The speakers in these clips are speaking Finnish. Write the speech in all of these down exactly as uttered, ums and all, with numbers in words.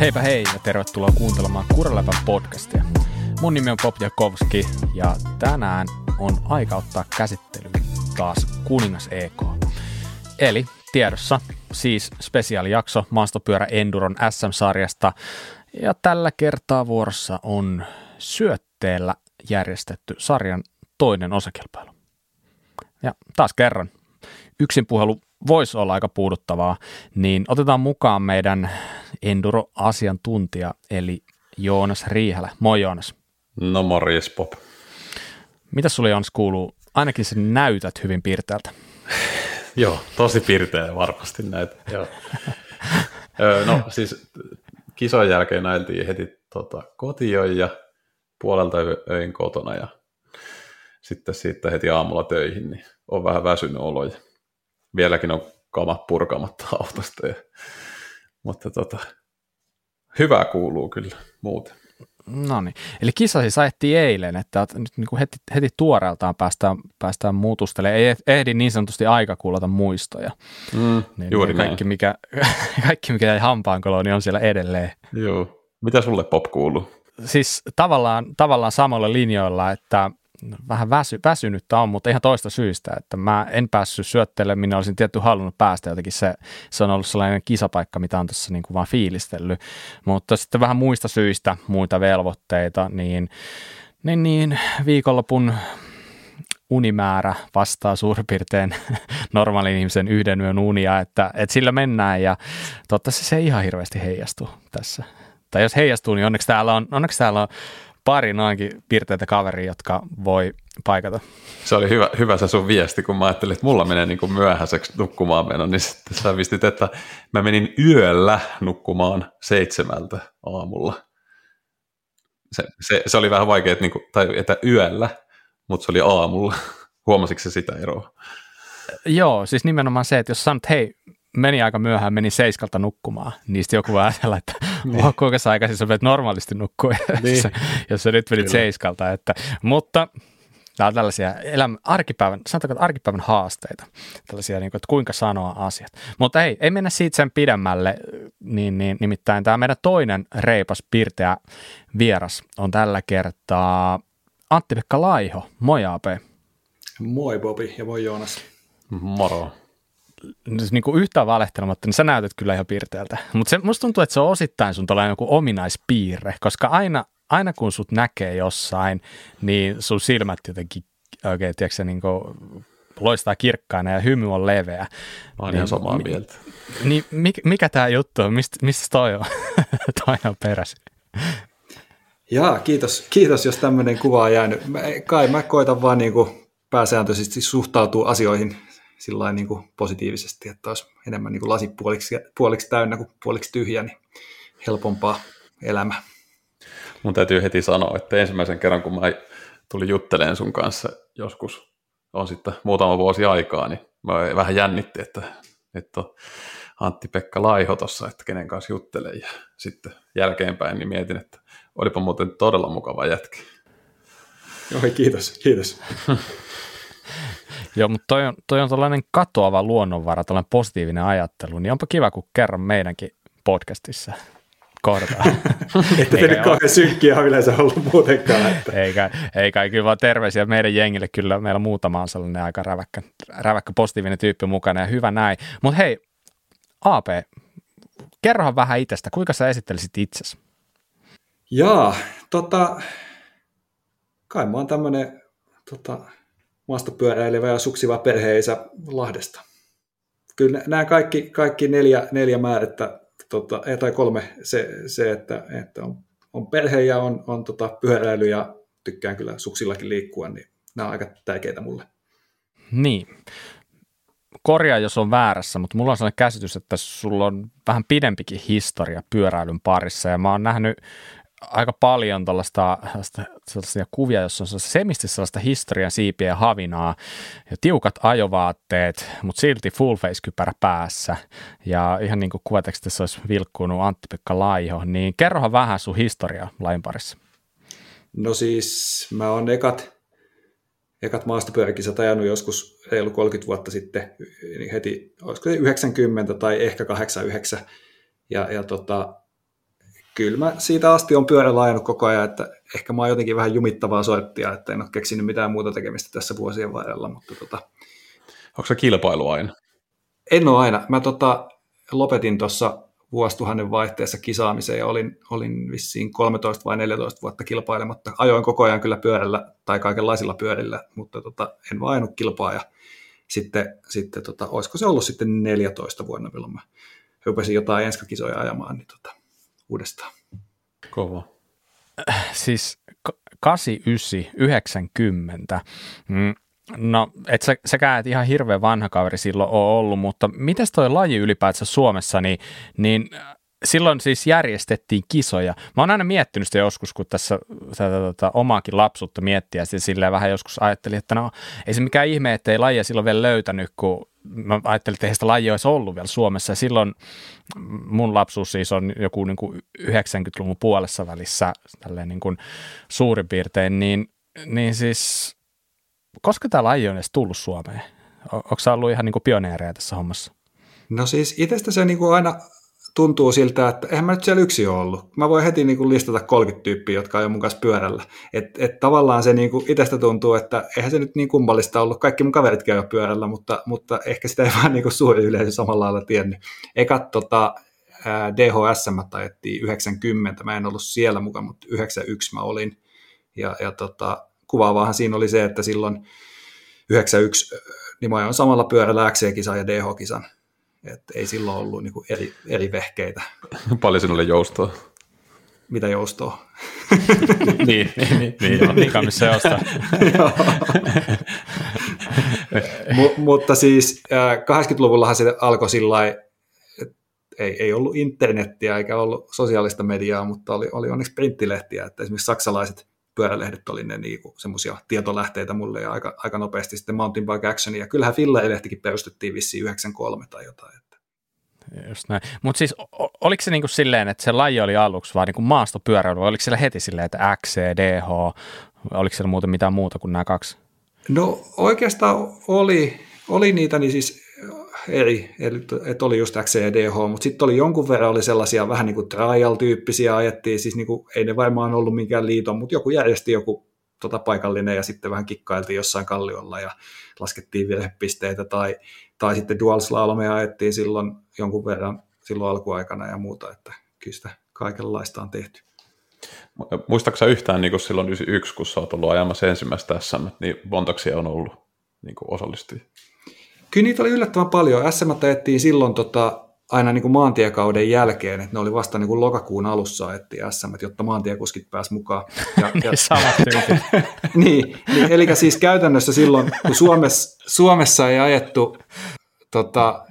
Heipä hei ja tervetuloa kuuntelemaan Kuraläpän podcastia. Mun nimi on Bob Jakovski ja tänään on aika ottaa käsittelyyn taas Kuningas E K. Eli tiedossa siis spesiaalijakso Maastopyörä Enduron S M-sarjasta ja tällä kertaa vuorossa on syötteellä järjestetty sarjan toinen osakilpailu. Ja taas kerran, yksin puhelu voisi olla aika puuduttavaa, niin otetaan mukaan meidän Enduro-asiantuntija, eli Joonas Riihälä. Moi Joonas. No morjes Bob. Mitäs sulle Joonas kuuluu? Ainakin sä näytät hyvin pirteältä. Joo, tosi pirteä varmasti näitä. Joo. No siis kisojen jälkeen näiltiin heti tota, kotiin ja puolelta öin kotona ja sitten siitä heti aamulla töihin, niin on vähän väsynyt olo ja vieläkin on kamat purkamatta autosta. Ja, mutta tota, hyvää kuuluu kyllä muuten. No niin, eli kisa siis ajettiin eilen, että nyt niin kuin heti, heti tuoreeltaan päästään, päästään muutustelemaan. Ei ehdi niin sanotusti aika kuulata muistoja. Mm, niin, juuri niin kaikki, mikä, kaikki, mikä jäi hampaankoloon, niin on siellä edelleen. Joo. Mitä sulle Bob kuuluu? Siis tavallaan, tavallaan samoilla linjoilla, että vähän väsy, väsynyttä on, mutta ihan toista syystä, että mä en päässyt syöttelemään, minä olisin tietty halunnut päästä jotenkin, se, se on ollut sellainen kisapaikka, mitä on tuossa niin kuin vaan fiilistellyt, mutta sitten vähän muista syistä, muita velvoitteita, niin, niin, niin viikonlopun unimäärä vastaa suurin piirtein normaalin ihmisen yhden yön unia, että, että sillä mennään ja toivottavasti se ei ihan hirveästi heijastu tässä. Tai jos heijastuu, niin onneksi täällä on, onneksi täällä on pari noinkin piirteitä kaveria, jotka voi paikata. Se oli hyvä, hyvä se sun viesti, kun mä ajattelin, että mulla menee niin kuin myöhäiseksi nukkumaan meno, niin sitten sä vistit, että mä menin yöllä nukkumaan seitsemältä aamulla. Se, se, se oli vähän vaikea, että, niin kuin, tai että yöllä, mutta se oli aamulla. Huomasitko se sitä eroa? Joo, siis nimenomaan se, että jos sanot, hei, meni aika myöhään, meni seiskalta nukkumaan, niin sitten joku voi ajatella, että niin. oh, kuinka sä aikaisin sä menet normaalisti nukkua, niin. jos sä nyt menit seiskalta. Että, mutta nämä on tällaisia elämä, arkipäivän, sanotaanko, että arkipäivän haasteita, tällaisia, niin kuin, että kuinka sanoa asiat. Mutta ei, ei mennä siitä sen pidemmälle, niin, niin, nimittäin tämä meidän toinen reipas, pirteä vieras on tällä kertaa Antti-Pekka Laiho. Moi A P. Moi Bobi ja moi Joonas. Moro. Niin kuin yhtään valehtelematta, niin sä näytät kyllä ihan piirteeltä. Mutta musta tuntuu, että se on osittain sun tällainen joku ominaispiirre, koska aina, aina kun sut näkee jossain, niin sun silmät jotenkin oikein, tiedätkö, niin kuin loistaa kirkkaana ja hymy on leveä. Mä oon niin, ihan samaa mieltä. Niin mikä, mikä tää juttu on? Mist, mistä toi on? toi on peräisin. Jaa, kiitos, kiitos jos tämmöinen kuva on jäänyt. Mä, kai mä koitan vaan niin kuin pääsääntöisesti suhtautua asioihin sillä niin kuin positiivisesti, että olisi enemmän niin kuin lasi puoliksi, puoliksi täynnä kuin puoliksi tyhjä, niin helpompaa elämä. Mun täytyy heti sanoa, että ensimmäisen kerran, kun mä tulin juttelemaan sun kanssa joskus, on sitten muutama vuosi aikaa, niin mä vähän jännitti, että, että on Antti-Pekka Laiho tossa, että kenen kanssa juttelee. Ja sitten jälkeenpäin niin mietin, että olipa muuten todella mukava jätkä. Oi, kiitos, kiitos. Joo, mutta toi on, toi on tällainen katoava luonnonvara, tällainen positiivinen ajattelu, niin onpa kiva, kun kerran meidänkin podcastissa kohdataan. Että te nyt kauhean synkkiä on yleensä ollut muutenkaan. Että. Eikä, eikä kyllä vaan terveisiä meidän jengille, kyllä meillä muutama on sellainen aika räväkkä, räväkkä positiivinen tyyppi mukana ja hyvä näin. Mutta hei, A P, kerrohan vähän itsestä, kuinka sä esittelisit itsesi? Jaa, tota, kai mä oon tämmönen tota, maastopyöräilevä ja suksiva perheisä Lahdesta. Kyllä nämä kaikki, kaikki neljä, neljä määrättä, tota, tai kolme, se, se että, että on, on perhe ja on, on tota, pyöräily ja tykkään kyllä suksillakin liikkua, niin nämä on aika tärkeitä mulle. Niin. Korjaa, jos on väärässä, mutta mulla on sellainen käsitys, että sulla on vähän pidempikin historia pyöräilyn parissa ja mä oon nähnyt aika paljon tällaista, sellaisia kuvia, jossa on semisti sellaista historian siipiä ja havinaa ja tiukat ajovaatteet, mutta silti full face kypärä päässä ja ihan niin kuin kuvatekstissä olisi vilkkunut Antti-Pekka Laiho, niin kerrohan vähän sun historiaa lajin parissa. No siis mä oon ekat, ekat maastopyöräkisat ajanut joskus reilu kolmekymmentä vuotta sitten, niin heti, olisiko se yhdeksänkymmentä tai ehkä kahdeksankymmentäyhdeksän ja, ja tota, kyllä mä siitä asti on pyörällä ajanut koko ajan, että ehkä mä oon jotenkin vähän jumittavaa sorttia, että en ole keksinyt mitään muuta tekemistä tässä vuosien varrella. Mutta tota... Onko se kilpailu aina? En ole aina. Mä tota, lopetin tuossa vuosituhannen vaihteessa kisaamiseen ja olin, olin vissiin kolmetoista vai neljätoista vuotta kilpailematta. Ajoin koko ajan kyllä pyörällä tai kaikenlaisilla pyörillä, mutta tota, en vaan ajanut kilpaa. Ja sitten, sitten tota, olisiko se ollut sitten neljätoista vuonna, milloin mä rupesin jotain enskakisoja ajamaan niin tota, uudestaan. Kova. Siis kahdeksankymmentäyhdeksän yhdeksänkymmentä. Mm. No, et sä, säkään et ihan hirveän vanha kaveri silloin ole ollut, mutta miten toi laji ylipäätään Suomessa, niin, niin silloin siis järjestettiin kisoja. Mä oon aina miettinyt sitä joskus, kun tässä tätä, tätä omaakin lapsuutta miettiä, ja silleen vähän joskus ajattelin, että no ei se mikään ihme, että ei lajia silloin vielä löytänyt, kun mä ajattelin, että ei sitä lajia olisi ollut vielä Suomessa, ja silloin mun lapsuus siis on joku niin kuin yhdeksänkymmentäluvun puolessa välissä, tälleen niin kuin suurin piirtein, niin, niin siis koska tämä laji on edes tullut Suomeen? Onko sä ollut ihan niin kuin pioneereja tässä hommassa? No siis itsestä se niin kuin aina tuntuu siltä, että eihän mä nyt siellä yksi ole ollut. Mä voin heti niin kuin listata kolmekymmentä tyyppiä, jotka on jo mun kanssa pyörällä. Että et tavallaan se niin kuin itsestä tuntuu, että eihän se nyt niin kummallista ollut. Kaikki mun kaveritkin on jo pyörällä, mutta, mutta ehkä sitä ei vaan niin kuin suuri yleisö samalla lailla tiennyt. Ekat tota, D H S M ajettiin yhdeksänkymmentä, mä en ollut siellä mukaan, mutta yhdeksänkymmentäyksi mä olin. Ja, ja tota, kuvaavaahan siinä oli se, että silloin yhdeksänkymmentäyksi niin mä ajoin samalla pyörällä X C-kisan ja D H-kisan. Että ei silloin ollut niin kuin eri, eri vehkeitä. Paljon sinulle joustoa? Mitä joustoa? niin, niin, niin, niin, niin kai missä joustaa. M- mutta siis kahdeksankymmentäluvullahan se alkoi sillä lailla, että ei, ei ollut internettiä eikä ollut sosiaalista mediaa, mutta oli, oli onneksi printtilehtiä, että esimerkiksi saksalaiset pyörälehdet oli ne niinku semmoisia tietolähteitä mulle ja aika, aika nopeasti sitten Mountain Bike Action, ja kyllähän Finland-lehtikin perustettiin vissiin yhdeksänkymmentäkolme tai jotain. Että. Just näin. Mutta siis oliko se niinku silleen, että se laji oli aluksi vaan niinku maastopyöräily, vai oliko siellä heti silleen, että X C, D H, oliko siellä muuten mitään muuta kuin nämä kaksi? No oikeastaan oli, oli niitä niin siis eri, että oli just X C ja D H, mutta sitten oli jonkun verran oli sellaisia vähän niin kuin trial-tyyppisiä ajettiin, siis niin kuin, ei ne varmaan ollut minkään liiton, mutta joku järjesti joku tota, paikallinen ja sitten vähän kikkailtiin jossain kalliolla ja laskettiin virhepisteitä tai, tai sitten dual slalomia ajettiin silloin jonkun verran silloin alkuaikana ja muuta, että kyllä sitä kaikenlaista on tehty. Muistatko sä yhtään niin kuin silloin yhdeksänkymmentäyksi, kun sä oot ollut ajamassa ensimmäistä S M, niin montaksia on ollut niin kuin osallistujia? Kyllä niitä oli yllättävän paljon. S M ajettiin silloin tota, aina niin kuin maantiekauden jälkeen, että ne oli vasta niin kuin lokakuun alussa ajettiin S M, jotta maantiekuskit pääsi mukaan. Ja, niin, ja... samat niin, niin, eli siis käytännössä silloin, kun Suomessa, Suomessa ei ajettu, tota,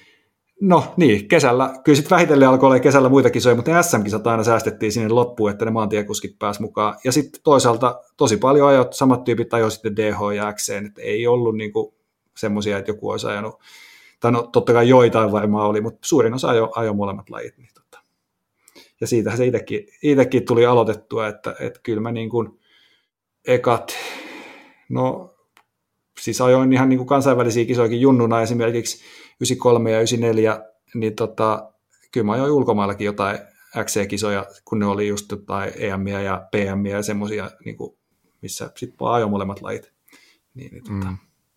no niin, kesällä, kyllä sitten vähitellen alkoi olla kesällä muita kisoja, mutta ne S M-kisat aina säästettiin sinne loppuun, että ne maantiekuskit pääsi mukaan. Ja sitten toisaalta tosi paljon ajot, samat tyypit ajoi sitten D H ja X C, että ei ollut niin kuin semmoisia, että joku olisi ajanut, tai no totta kai joitain varmaan oli, mutta suurin osa ajoi, ajoi molemmat lajit. Niin tota. Ja siitähän se itsekin, itsekin tuli aloitettua, että, että kyllä mä niin kuin ekat, no siis ajoin ihan niin kuin kansainvälisiä kisoikin junnuna esimerkiksi yhdeksänkymmentäkolme ja yhdeksänkymmentäneljä, niin tota, kyllä mä ajoin ulkomaillakin jotain X C-kisoja, kun ne oli just jotain E M-iä ja P M-iä ja semmoisia, niin kuin, missä sitten vaan ajoi molemmat lajit. Niin, niin, tota. mm.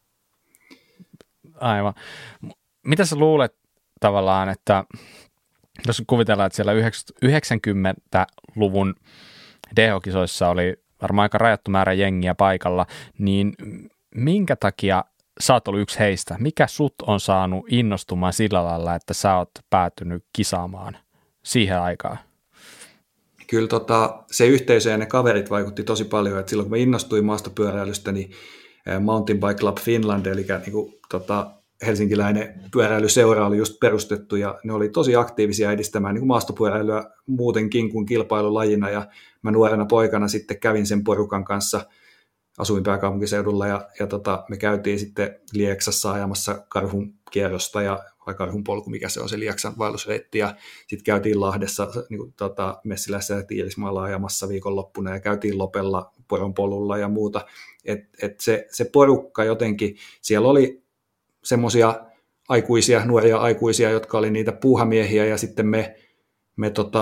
Aivan. Mitä sä luulet tavallaan, että jos kuvitellaan, että siellä yhdeksänkymmentäluvun D H-kisoissa oli varmaan aika rajattu määrä jengiä paikalla, niin minkä takia sä oot ollut yksi heistä? Mikä sut on saanut innostumaan sillä lailla, että sä oot päätynyt kisaamaan siihen aikaan? Kyllä tota, se yhteisö ja ne kaverit vaikutti tosi paljon, että silloin kun mä innostuin maastopyöräilystä, niin Mountain Bike Club Finland, eli niin kuin, tota, helsinkiläinen pyöräilyseura oli just perustettu, ja ne oli tosi aktiivisia edistämään niin kuin maastopyöräilyä muutenkin kuin kilpailulajina, ja mä nuorena poikana sitten kävin sen porukan kanssa, asuin pääkaupunkiseudulla, ja, ja tota, me käytiin sitten Lieksassa ajamassa Karhun kierrosta, ja vai Karhun polku, mikä se on se Lieksan vaellusreitti, ja sitten käytiin Lahdessa, niin kuin, tota, Messilässä ja Tiilismaalla ajamassa viikonloppuna, ja käytiin Lopella Poronpolulla ja muuta, että et se, se porukka jotenkin, siellä oli semmoisia aikuisia, nuoria aikuisia, jotka oli niitä puuhamiehiä, ja sitten me, me tota,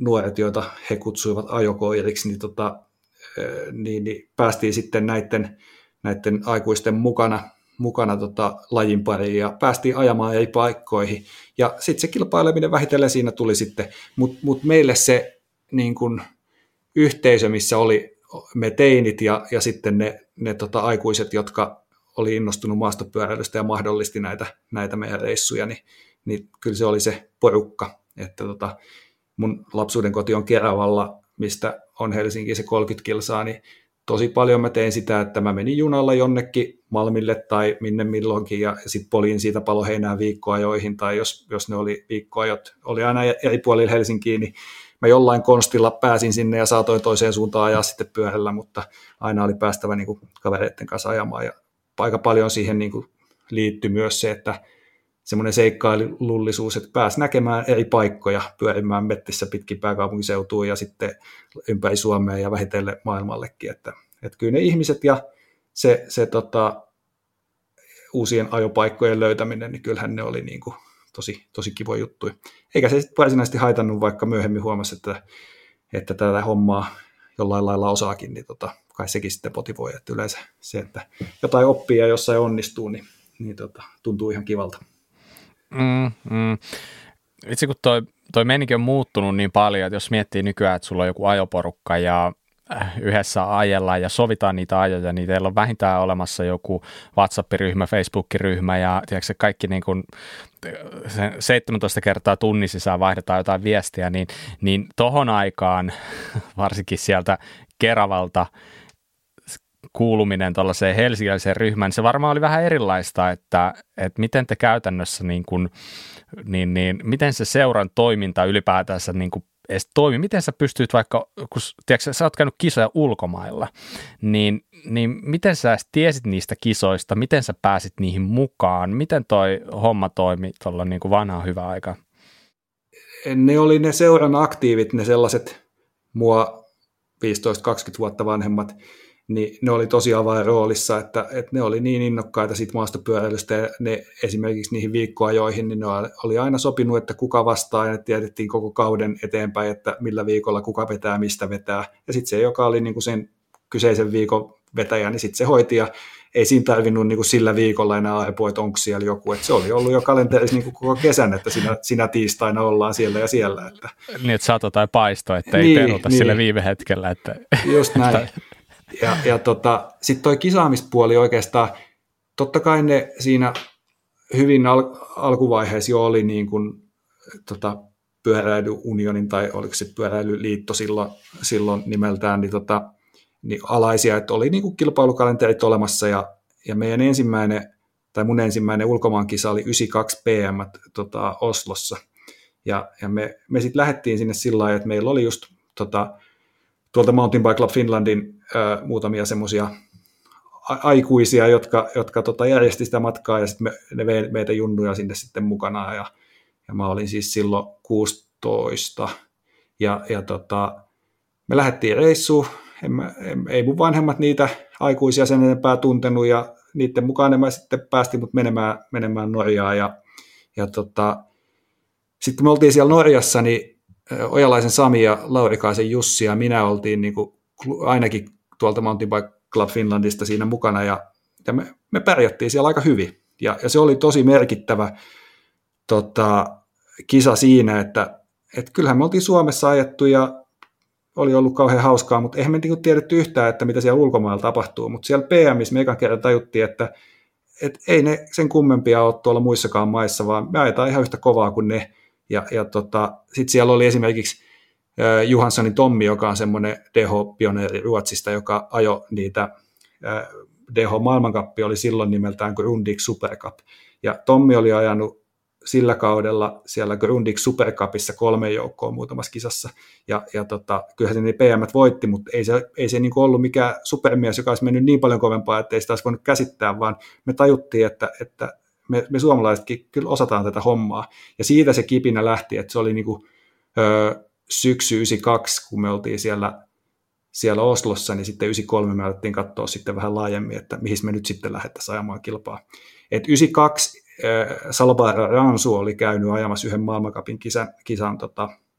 nuoret, joita he kutsuivat ajokoiriksi, niin, tota, niin, niin päästiin sitten näiden, näiden aikuisten mukana, mukana tota, lajin pariin ja päästiin ajamaan eri paikkoihin. Ja sitten se kilpaileminen vähitellen siinä tuli sitten, mutta mut meille se niin kun, yhteisö, missä oli me teinit ja, ja sitten ne, ne tota, aikuiset, jotka oli innostunut maastopyöräilystä ja mahdollisti näitä, näitä meidän reissuja, niin, niin kyllä se oli se porukka. Että tota, mun lapsuuden koti on Keravalla, mistä on Helsinki se kolmekymmentä kilsaa, niin tosi paljon mä tein sitä, että mä menin junalla jonnekin Malmille tai minne milloinkin ja sitten polin siitä Paloheinään viikkoajoihin, tai jos, jos ne oli viikkoajot, oli aina eri puolilla Helsinkiin, niin mä jollain konstilla pääsin sinne ja saatoin toiseen suuntaan ajaa sitten pyörällä, mutta aina oli päästävä niin kuin kavereiden kanssa ajamaan. Ja aika paljon siihen niin kuin liittyi myös se, että semmoinen seikkailullisuus, että pääsi näkemään eri paikkoja, pyörimään mettissä pitkin pääkaupunkiseutuun ja sitten ympäri Suomea ja vähitellen maailmallekin. Että, että kyllä ne ihmiset ja se, se tota, uusien ajopaikkojen löytäminen, niin kyllähän ne oli niin kuin tosi, tosi kivo juttu. Eikä se sitten varsinaisesti haitannut, vaikka myöhemmin huomasi, että, että tätä hommaa jollain lailla osaakin, niin tota, kai sekin sitten motivoi. Että yleensä se, että jotain oppii ja jossain onnistuu, niin, niin tota, tuntuu ihan kivalta. Mm, mm. Itse kun toi, toi meininki on muuttunut niin paljon, että jos miettii nykyään, että sulla on joku ajoporukka ja yhdessä ajellaan ja sovitaan niitä ajoja, niin teillä on vähintään olemassa joku WhatsApp-ryhmä, Facebook-ryhmä ja tiedätkö, kaikki niin kuin seitsemäntoista kertaa tunnin sisään vaihdetaan jotain viestiä, niin, niin tohon aikaan, varsinkin sieltä Keravalta, kuuluminen tuollaiseen helsinkiläiseen ryhmään, niin se varmaan oli vähän erilaista, että, että miten te käytännössä, niin kuin, niin, niin, miten se seuran toiminta ylipäätänsä niin kuin edes toimi, miten sä pystyt vaikka, kun tiedätkö, sä oot käynyt kisoja ulkomailla, niin, niin miten sä edes tiesit niistä kisoista, miten sä pääsit niihin mukaan, miten toi homma toimi tuolla niin kuin vanhaan hyvä aika? Ne oli ne seuran aktiivit, ne sellaiset mua viisitoista kaksikymmentä vuotta vanhemmat, niin ne oli tosi avainroolissa, että, että ne oli niin innokkaita siitä maastopyöräilystä ja ne esimerkiksi niihin viikkoajoihin, niin ne oli aina sopinut, että kuka vastaa ja tiedettiin koko kauden eteenpäin, että millä viikolla kuka vetää, mistä vetää. Ja sitten se, joka oli niin kuin sen kyseisen viikon vetäjä, niin sitten se hoiti ja ei siinä tarvinnut niin kuin sillä viikolla enää arpoa, että onko siellä joku. Että se oli ollut jo kalenterissa niin kuin koko kesän, että sinä, sinä tiistaina ollaan siellä ja siellä. Että... Niin, että saat jotain paistoa, että ei niin, peruta niin. Sille viime hetkellä. Että... Just näin. Ja, ja tota, sitten toi kisaamispuoli oikeastaan, totta kai ne siinä hyvin al- alkuvaiheessa jo oli niin kuin, tota, pyöräilyunionin tai oliko se pyöräilyliitto silloin, silloin nimeltään, niin, tota, niin alaisia, että oli niin kuin kilpailukalenterit olemassa ja, ja meidän ensimmäinen, tai mun ensimmäinen ulkomaankisa oli yhdeksänkymmentäkaksi P M tota, Oslossa ja, ja me, me sitten lähdettiin sinne sillä lailla, että meillä oli just tota, tuolta Mountain Bike Club Finlandin ää, muutamia semmoisia aikuisia, jotka, jotka tota, järjesti sitä matkaa ja sitten me, ne vei meitä junnuja sinne sitten mukana ja, ja mä olin siis silloin kuusitoista ja, ja tota, me lähdettiin reissuun, en mä, en, ei mun vanhemmat niitä aikuisia sen enempää tuntenut ja niiden mukaan mä sitten päästin mut menemään, menemään Norjaan ja, ja tota, sitten me oltiin siellä Norjassa, niin Ojalaisen Sami ja Laurikaisen Jussi ja minä oltiin niin kuin ainakin tuolta Mountain Bike Club Finlandista siinä mukana ja, ja me, me pärjättiin siellä aika hyvin. Ja, ja se oli tosi merkittävä tota, kisa siinä, että et kyllähän me oltiin Suomessa ajettu ja oli ollut kauhean hauskaa, mutta eihän me niin tiedetty yhtään, että mitä siellä ulkomailla tapahtuu. Mutta siellä P M:ssä me ekan kerran tajuttiin, että et ei ne sen kummempia ole tuolla muissakaan maissa, vaan me ajetaan ihan yhtä kovaa kuin ne. Ja, ja tota, sitten siellä oli esimerkiksi äh, Johanssonin Tommi, joka on semmoinen D H-pioneeri Ruotsista, joka ajoi niitä, äh, D H-maailmankappi oli silloin nimeltään Grundig Super Cup. Ja Tommi oli ajanut sillä kaudella siellä Grundig Super Cupissa kolme joukkoa muutamassa kisassa. Ja, ja tota, kyllähän se ne P M:t voitti, mutta ei se, ei se niinku ollut mikään supermies, joka olisi mennyt niin paljon kovempaa, että ei sitä olisi voinut käsittää, vaan me tajuttiin, että, että Me, me suomalaisetkin kyllä osataan tätä hommaa. Ja siitä se kipinä lähti, että se oli niin kuin, ö, syksy yhdeksänkymmentäkaksi, kun me oltiin siellä, siellä Oslossa, niin sitten yhdeksänkymmentäkolme me alettiin katsoa sitten vähän laajemmin, että mihin me nyt sitten lähdettäisiin ajamaan kilpaa. Et yhdeksänkymmentäkaksi ö, Salobara Ransu oli käynyt ajamassa yhden maailmancupin kisan, kisan tota,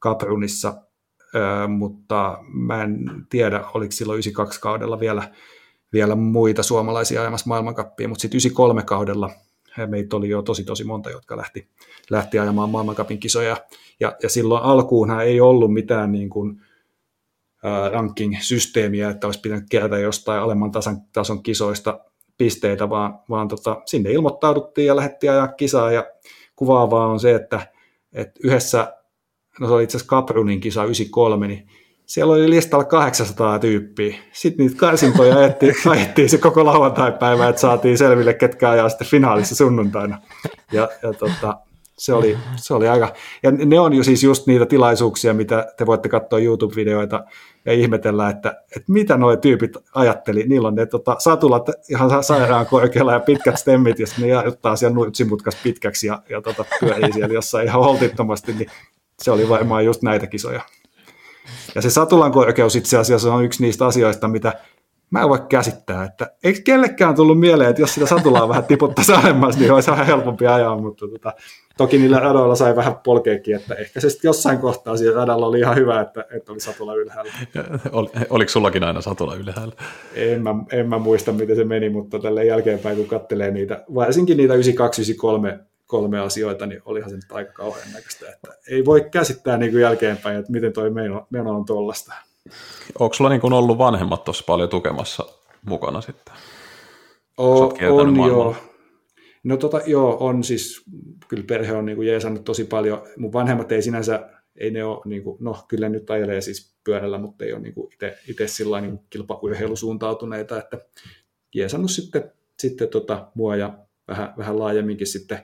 Kaprunissa, ö, mutta mä en tiedä, oliko silloin yhdeksänkymmentäkaksi kaudella vielä, vielä muita suomalaisia ajamassa maailmankappia, mutta sitten yhdeksänkymmentäkolme kaudella meitä oli jo tosi tosi monta, jotka lähti, lähti ajamaan maailmancupin kisoja, ja, ja silloin alkuunhan ei ollut mitään niin kuin, ä, ranking-systeemiä, että olisi pitänyt kerätä jostain alemman tason, tason kisoista pisteitä, vaan, vaan tota, sinne ilmoittauduttiin ja lähdettiin ajaa kisaa, ja kuvaavaa on se, että, että yhdessä, no se oli itse asiassa Kaprunin kisa yhdeksänkymmentäkolme, niin siellä oli listalla kahdeksansataa tyyppiä. Sitten niitä karsintoja ajettiin se koko lauantai-päivä, että saatiin selville, ketkä ajaa sitten finaalissa sunnuntaina. Ja, ja tota, se, oli, se oli aika... Ja ne on jo siis just niitä tilaisuuksia, mitä te voitte katsoa YouTube-videoita ja ihmetellä, että, että mitä nuo tyypit ajatteli. Niillä on ne tota, satulat ihan sairaan korkealla ja pitkät stemmit, ja ne ottaa siellä nurtsimutkas pitkäksi ja, ja tota, pyörii siellä jossain ihan holtittomasti, niin se oli varmaan just näitä kisoja. Ja se satulan korkeus itse asiassa on yksi niistä asioista, mitä mä en voi käsittää, että eikö kellekään tullut mieleen, että jos sitä satulaa vähän tiputtaisi alemmas, niin olisi vähän helpompi ajaa, mutta tota, toki niillä radoilla sai vähän polkeekin, että ehkä se sitten jossain kohtaa siinä radalla oli ihan hyvä, että, että oli satula ylhäällä. Ol, oliko sullakin aina satula ylhäällä? En mä, en mä muista, miten se meni, mutta tälle jälkeenpäin, kun katselee niitä, varsinkin niitä yhdeksänkymmentäkaksi yhdeksänkymmentäkolme kolme asioita, niin olihan se nyt aika kauhean näköistä, että ei voi käsittää niin kuin jälkeenpäin, että miten toi meno, meno on tuollaista. Onko sulla niin kuin ollut vanhemmat tuossa paljon tukemassa mukana sitten? O, on joo. No tota, joo, on siis, kyllä perhe on niin kuin jeesannut tosi paljon. Mun vanhemmat ei sinänsä, ei ne ole, niin kuin, no kyllä nyt ajelee siis pyörällä, mutta ei ole niin kuin itse sillä niin kilpaurheilusuuntautuneita, että jeesannut sitten, sitten tota, mua ja vähän, vähän laajemminkin sitten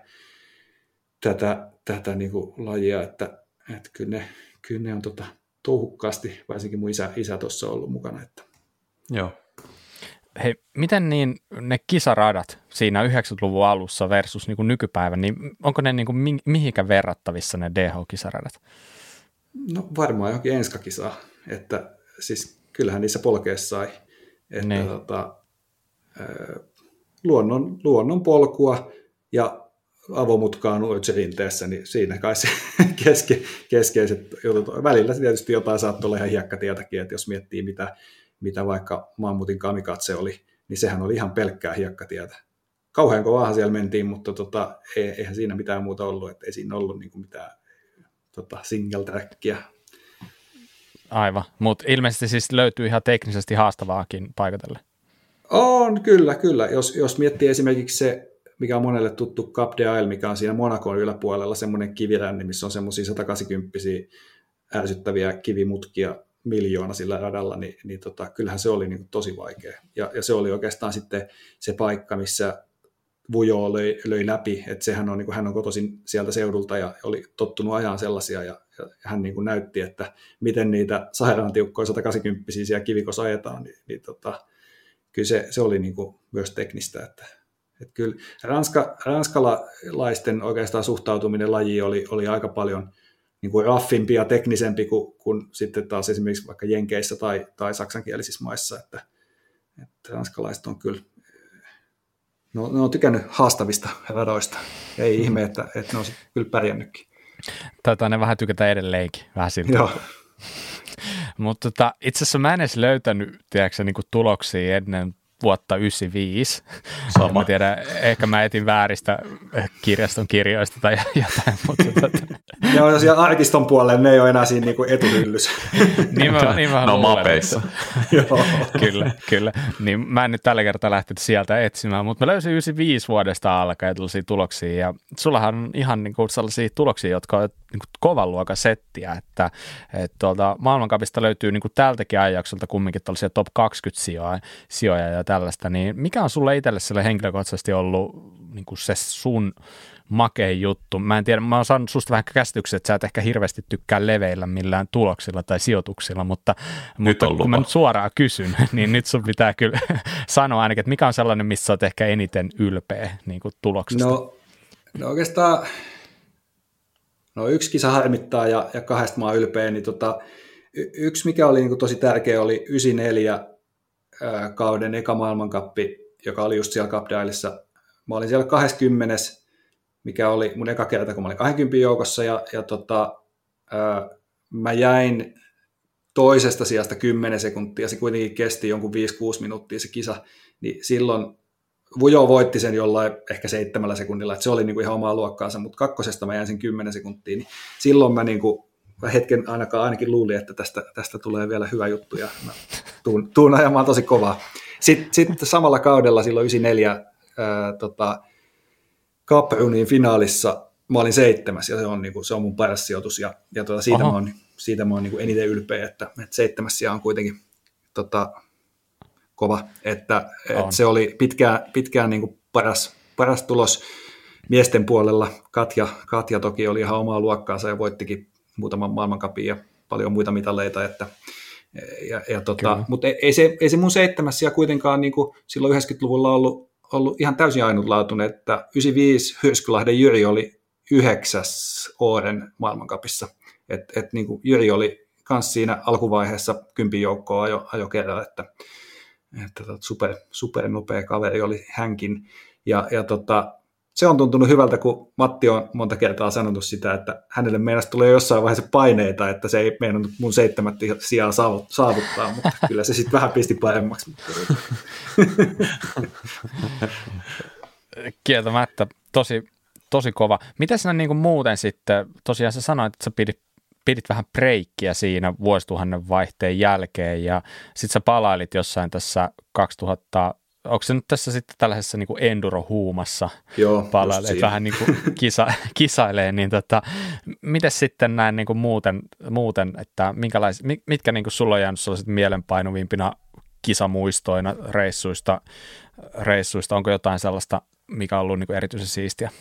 tätä, tätä niin kuin lajia, että, että kyllä, ne, kyllä ne on tota, touhukkaasti, varsinkin mun isä, isä tuossa ollut mukana. Että. Joo. Hei, miten niin ne kisaradat siinä yhdeksänkymmentäluvun alussa versus niin kuin nykypäivän, niin onko ne niin kuin mi- mihinkä verrattavissa ne D H-kisaradat? No varmaan johonkin enskakisaa, että siis kyllähän niissä polkeessa sai, että niin. tota, luonnon, luonnon polkua ja avomutkaan rinteessä, niin siinä kai se keske, keskeiset jutut. Välillä tietysti jotain saattoi olla ihan hiekkatietäkin, että jos miettii mitä, mitä vaikka Mammutin kamikatse oli, niin sehän oli ihan pelkkää hiekkatietä. Kauhean kovaahan siellä mentiin, mutta tota, eihän siinä mitään muuta ollut, että ei siinä ollut niinku mitään tota, single trackia. Aivan, mutta ilmeisesti siis löytyy ihan teknisesti haastavaakin paikatelle. On, kyllä, kyllä. Jos, jos miettii esimerkiksi se, mikä on monelle tuttu Cap d'Aille, mikä on siinä Monacon yläpuolella, semmoinen kiviränni, missä on semmoisia sata kahdeksankymmentä ärsyttäviä kivimutkia miljoona sillä radalla, niin, niin tota, kyllähän se oli niin tosi vaikea. Ja, ja se oli oikeastaan sitten se paikka, missä Vujo löi, löi läpi, että sehän on, niin kuin, hän on kotoisin sieltä seudulta ja oli tottunut ajaan sellaisia, ja, ja hän niin kuin näytti, että miten niitä sairaan tiukkoja sata kahdeksankymmentä siellä kivikossa ajetaan, niin, niin tota, kyllä se, se oli niin kuin myös teknistä, että että kyllä ranska, ranskalaisten oikeastaan suhtautuminen lajiin oli, oli aika paljon niin kuin raffimpi ja teknisempi kuin, kuin sitten taas esimerkiksi vaikka Jenkeissä tai, tai saksankielisissä maissa, että, että ranskalaiset on kyllä, no, ne on tykännyt haastavista radoista, ja ei ihme, että, että ne on kyllä pärjännytkin. Taitaa ne vähän tykätä edelleenkin, vähän siltä. Joo. Mutta tota, itse asiassa mä en edes löytänyt tiedätkö, niin kuin tuloksia ennen vuotta yhdeksänkymmentäviisi. Sama. Mä tiedän, ehkä mä etin vääristä kirjaston kirjoista tai jotain. Mutta tota. Joo, jos siellä arkiston puolelle ne ei ole enää siinä niinku etuhyllyssä. niin mä, niin mä no mapeissa. Joo. Kyllä, kyllä. Niin mä en nyt tällä kertaa lähtenyt sieltä etsimään, mutta mä löysin yhdeksänkymmentäviisi vuodesta alkaen tällaisia tuloksia. Ja sullahan on ihan niinku sellaisia tuloksia, jotka on niinku kovan luokan settiä, että et tuolta maailmancupista löytyy niinku tältäkin ajanjaksolta kumminkin tällaisia top kaksikymmentä sijoja, sijoja ja tällaista, niin mikä on sulle itselle sille henkilökohtaisesti ollut niin kuin se sun makein juttu? Mä en tiedä, mä oon saanut susta vähän käsityksen, että sä et ehkä hirveästi tykkää leveillä millään tuloksilla tai sijoituksilla, mutta, mutta kun mä nyt suoraan kysyn, niin nyt sun pitää kyllä sanoa ainakin, että mikä on sellainen, missä sä oot ehkä eniten ylpeä niin kuin tuloksesta? No, no oikeastaan no yksi kisa harmittaa ja, ja kahdesta mä oon ylpeä, niin tota, y- yksi mikä oli niin kuin tosi tärkeä oli yhdeksänkymmentäneljä kauden eka maailmankappi, joka oli just siellä Cap d'Aillessa. Mä olin siellä kaksikymmentä, mikä oli mun eka kerta, kun mä olin kaksikymmentä joukossa, ja, ja tota, ää, mä jäin toisesta sijasta kymmenen sekuntia, se kuitenkin kesti jonkun viisi kuusi minuuttia se kisa, niin silloin Vujo voitti sen jollain ehkä seitsemällä sekunnilla, että se oli niin kuin ihan omaa luokkaansa, mutta kakkosesta mä jäin sen kymmenen sekuntia, niin silloin mä niin kuin hetken ainakaan ainakin luulin, että tästä, tästä tulee vielä hyvä juttu, ja mä tuun, tuun ajamaan tosi kovaa. Sitten, sitten samalla kaudella silloin yhdeksänkymmentäneljä ää, tota, Caprionin finaalissa mä olin seitsemäs, ja se on, niin kuin, se on mun paras sijoitus, ja, ja tuota, siitä, mä oon, siitä mä oon niin kuin eniten ylpeä, että, että seitsemäs sija on kuitenkin tota, kova, että, että se oli pitkään, pitkään niin kuin paras, paras tulos miesten puolella. Katja, Katja toki oli ihan omaa luokkaansa ja voittikin muutaman maailmancupin ja paljon muita mitaleita, että, ja, ja tota, mutta ei, ei, se, ei se mun seitsemäs sija kuitenkaan niin kuin silloin yhdeksänkymmentäluvulla ollut, ollut ihan täysin ainutlaatuinen, että yhdeksänkymmentäviisi Hyrskylahden Jyri oli yhdeksäs Åren maailmancupissa, että et, niin kuin Jyri oli myös siinä alkuvaiheessa kympin joukkoa ajo, ajo kerran, että että super, super nopea kaveri oli hänkin, ja, ja tota, se on tuntunut hyvältä, kun Matti on monta kertaa sanonut sitä, että hänelle meinasi tulee jossain vaiheessa paineita, että se ei meinannut mun seitsemättä sijaa saavuttaa, mutta kyllä se sitten vähän pisti paremmaksi. Kieltämättä, tosi, tosi kova. Miten sinä niin kuin muuten sitten, tosiaan sä sanoit, että sä pidit pidit vähän breikkiä siinä vuosituhannen vaihteen jälkeen, ja sitten sä palailit jossain tässä kaksituhatta, onko se nyt tässä sitten tällaisessa niin kuin enduro-huumassa palailit, vähän niin kuin kisa, kisailee, niin tota, miten sitten näin niin kuin muuten, muuten, että minkälais, mitkä niin kuin sulla on jäänyt sellaiset mielenpainuvimpina kisamuistoina reissuista, reissuista, onko jotain sellaista, mikä on ollut niin kuin erityisen siistiä?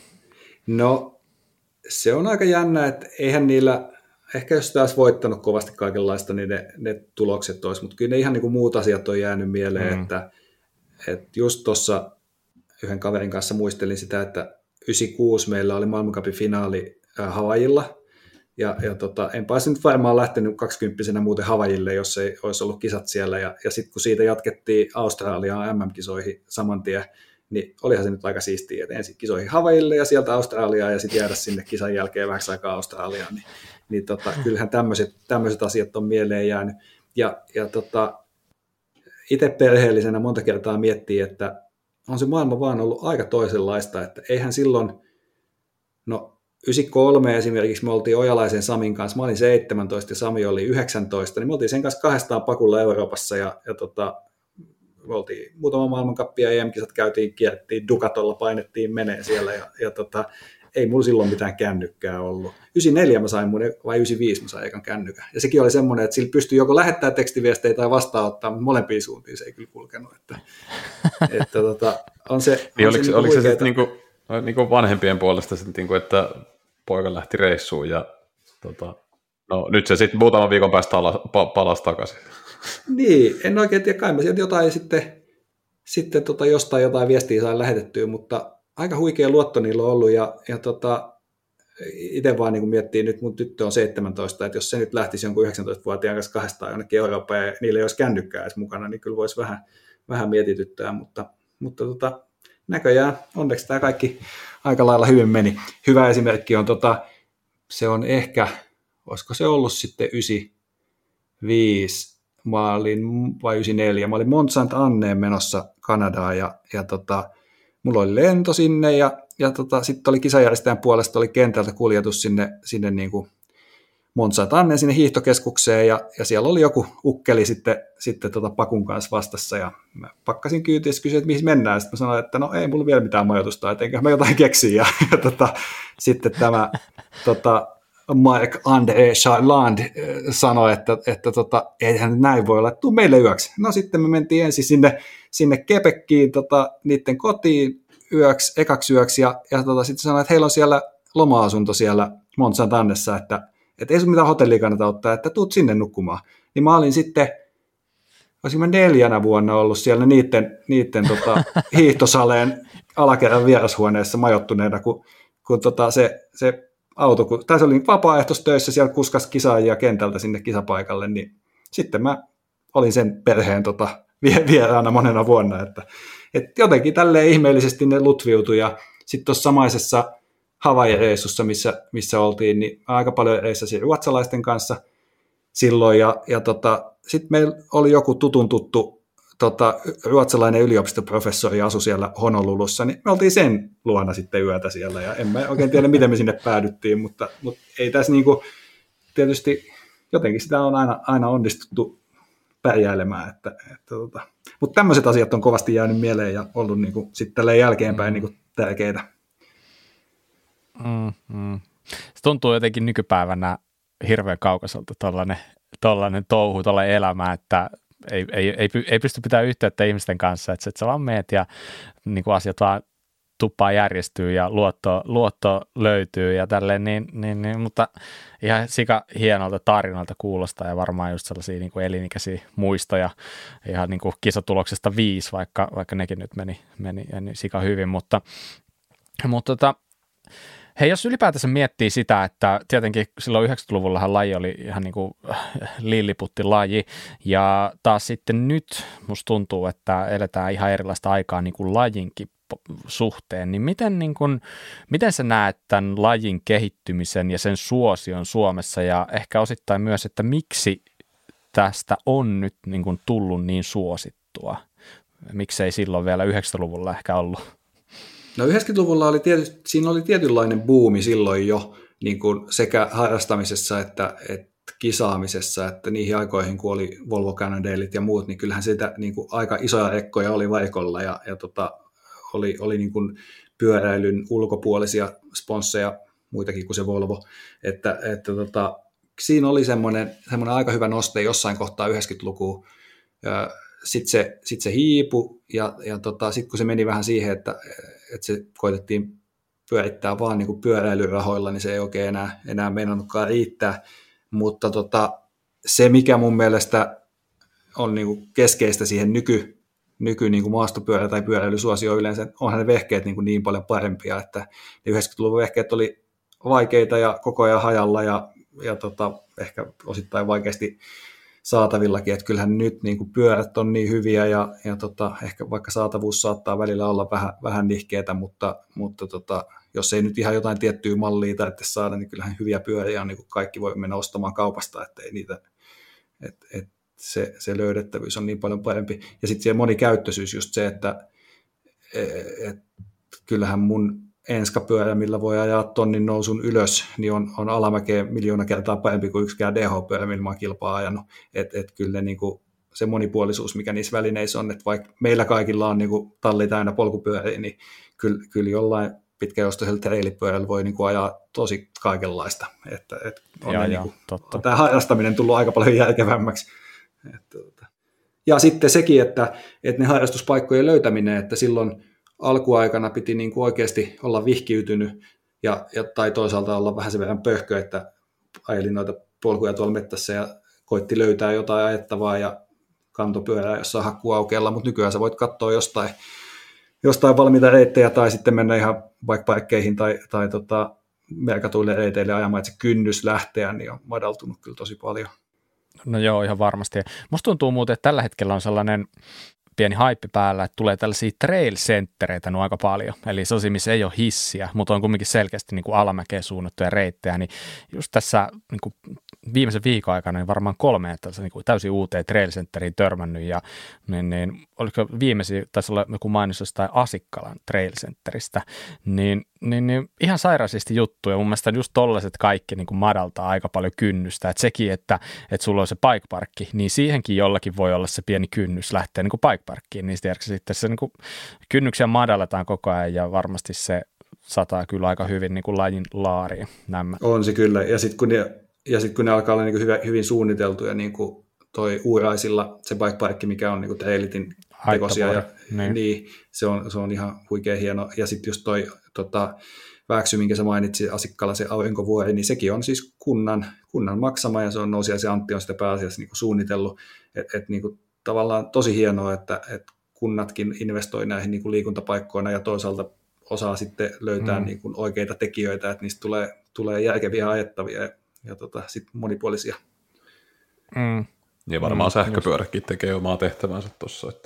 No, se on aika jännä, että eihän niillä ehkä jos taas voittanut kovasti kaikenlaista, niin ne, ne tulokset olisi, mutta kyllä ne ihan niin kuin muut asiat on jäänyt mieleen, mm. että, että just tuossa yhden kaverin kanssa muistelin sitä, että yhdeksänkymmentäkuusi meillä oli maailmancupin finaali Havaijilla, ja, ja tota, enpä olisi nyt varmaan lähtenyt kaksikymppisenä muuten Havaijille, jos ei olisi ollut kisat siellä, ja, ja sitten kun siitä jatkettiin Australiaan M M-kisoihin saman tien, niin olihan se nyt aika siistiä, että ensin kisoihin Havaijille ja sieltä Australiaan, ja sitten jäädä sinne kisan jälkeen vähäksi aikaa Australiaan, niin niin tota, kyllähän tämmöiset, tämmöiset asiat on mieleen jäänyt. Ja, ja tota, itse perheellisenä monta kertaa miettii, että on se maailma vaan ollut aika toisenlaista, että eihän silloin, no yhdeksänkymmentäkolme esimerkiksi me oltiin Ojalaisen Samin kanssa, mä olin seitsemäntoista ja Sami oli yhdeksäntoista, niin me oltiin sen kanssa kahdestaan pakulla Euroopassa, ja, ja tota, me oltiin muutama maailmankappia ja E M-kisat käytiin, kierrettiin Ducatolla, painettiin menee siellä, ja, ja tota, ei mulla silloin mitään kännykkää ollut. yhdeksänkymmentäneljä mä sain mun, vai yhdeksänkymmentäviisi mä sain ekan kännykän. Ja sekin oli semmoinen, että sillä pystyi joko lähettää tekstiviestejä tai vastaanottaa, mutta molempiin suuntiin se ei kyllä kulkenut. Että, että tota, on se, niin on oliko se, se, oliko se sitten niinku, niinku vanhempien puolesta, sit niinku, että poika lähti reissuun ja tota, no, nyt se sitten muutaman viikon päästä palasi takaisin? Niin, en oikein tiedä, kai mä sieltä jotain sitten, sitten tota, jostain jotain viestiä sain lähetettyä, mutta aika huikea luotto niillä on ollut, ja, ja tota, itse vaan niin miettii, nyt mun tyttö on seitsemäntoista, että jos se nyt lähtisi jonkun yhdeksäntoistavuotiaan kanssa kahdestaan jonnekin Eurooppaan ja niillä ei olisi kännykkää edes mukana, niin kyllä voisi vähän, vähän mietityttää, mutta, mutta tota, näköjään onneksi tämä kaikki aika lailla hyvin meni. Hyvä esimerkki on, tota, se on ehkä, olisiko se ollut sitten yhdeksänkymmentäviisi, mä olin, vai yhdeksänkymmentäneljä, mä olin Mont Saint Anneen menossa Kanadaan, ja, ja tota, mulla oli lento sinne, ja, ja tota, sitten oli kisajärjestäjän puolesta oli kentältä kuljetus sinne, sinne niin kuin Mont Saint Anneen sinne hiihtokeskukseen, ja, ja siellä oli joku ukkeli sitten, sitten tota pakun kanssa vastassa, ja mä pakkasin kyytiin ja kysyin, että mihin mennään, sitten mä sanoin, että no ei mulla vielä mitään majoitusta, että enkä mä jotain keksiä, ja, ja tota, sitten tämä tota, Mark André Charland sanoi, että, että tota, eihän näin voi olla, että tuu meille yöksi. No sitten me mentiin ensin sinne, sinne Quebeciin tota, niiden kotiin yöksi, ekaksi yöksi, ja, ja tota, sitten sanoi, että heillä on siellä loma-asunto siellä Mont Saint Annessa, että, että ei sun mitään hotellia kannata ottaa, että tuut sinne nukkumaan. Niin mä olin sitten, olisin mä neljänä vuonna ollut siellä niiden, niiden tota, hiihtosaleen alakerran vierashuoneessa majoittuneena, kun, kun tota, se, se auto, kun, tai se oli vapaaehtoistöissä, siellä kuskas kisaajia kentältä sinne kisapaikalle, niin sitten mä olin sen perheen tota, vieraana monena vuonna, että, että jotenkin tälleen ihmeellisesti ne lutviutui, ja sitten tuossa samaisessa Havaiji-reissussa, missä, missä oltiin, niin aika paljon reissasin ruotsalaisten kanssa, silloin, ja, ja tota, sitten meillä oli joku tutun tuttu tota, ruotsalainen yliopistoprofessori asui siellä Honolulussa, niin me oltiin sen luona sitten yötä siellä, ja en mä oikein tiedä, miten me sinne päädyttiin, mutta, mutta ei tässä niinku, tietysti jotenkin sitä on aina, aina onnistuttu pärjäilemään, että, että, tota. Mutta tämmöiset asiat on kovasti jäänyt mieleen ja ollut niinku, sitten tälleen jälkeenpäin niinku, tärkeitä. Mm, mm. Se tuntuu jotenkin nykypäivänä hirveän kaukaiselta tollainen, tollainen touhu, tollainen elämä, että ei, ei, ei, ei pysty pitämään yhteyttä ihmisten kanssa, että, että sä vaan meet ja niin kuin asiat vaan tuppaa järjestyy ja luotto, luotto löytyy ja tälleen, niin, niin, niin, mutta ihan sika hienolta tarinalta kuulostaa ja varmaan just sellaisia niin kuin elinikäisiä muistoja ihan niin kuin kisatuloksesta viisi, vaikka, vaikka nekin nyt meni, meni niin sika hyvin, mutta, mutta tota, hei, jos ylipäätänsä miettii sitä, että tietenkin silloin yhdeksänkymmentäluvullahan laji oli ihan niin kuin lilliputtilaji, ja taas sitten nyt musta tuntuu, että eletään ihan erilaista aikaa niin kuin lajinkin suhteen, niin miten, niin kuin, miten sä näet tämän lajin kehittymisen ja sen suosion Suomessa, ja ehkä osittain myös, että miksi tästä on nyt niin kuin tullut niin suosittua? Miksei silloin vielä yhdeksänkymmentäluvulla ehkä ollut? No yhdeksänkymmentäluvulla oli tietysti, siinä oli tietynlainen buumi silloin jo niin kuin sekä harrastamisessa että, että kisaamisessa, että niihin aikoihin, kun oli Volvo Cannondaleit ja muut, niin kyllähän sitä niin kuin aika isoja rekkoja oli vaikolla ja, ja tota, oli, oli niin kuin pyöräilyn ulkopuolisia sponsseja, muitakin kuin se Volvo, että, että tota, siinä oli semmoinen, semmoinen aika hyvä noste jossain kohtaa yhdeksänkymmentälukua. Sitten se, sit se hiipui ja, ja tota, sitten kun se meni vähän siihen, että, että se koitettiin pyörittää vaan niin kuin pyöräilyrahoilla, niin se ei oikein enää, enää meinannutkaan riittää. Mutta tota, se, mikä mun mielestä on niin kuin keskeistä siihen nyky, nyky niin kuin maastopyörä- tai pyöräilysuosio yleensä, onhan ne vehkeet niin, kuin niin paljon parempia, että ne yhdeksänkymmentäluvun vehkeet oli vaikeita ja koko ajan hajalla ja, ja tota, ehkä osittain vaikeasti saatavillakin, että kyllähän nyt niin kuin pyörät on niin hyviä ja, ja tota, ehkä vaikka saatavuus saattaa välillä olla vähän, vähän nihkeetä, mutta, mutta tota, jos ei nyt ihan jotain tiettyä mallia tarvitse saada, niin kyllähän hyviä pyöriä on, niin kuin kaikki voi mennä ostamaan kaupasta, että ei niitä, et, et se, se löydettävyys on niin paljon parempi. Ja sitten siellä monikäyttöisyys just se, että et, kyllähän mun enskapyörä, millä voi ajaa tonnin nousun ylös, niin on, on alamäkeen miljoona kertaa parempi kuin yksikään D H-pyörä, millä mä oon kilpaa ajanut. Että et kyllä niin kuin se monipuolisuus, mikä niissä välineissä on, että vaikka meillä kaikilla on niin kuin talli täynnä polkupyöriä, niin kyllä, kyllä jollain pitkäjostoisella treilipyörällä voi niin kuin ajaa tosi kaikenlaista. Että, et on joo, niin joo, kuin, totta. on tämä harrastaminen tullut aika paljon järkevämmäksi. Että, ja sitten sekin, että, että ne harrastuspaikkojen löytäminen, että silloin alkuaikana piti niin kuin oikeasti olla vihkiytynyt ja, ja, tai toisaalta olla vähän sen verran pöhkö, että ajelin noita polkuja tuolla mettässä ja koitti löytää jotain ajettavaa ja kantopyörää jossain hakkuaukealla, mutta nykyään sä voit katsoa jostain, jostain valmiita reittejä tai sitten mennä ihan bikeparkkeihin tai, tai tota, merkatuille reiteille ajamaan, että se kynnys lähteä niin on madaltunut kyllä tosi paljon. No joo, ihan varmasti. Musta tuntuu muuten, että tällä hetkellä on sellainen pieni haippi päällä, että tulee tällaisia trail-senttereitä no aika paljon, eli sellaisia, missä ei ole hissiä, mutta on kuitenkin selkeästi niin kuin alamäkeen suunnattuja reittejä, niin just tässä niin kuin viimeisen viikon aikana niin varmaan kolme niin kuin täysin uuteen trail-centeriin törmännyt, ja niin, niin, oliko viimeisin, taisi olla joku mainos jostain Asikkalan trail-centeristä, niin, niin, niin ihan sairaisesti juttuja, mun mielestä just tollaiset kaikki niin kuin madaltaa aika paljon kynnystä, että sekin, että, että sulla on se bikeparkki, niin siihenkin jollakin voi olla se pieni kynnys lähteä niin kuin bikeparkkiin, niin sitten se niin kuin kynnyksiä madalletaan koko ajan, ja varmasti se sataa kyllä aika hyvin niin kuin lajin laariin. Nämä. On se kyllä, ja sitten kun ne Ja sitten kun ne alkaa olla niin hyvin, hyvin suunniteltuja, niin kuin toi Uuraisilla, se bikeparkki, mikä on niin Trailitin tekosia, ja, niin. Niin, se, on, se on ihan huikea hieno. Ja sitten just toi tota, Vääksy, minkä sä mainitsit, Asikkala, se aurinkovuori, niin sekin on siis kunnan, kunnan maksama, ja se on Nousi ja se Antti on sitä pääasiassa niin kuin suunnitellut. Että et, niin kuin, tavallaan tosi hienoa, että et kunnatkin investoi näihin niin kuin liikuntapaikkoina, ja toisaalta osaa sitten löytää mm. niin kuin oikeita tekijöitä, että niistä tulee, tulee järkeviä ajettavia, ja ja tota, sitten monipuolisia. Mm. Ja varmaan mm, sähköpyöräkin just tekee omaa tehtävänsä tuossa, että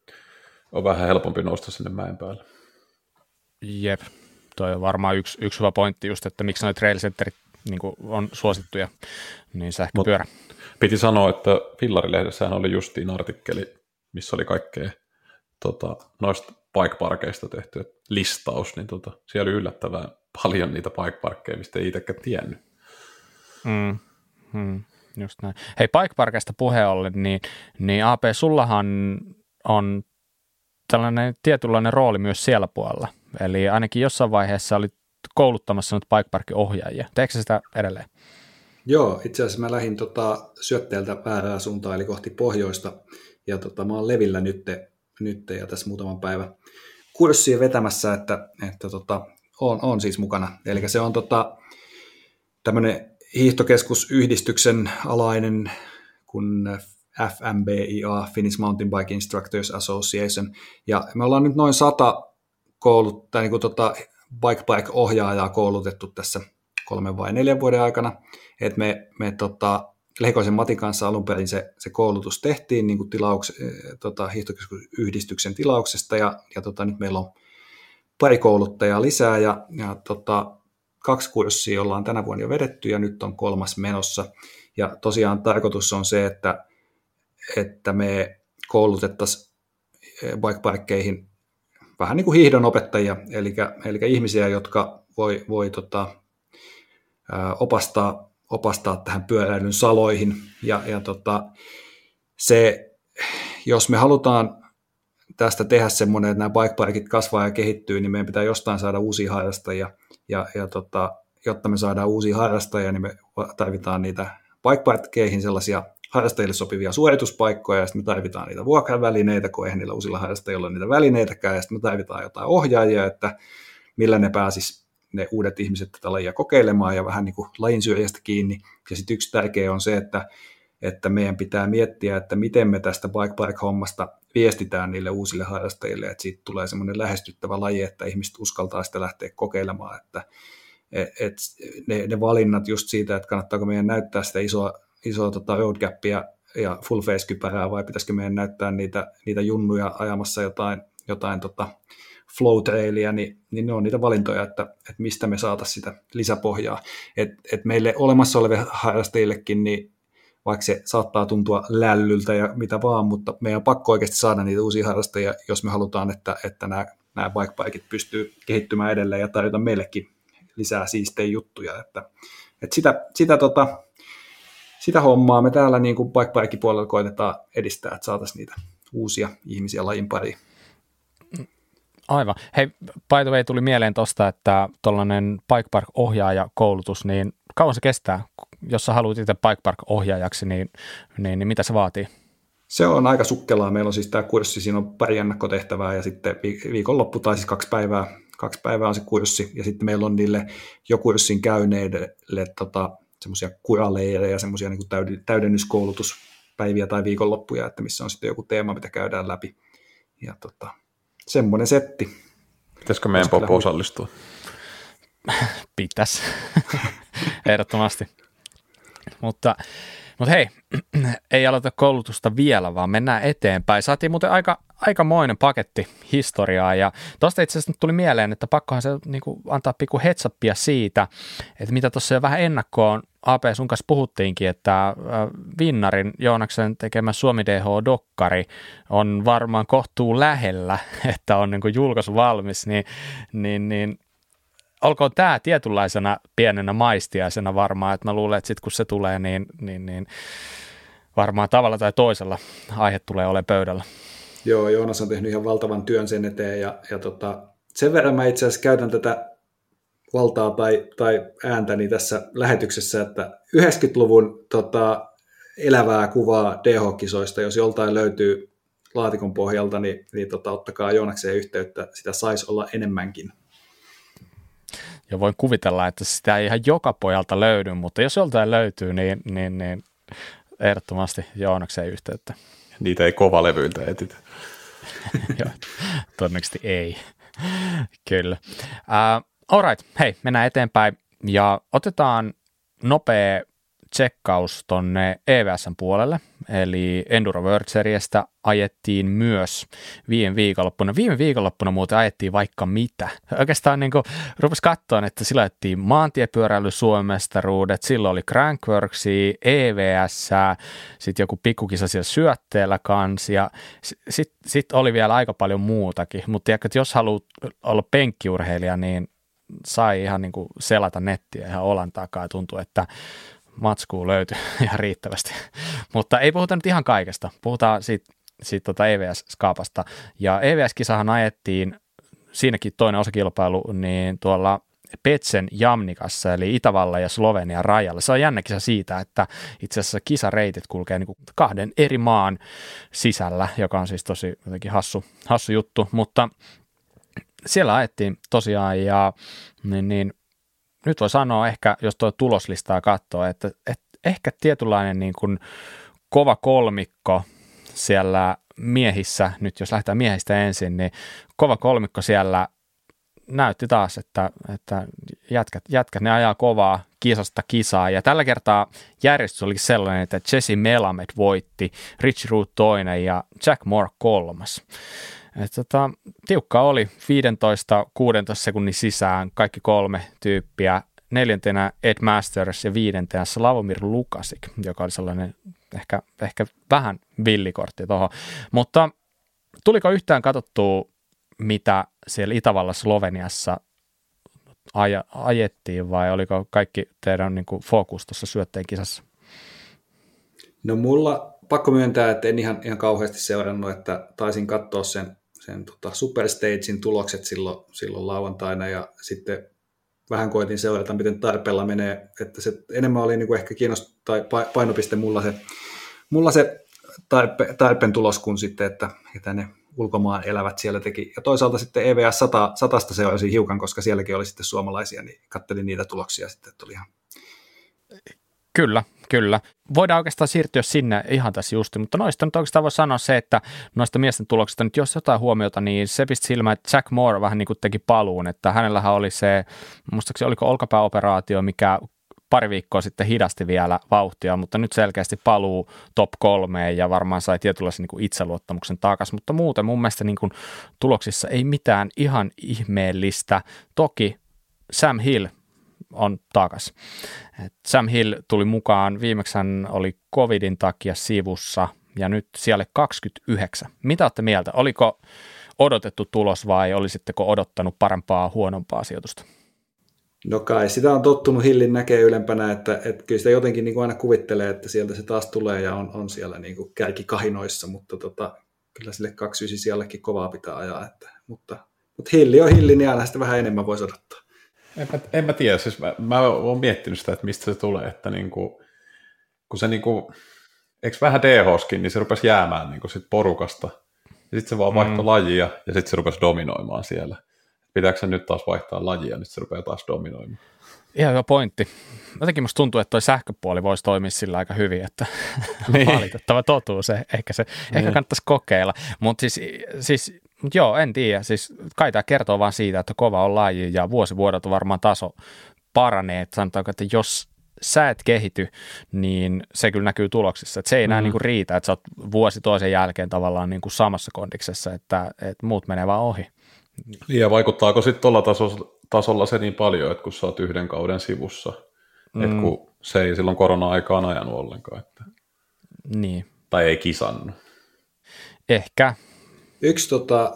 on vähän helpompi nousta sinne mäen päälle. Jep, toi on varmaan yksi, yksi hyvä pointti just, että miksi noi trail centerit niin kuin on suosittuja, niin sähköpyörä. Mut piti sanoa, että Fillari-lehdessähän oli justiin artikkeli, missä oli kaikkea tota, noista bike-parkeista tehty listaus, niin tota, siellä oli yllättävän paljon niitä bike-parkkeja, mistä ei itsekään tiennyt. Mm, mm, just näin. Hei, bike-parkeista puheen ollen, niin, niin A P, sullahan on tällainen tietynlainen rooli myös siellä puolella. Eli ainakin jossain vaiheessa olit kouluttamassa nyt bike-parkin-ohjaajia. Teekö sä sitä edelleen? Joo, itse asiassa mä lähdin tota, syötteeltä väärää suuntaan, eli kohti pohjoista, ja tota, mä oon Levillä nyt, nyt ja tässä muutaman päivän kurssia vetämässä, että, että tota, on, on siis mukana. Eli se on tota, tämmöinen hiihtokeskusyhdistyksen alainen kuin F M B I A, Finnish Mountain Bike Instructors Association, ja me ollaan nyt noin sata kouluttaa, niin kuin tota, bike bike ohjaajaa koulutettu tässä kolmen vai neljän vuoden aikana, että me, me tota, Lehkoisen Matin kanssa alun perin se, se koulutus tehtiin niin kuin tilauks, tota, hiihtokeskusyhdistyksen tilauksesta, ja, ja tota, nyt meillä on pari kouluttajaa lisää, ja, ja tota, kaksi kurssia ollaan tänä vuonna jo vedetty, ja nyt on kolmas menossa, ja tosiaan tarkoitus on se, että, että me koulutettaisiin bike-parkkeihin vähän niin kuin hiihdon opettajia, eli, eli ihmisiä, jotka voi, voi tota, opastaa, opastaa tähän pyöräilyn saloihin. Ja, ja tota, se, jos me halutaan tästä tehdä semmoinen, että nämä bike-parkit kasvaa ja kehittyy, niin meidän pitää jostain saada uusia harrastajia. Ja, ja tota, jotta me saadaan uusia harrastajia, niin me tarvitaan niitä bike-parkkeihin sellaisia harrastajille sopivia suorituspaikkoja, ja sitten me tarvitaan niitä vuokravälineitä, kun eihän niillä uusilla harrastajilla ole niitä välineitäkään, ja sitten me tarvitaan jotain ohjaajia, että millä ne pääsis ne uudet ihmiset tätä lajia kokeilemaan ja vähän niin kuin lajin syrjästä kiinni. Ja sitten yksi tärkeä on se, että, että meidän pitää miettiä, että miten me tästä bike park-hommasta viestitään niille uusille harrastajille, että siitä tulee semmoinen lähestyttävä laji, että ihmiset uskaltaa sitä lähteä kokeilemaan, että et, et ne, ne valinnat just siitä, että kannattaako meidän näyttää sitä isoa isoa tota roadcappia ja full face-kypärää, vai pitäisikö meidän näyttää niitä, niitä junnuja ajamassa jotain, jotain tota flow-trailia, niin, niin ne on niitä valintoja, että, että mistä me saataisiin sitä lisäpohjaa. Et, et meille olemassa oleville harrastajillekin, niin vaikka se saattaa tuntua lällyltä ja mitä vaan, mutta meidän on pakko oikeasti saada niitä uusia harrastajia, jos me halutaan, että, että nämä, nämä bike-parkit pystyy kehittymään edelleen ja tarjota meillekin lisää siistejä juttuja. Että, että sitä, sitä tota, Sitä hommaa me täällä niin kuin bike-parkin puolella koitetaan edistää, että saataisiin niitä uusia ihmisiä lajin pariin. Aivan. Hei, by the way, tuli mieleen tuosta, että tuollainen bike park-ohjaaja-koulutus, niin kauan se kestää? Jos sä haluat itse bike park-ohjaajaksi, niin, niin, niin mitä se vaatii? Se on aika sukkelaa. Meillä on siis tämä kurssi, siinä on pari ennakkotehtävää ja sitten viikonloppu tai siis kaksi päivää, kaksi päivää on se kurssi ja sitten meillä on niille jo kurssin käyneille tota, semmoisia kuraleja ja semmoisia niin kuin täydennyskoulutuspäiviä tai viikonloppuja, että missä on sitten joku teema, mitä käydään läpi. Ja tota, semmoinen setti. Pitäisikö meidän Popo osallistua? Pitäisi, ehdottomasti. Mutta, mutta hei, ei aloita koulutusta vielä, vaan mennään eteenpäin. Saatiin muuten aika, aikamoinen paketti historiaa, ja tuosta itse asiassa nyt tuli mieleen, että pakkohan se niin kuin antaa pikku headsappia siitä, että mitä tuossa jo vähän ennakkoon A P sun kanssa puhuttiinkin, että Vinnarin Joonaksen tekemä Suomi D H-dokkari on varmaan kohtuu lähellä, että on niin kuin julkaisu valmis, niin, niin, niin olkoon tämä tietynlaisena pienenä maistiaisena varmaan, että mä luulen, että sitten kun se tulee, niin, niin, niin varmaan tavalla tai toisella aihe tulee olemaan pöydällä. Joo, Joonas on tehnyt ihan valtavan työn sen eteen, ja, ja tota, sen verran mä itse asiassa käytän tätä valtaa tai, tai ääntäni tässä lähetyksessä, että yhdeksänkymmentäluvun tota, elävää kuvaa D H-kisoista, jos joltain löytyy laatikon pohjalta, niin, niin tota, ottakaa Joonakseen yhteyttä, sitä saisi olla enemmänkin. Ja voin kuvitella, että sitä ei ihan joka pojalta löydy, mutta jos joltain löytyy, niin, niin, niin ehdottomasti Joonakseen yhteyttä. Niitä ei kovalevyiltä etitä. Joo, todennäköisesti ei. Kyllä. Uh, all right, hei, mennään eteenpäin ja otetaan nopea tsekkaus tonne E V S:n puolelle, eli Enduro World Seriestä ajettiin myös viime viikonloppuna. Viime viikonloppuna muuten ajettiin vaikka mitä. Oikeastaan niin rupesi katsoa, että sillä ajettiin maantiepyöräily Suomen mestaruudet, silloin oli Crankworksia, E V S, sitten joku pikkukisa siellä syötteellä kanssa, ja sitten sit oli vielä aika paljon muutakin, mutta tiedätkö, että jos haluat olla penkkiurheilija, niin sai ihan niin kuin selata nettiä ihan olan takaa ja tuntuu, että matskuu löytyy ihan riittävästi. Mutta ei puhuta nyt ihan kaikesta. Puhutaan siitä, siitä tuota E V S-skaapasta. Ja E V S-kisahan ajettiin, siinäkin toinen osakilpailu, niin tuolla Petsen Jamnikassa, eli Itävallan ja Slovenian rajalla. Se on jännä kisa siitä, että itse asiassa kisareitit kulkee niin kuin kahden eri maan sisällä, joka on siis tosi jotenkin hassu, hassu juttu, mutta siellä ajettiin tosiaan, ja niin, niin, nyt voi sanoa ehkä, jos tuo tuloslistaa katsoo, että, että ehkä tietynlainen niin kuin kova kolmikko siellä miehissä, nyt jos lähdetään miehistä ensin, niin kova kolmikko siellä näytti taas, että, että jätkät, jätkät, ne ajaa kovaa kisasta kisaa, ja tällä kertaa järjestys olikin sellainen, että Jesse Melamed voitti, Rich Root toinen ja Jack Moore kolmas. Et tota, tiukka oli viisitoista kuusitoista sekunnin sisään kaikki kolme tyyppiä, neljäntenä Ed Masters ja viidentenä Slavomir Lukasik, joka oli sellainen ehkä, ehkä vähän villikortti tuohon, mutta tuliko yhtään katsottua, mitä siellä Itävallassa Sloveniassa aj- ajettiin, vai oliko kaikki teidän niin kuin fokus tuossa syötteen kisassa? No mulla pakko myöntää, että en ihan, ihan kauheasti seurannut, että taisin katsoa sen, sen tota Superstagein tulokset silloin, silloin lauantaina, ja sitten vähän koitin seurata, miten tarpeella menee, että se enemmän oli niin kuin ehkä kiinnostunut tai painopiste mulla se, mulla se tarpe, tarpeen tulos kuin sitten, että mitä ne ulkomaan elävät siellä teki. Ja toisaalta sitten E V S sata seurasi hiukan, koska sielläkin oli sitten suomalaisia, niin katselin niitä tuloksia sitten, että oli ihan... Kyllä, kyllä. Voidaan oikeastaan siirtyä sinne ihan tässä justi, mutta noista nyt oikeastaan voi sanoa se, että noista miesten tuloksista nyt jos jotain huomiota, niin se pisti silmään, että Jack Moore vähän niin kuin teki paluun, että hänellähän oli se, muistaakseni oliko olkapääoperaatio, mikä pari viikkoa sitten hidasti vielä vauhtia, mutta nyt selkeästi paluu top kolmeen ja varmaan sai tietynlaisen niin kuin itseluottamuksen takaisin, mutta muuten mun mielestä niin kuin tuloksissa ei mitään ihan ihmeellistä. Toki Sam Hill on takas. Et Sam Hill tuli mukaan, viimeksi hän oli covidin takia sivussa ja nyt siellä kaksikymmentäyhdeksän. Mitä olette mieltä? Oliko odotettu tulos vai olisitteko odottanut parempaa, huonompaa sijoitusta? No kai sitä on tottunut Hillin näkee ylempänä, että, että kyllä sitä jotenkin niin kuin aina kuvittelee, että sieltä se taas tulee ja on, on siellä niin kuin kärkikahinoissa, mutta tota, kyllä sille kaksikymmentäyhdeksän sielläkin kovaa pitää ajaa. Että, mutta, mutta Hilli on Hilli, niin aina sitä vähän enemmän voisi odottaa. En mä, en mä tiedä, siis mä, mä oon miettinyt sitä, että mistä se tulee, että niinku, kun se niinku, eikö vähän D H:skin, niin se rupesi jäämään niinku sit porukasta, ja sitten se vaan vaihtoi mm. lajia, ja sitten se rupesi dominoimaan siellä. Pitääkö se nyt taas vaihtaa lajia, nyt se rupeaa taas dominoimaan? Ihan hyvä pointti. Jotenkin musta tuntuu, että toi sähköpuoli voisi toimia sillä aika hyvin, että niin. Valitettava totuus, ehkä se niin. Ehkä kannattaisi kokeilla, mutta siis, siis mut joo, en tiedä, siis kai tämä kertoo vaan siitä, että kova on laji ja vuosi vuodelta varmaan taso paranee, että sanotaanko, että jos sä et kehity, niin se kyllä näkyy tuloksissa, että se ei enää mm. niinku riitä, että sä oot vuosi toisen jälkeen tavallaan niinku samassa kondiksessa, että, että muut menee vaan ohi. Ja vaikuttaako sitten tuolla tasolla, tasolla se niin paljon, että kun sä oot yhden kauden sivussa, mm. että kun se ei silloin korona-aikaan ajanut ollenkaan. Että... Niin. Tai ei kisannut. Ehkä. Yksi tota,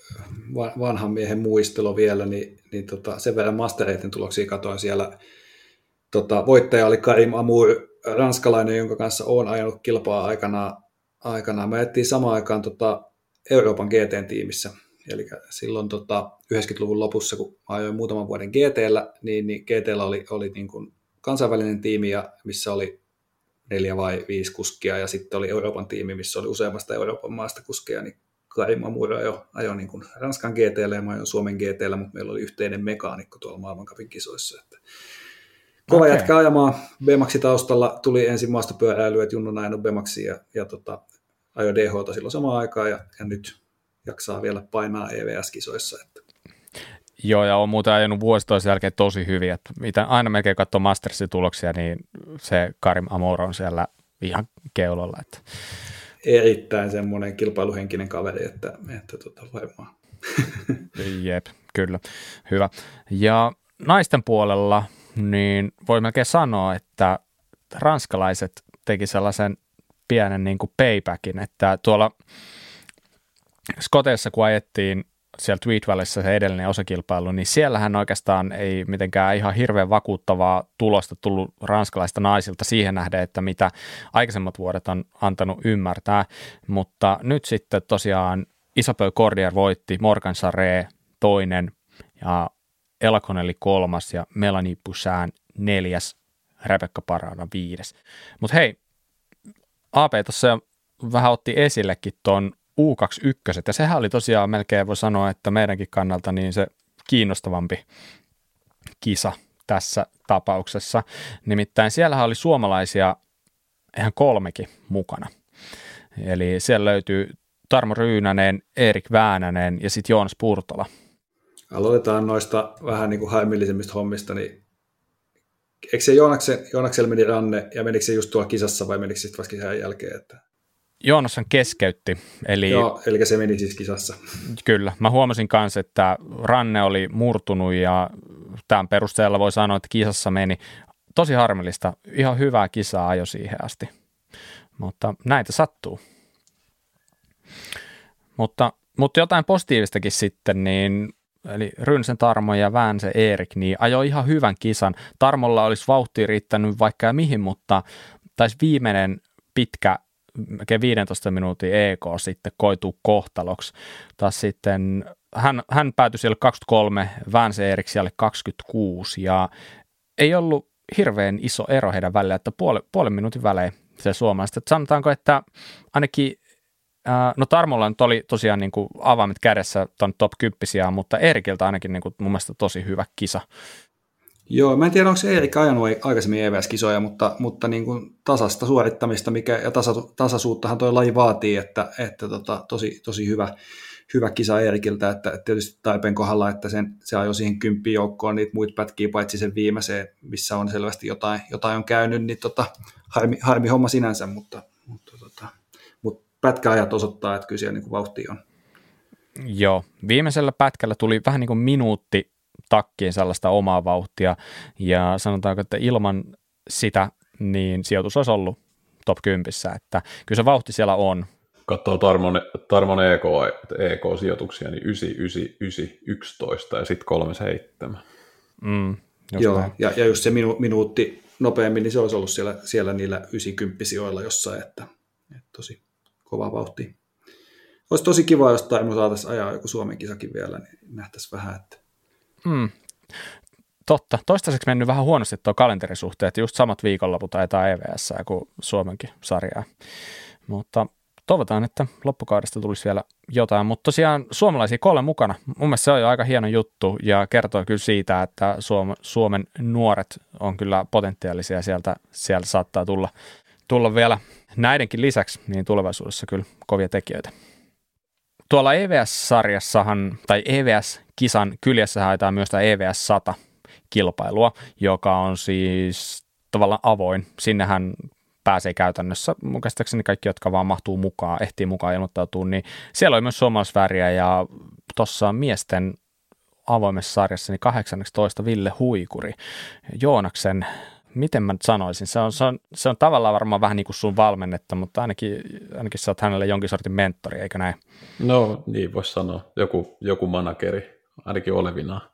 vanhan miehen muistelu vielä, niin, niin tota, sen verran mastereiden tuloksia katoin siellä. Tota, voittaja oli Karim Amour, ranskalainen, jonka kanssa olen ajanut kilpaa aikanaan. aikanaan. Me ajettiin samaan aikaan tota, Euroopan G T-tiimissä. Eli silloin tota, yhdeksänkymmentäluvun lopussa, kun ajoin muutaman vuoden G T:llä, niin, niin G T:llä oli, oli niin kuin kansainvälinen tiimi, ja missä oli neljä vai viisi kuskia, ja sitten oli Euroopan tiimi, missä oli useammasta Euroopan maasta kuskeja, niin Karim Amour ajoi, ajoi niin kuin Ranskan G T:llä ja mä ajoin Suomen G T:llä, mutta meillä oli yhteinen mekaanikko tuolla maailmancupin kisoissa. Että kova okay. Jätkä ajamaan. B-maxi taustalla tuli ensin maastopyöräily, että Junnon ajanut B-maxia, ja, ja tota, ajoi D H:ta silloin samaan aikaan, ja, ja nyt jaksaa vielä painaa E V S-kisoissa. Että. Joo, ja on muuten ajanut vuosi toisen jälkeen tosi hyvin, että mitä aina melkein katsoo Mastersin tuloksia, niin se Karim Amor on siellä ihan keulolla. Että. Erittäin semmoinen kilpailuhenkinen kaveri, että, että tota, varmaan. Jep, kyllä, hyvä. Ja naisten puolella, niin voi melkein sanoa, että ranskalaiset teki sellaisen pienen niin kuin paybackin, että tuolla Skoteessa, kun ajettiin siellä Tweed Valleyssä se edellinen osakilpailu, niin siellähän oikeastaan ei mitenkään ihan hirveän vakuuttavaa tulosta tullut ranskalaista naisilta siihen nähden, että mitä aikaisemmat vuodet on antanut ymmärtää, mutta nyt sitten tosiaan Isabelle Cordier voitti, Morgan Charret toinen ja Ella Connelly kolmas ja Melanie Poussin neljäs, Rebecca Parada viides. Mutta hei, A P tuossa vähän otti esillekin tuon U kaksikymmentäyksi, ja sehän oli tosiaan melkein voi sanoa, että meidänkin kannalta niin se kiinnostavampi kisa tässä tapauksessa. Nimittäin siellähän oli suomalaisia ihan kolmekin mukana. Eli siellä löytyy Tarmo Ryynänen, Erik Väänänen ja sitten Joonas Purtola. Aloitetaan noista vähän niin kuin haimillisemmista hommista, niin eikö se Joonaksella meni ranne, ja menikö se just tuolla kisassa vai menikö se sitten vasta kisan jälkeen? Että... Joonashan keskeytti. Eli, Joo, eli se meni siis kisassa. Kyllä. Mä huomasin kanssa, että ranne oli murtunut ja tämän perusteella voi sanoa, että kisassa meni tosi harmillista. Ihan hyvää kisaa ajo siihen asti. Mutta näitä sattuu. Mutta, mutta jotain positiivistakin sitten, niin eli Rynsen Tarmo ja Väänse Erik, niin ajoi ihan hyvän kisan. Tarmolla olisi vauhtia riittänyt vaikka ja mihin, mutta taisi viimeinen pitkä melkein viidentoista minuutin E K sitten koituu kohtaloksi. Taas sitten hän, hän päätyi siellä kaksikymmentäkolme, Väänse Erik siellä kaksikymmentäkuusi ja ei ollut hirveän iso ero heidän välillä, että puoli, puolen minuutin välein se suomalaiset. Että sanotaanko, että ainakin ää, no Tarmolla nyt oli tosiaan niin kuin avaimet kädessä tuon top kymmenen, mutta Erikiltä ainakin niin kuin mun mielestä tosi hyvä kisa. Joo, mä en tiedä, onko se Erik ajanut aikaisemmin E V S-kisoja, mutta, mutta niin kuin tasasta suorittamista mikä, ja tasa, tasaisuuttahan toi laji vaatii, että, että tota, tosi, tosi hyvä, hyvä kisa Erikiltä, että, että tietysti Taipen kohdalla, että sen, se ajoi siihen kymppiin joukkoon niitä muita pätkiä, paitsi sen viimeiseen, missä on selvästi jotain, jotain on käynyt, niin tota, harmi, harmi homma sinänsä, mutta, mutta, tota, mutta pätkäajat osoittaa, että kyllä siellä niin kuin vauhtia on. Joo, viimeisellä pätkällä tuli vähän niin kuin minuutti takkiin sellaista omaa vauhtia, ja sanotaanko, että ilman sitä, niin sijoitus olisi ollut top kymmenen, että kyllä se vauhti siellä on. Katsoo Tarmon, Tarmon E K, E K-sijoituksia, niin yhdeksän, yhdeksän, yhdeksän, yksitoista ja sitten kolme seitsemän. Mm, Joo, ja, ja just se minu, minuutti nopeammin, niin se olisi ollut siellä, siellä niillä yhdeksänkymmentä-sijoilla jossain, että, että tosi kova vauhti. Olisi tosi kiva, jos Tarmo saataisiin ajaa joku Suomen kisakin vielä, niin nähtäisiin vähän, että Mm, totta. Toistaiseksi mennyt vähän huonosti tuo kalenterisuhteen, että just samat viikonloput ajetaan E V S kuin Suomenkin sarjaa. Mutta toivotaan, että loppukaudesta tulisi vielä jotain. Mutta tosiaan suomalaisia kolme mukana. Mun mielestä se on jo aika hieno juttu ja kertoo kyllä siitä, että Suom- Suomen nuoret on kyllä potentiaalisia. Sieltä, sieltä saattaa tulla, tulla vielä näidenkin lisäksi niin tulevaisuudessa kyllä kovia tekijöitä. Tuolla E V S-sarjassahan, tai E V S-kisan kyljessä haetaan myös tämä E V S sata-kilpailua, joka on siis tavallaan avoin. Sinnehän pääsee käytännössä, mun käsittääkseni kaikki, jotka vaan mahtuu mukaan, ehtii mukaan ilmoittautua, niin siellä oli myös suomalaisväriä, ja tuossa miesten avoimessa sarjassa niin kahdeksantoista Ville Huikuri, Joonaksen, miten mä nyt sanoisin, se on, se on, se on tavallaan varmaan vähän niin kuin sun valmennetta, mutta ainakin, ainakin sä oot hänelle jonkin sortin mentori, eikö näin? No niin, voisi sanoa. Joku, joku manageri, ainakin olevinaan.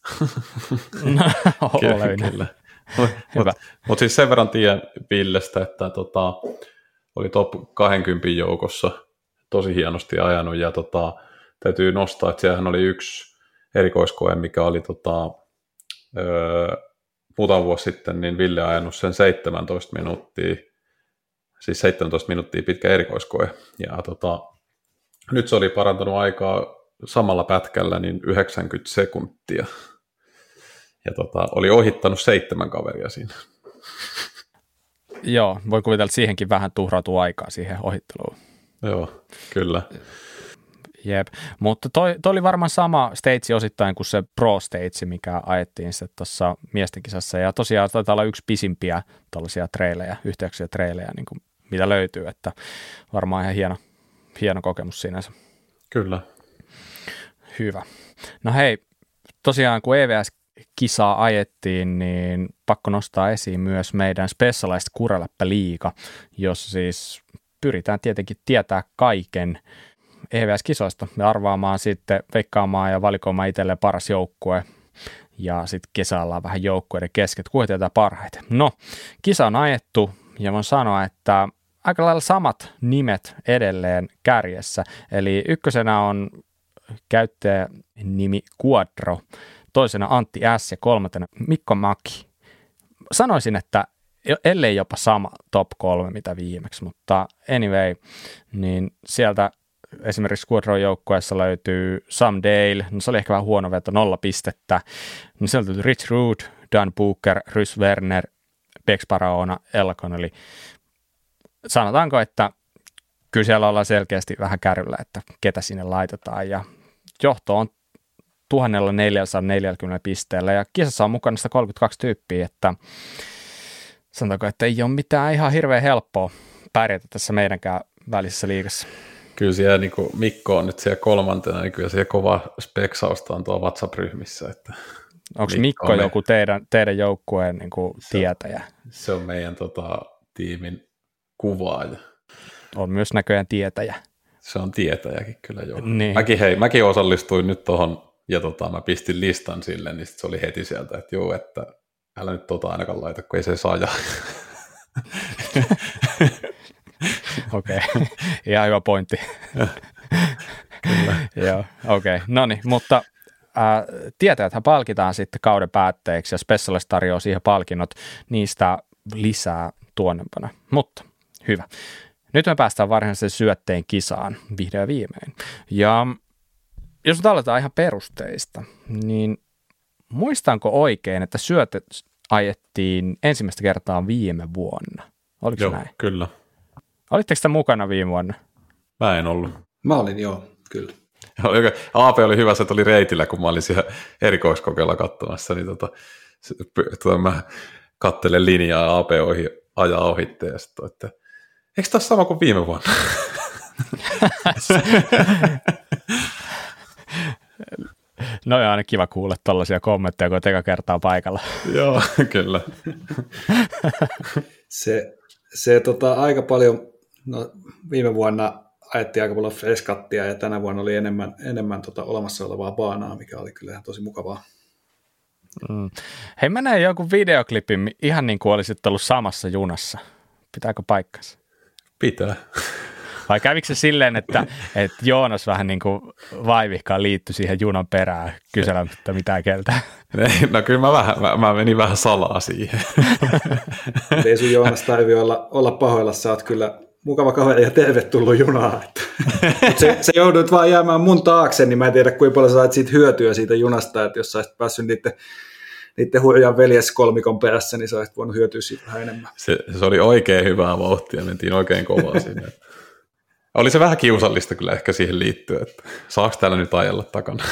No, olevinaan. Kyllä. Mutta mut siis sen verran tiedän Villestä, että tota, oli top kaksikymmentä joukossa tosi hienosti ajanut, ja tota, täytyy nostaa, että siellähän oli yksi erikoiskoe, mikä oli tota, öö, muutama vuosi sitten, niin Ville ajanut sen seitsemäntoista minuuttia, siis seitsemäntoista minuuttia pitkä erikoiskoe, ja tota, nyt se oli parantanut aikaa samalla pätkällä niin yhdeksänkymmentä sekuntia, ja tota, oli ohittanut seitsemän kaveria siinä. Joo, voi kuvitella, että siihenkin vähän tuhrautuu aikaa siihen ohitteluun. Joo, kyllä. Jep, mutta toi, toi oli varmaan sama stage osittain kuin se Pro Stage, mikä ajettiin sitten tuossa miesten kisassa. Ja tosiaan taitaa olla yksi pisimpiä tuollaisia treilejä, yhteyksiä treilejä, niin kuin mitä löytyy, että varmaan ihan hieno, hieno kokemus sinänsä. Kyllä. Hyvä. No hei, tosiaan kun E V S-kisaa ajettiin, niin pakko nostaa esiin myös meidän Specialized Kuraläppä-liiga, jossa siis pyritään tietenkin tietää kaiken E V S-kisoista. Me arvaamaan sitten, veikkaamaan ja valikoimaan itselleen paras joukkue ja sitten kesällä on vähän joukkueiden kesken, kuka tietää parhaiten. No, kisa on ajettu ja voin sanoa, että aika lailla samat nimet edelleen kärjessä. Eli ykkösenä on käyttäjänimi Quadro, toisena Antti S ja kolmantena Mikko Maki. Sanoisin, että ellei jopa sama top kolme mitä viimeksi, mutta anyway, niin sieltä esimerkiksi Quadron joukkueessa löytyy Sam Dale, no se oli ehkä vähän huono veto, nolla pistettä. No sieltä löytyy Rich Rood, Dan Booker, Rys Werner, Bex Paraona, Elkon, eli sanotaanko, että kyllä siellä ollaan selkeästi vähän kärryllä, että ketä sinne laitetaan, ja johto on tuhatneljäsataaneljäkymmentä pisteellä, ja kisassa on mukana sitä kolmekymmentäkaksi tyyppiä, että sanotaanko, että ei ole mitään ihan hirveän helppoa pärjätä tässä meidänkään välisessä liigassa. Kyllä siellä niin kuin Mikko on nyt siellä kolmantena, niin kyllä siellä kova speksausta on tuolla WhatsApp-ryhmissä. Että onko Mikko, Mikko joku teidän, teidän joukkueen niin kuin se, tietäjä? Se on meidän tota, tiimin kuvaaja. On myös näköjään tietäjä. Se on tietäjäkin kyllä joo. Niin. Mäkin, hei, mäkin osallistuin nyt tuohon, ja tota, mä pistin listan sille, niin sit se oli heti sieltä, että joo, että älä nyt tota ainakaan laita, kun ei se saa. Okei, okay. Ihan hyvä pointti. Joo, okei. Okay. No niin, mutta äh, tietäjäthän palkitaan sitten kauden päätteeksi, ja Specialist tarjoaa siihen palkinnot, niistä lisää tuonnempana. Mutta hyvä. Nyt me päästään varsinaisen syötteen kisaan vihdoin viimein. Ja jos nyt aletaan ihan perusteista, niin muistanko oikein, että syötet ajettiin ensimmäistä kertaa viime vuonna? Oliko joo, näin? Kyllä. Olitteko sitä mukana viime vuonna? Mä en ollut. Mä olin, joo, kyllä. A P oli hyvä, se oli reitillä, kun mä olin siellä erikoiskokeilla katsomassa, niin tota, tota, mä katselen linjaa ja A P ohi, ajaa ohitte, ja sitten että eikö tässä sama kuin viime vuonna? No on aina kiva kuulla tällaisia kommentteja, kun eka kertaa paikalla. Joo, kyllä. se se tota, aika paljon, no, viime vuonna ajettiin aika paljon freskattia ja tänä vuonna oli enemmän, enemmän tota, olemassa olevaa baanaa, mikä oli kyllä tosi mukavaa. Mm. Hei, mä näin jonkun videoklipin ihan niin kuin olisit ollut samassa junassa. Pitääkö paikkansa? Pitää. Vai kävikö se silleen, että, että Joonas vähän niin kuin vaivihkaan liittyi siihen junan perään kyselemättä mitään keltä? No kyllä mä, vähän, mä, mä menin vähän salaa siihen. Ei sun Joonas tarvitse olla, olla pahoilla, sä oot kyllä mukava kaveri ja tervetullut junaan. Mutta se, se joudut vaan jäämään mun taakse, niin mä en tiedä kuinka paljon sä saat siitä hyötyä siitä junasta, että jos sä olisit päässyt niiden, niiden hurjan veljeskolmikon perässä, niin sä olisit voinut hyötyä siitä vähän enemmän. Se, se oli oikein hyvää vauhtia, mentiin oikein kovaa sinne. Oli se vähän kiusallista kyllä ehkä siihen liittyen, että saako täällä nyt ajella takana.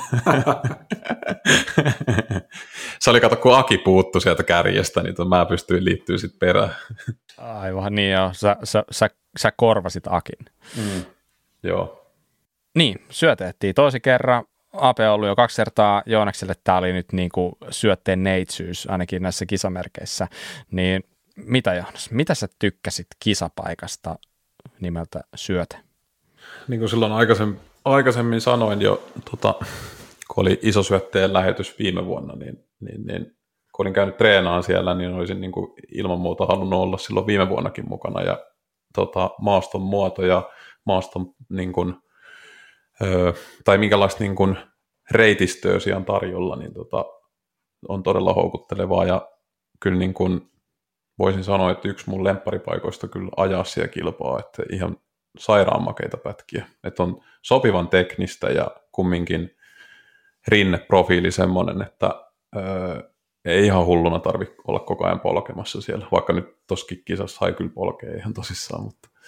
Se oli, kato, kun Aki puuttui sieltä kärjestä, niin mä pystyin liittyä sitten perään. Aivan niin joo, sä, sä, sä, sä korvasit Akin. Mm. Joo. Niin, syötettiin tosi kerran. A P on ollut jo kaksi kertaa Joonakselle, tämä oli nyt niin kuin syötteen neitsyys, ainakin näissä kisamerkeissä. Niin mitä Joonas, mitä sä tykkäsit kisapaikasta nimeltä Syöte? Niin kuin silloin aikaisemmin, aikaisemmin sanoin jo, tota, kun oli iso syötteen lähetys viime vuonna, niin, niin, niin kun olin käynyt treenaan siellä, niin olisin niin kuin ilman muuta halunnut olla silloin viime vuonnakin mukana. Ja tota, maaston muoto ja maaston, niin kuin, ö, tai minkälaista niin kuin reitistöä siellä on tarjolla, niin tota, on todella houkuttelevaa. Ja kyllä niin kuin voisin sanoa, että yksi mun lempparipaikoista kyllä ajaa siellä kilpaa, että ihan sairaan makeita pätkiä. Että on sopivan teknistä ja kumminkin rinneprofiili semmoinen, että öö, ei ihan hulluna tarvitse olla koko ajan polkemassa siellä, vaikka nyt tossakin kisassa sai kyllä polkea ihan tosissaan. Mutta.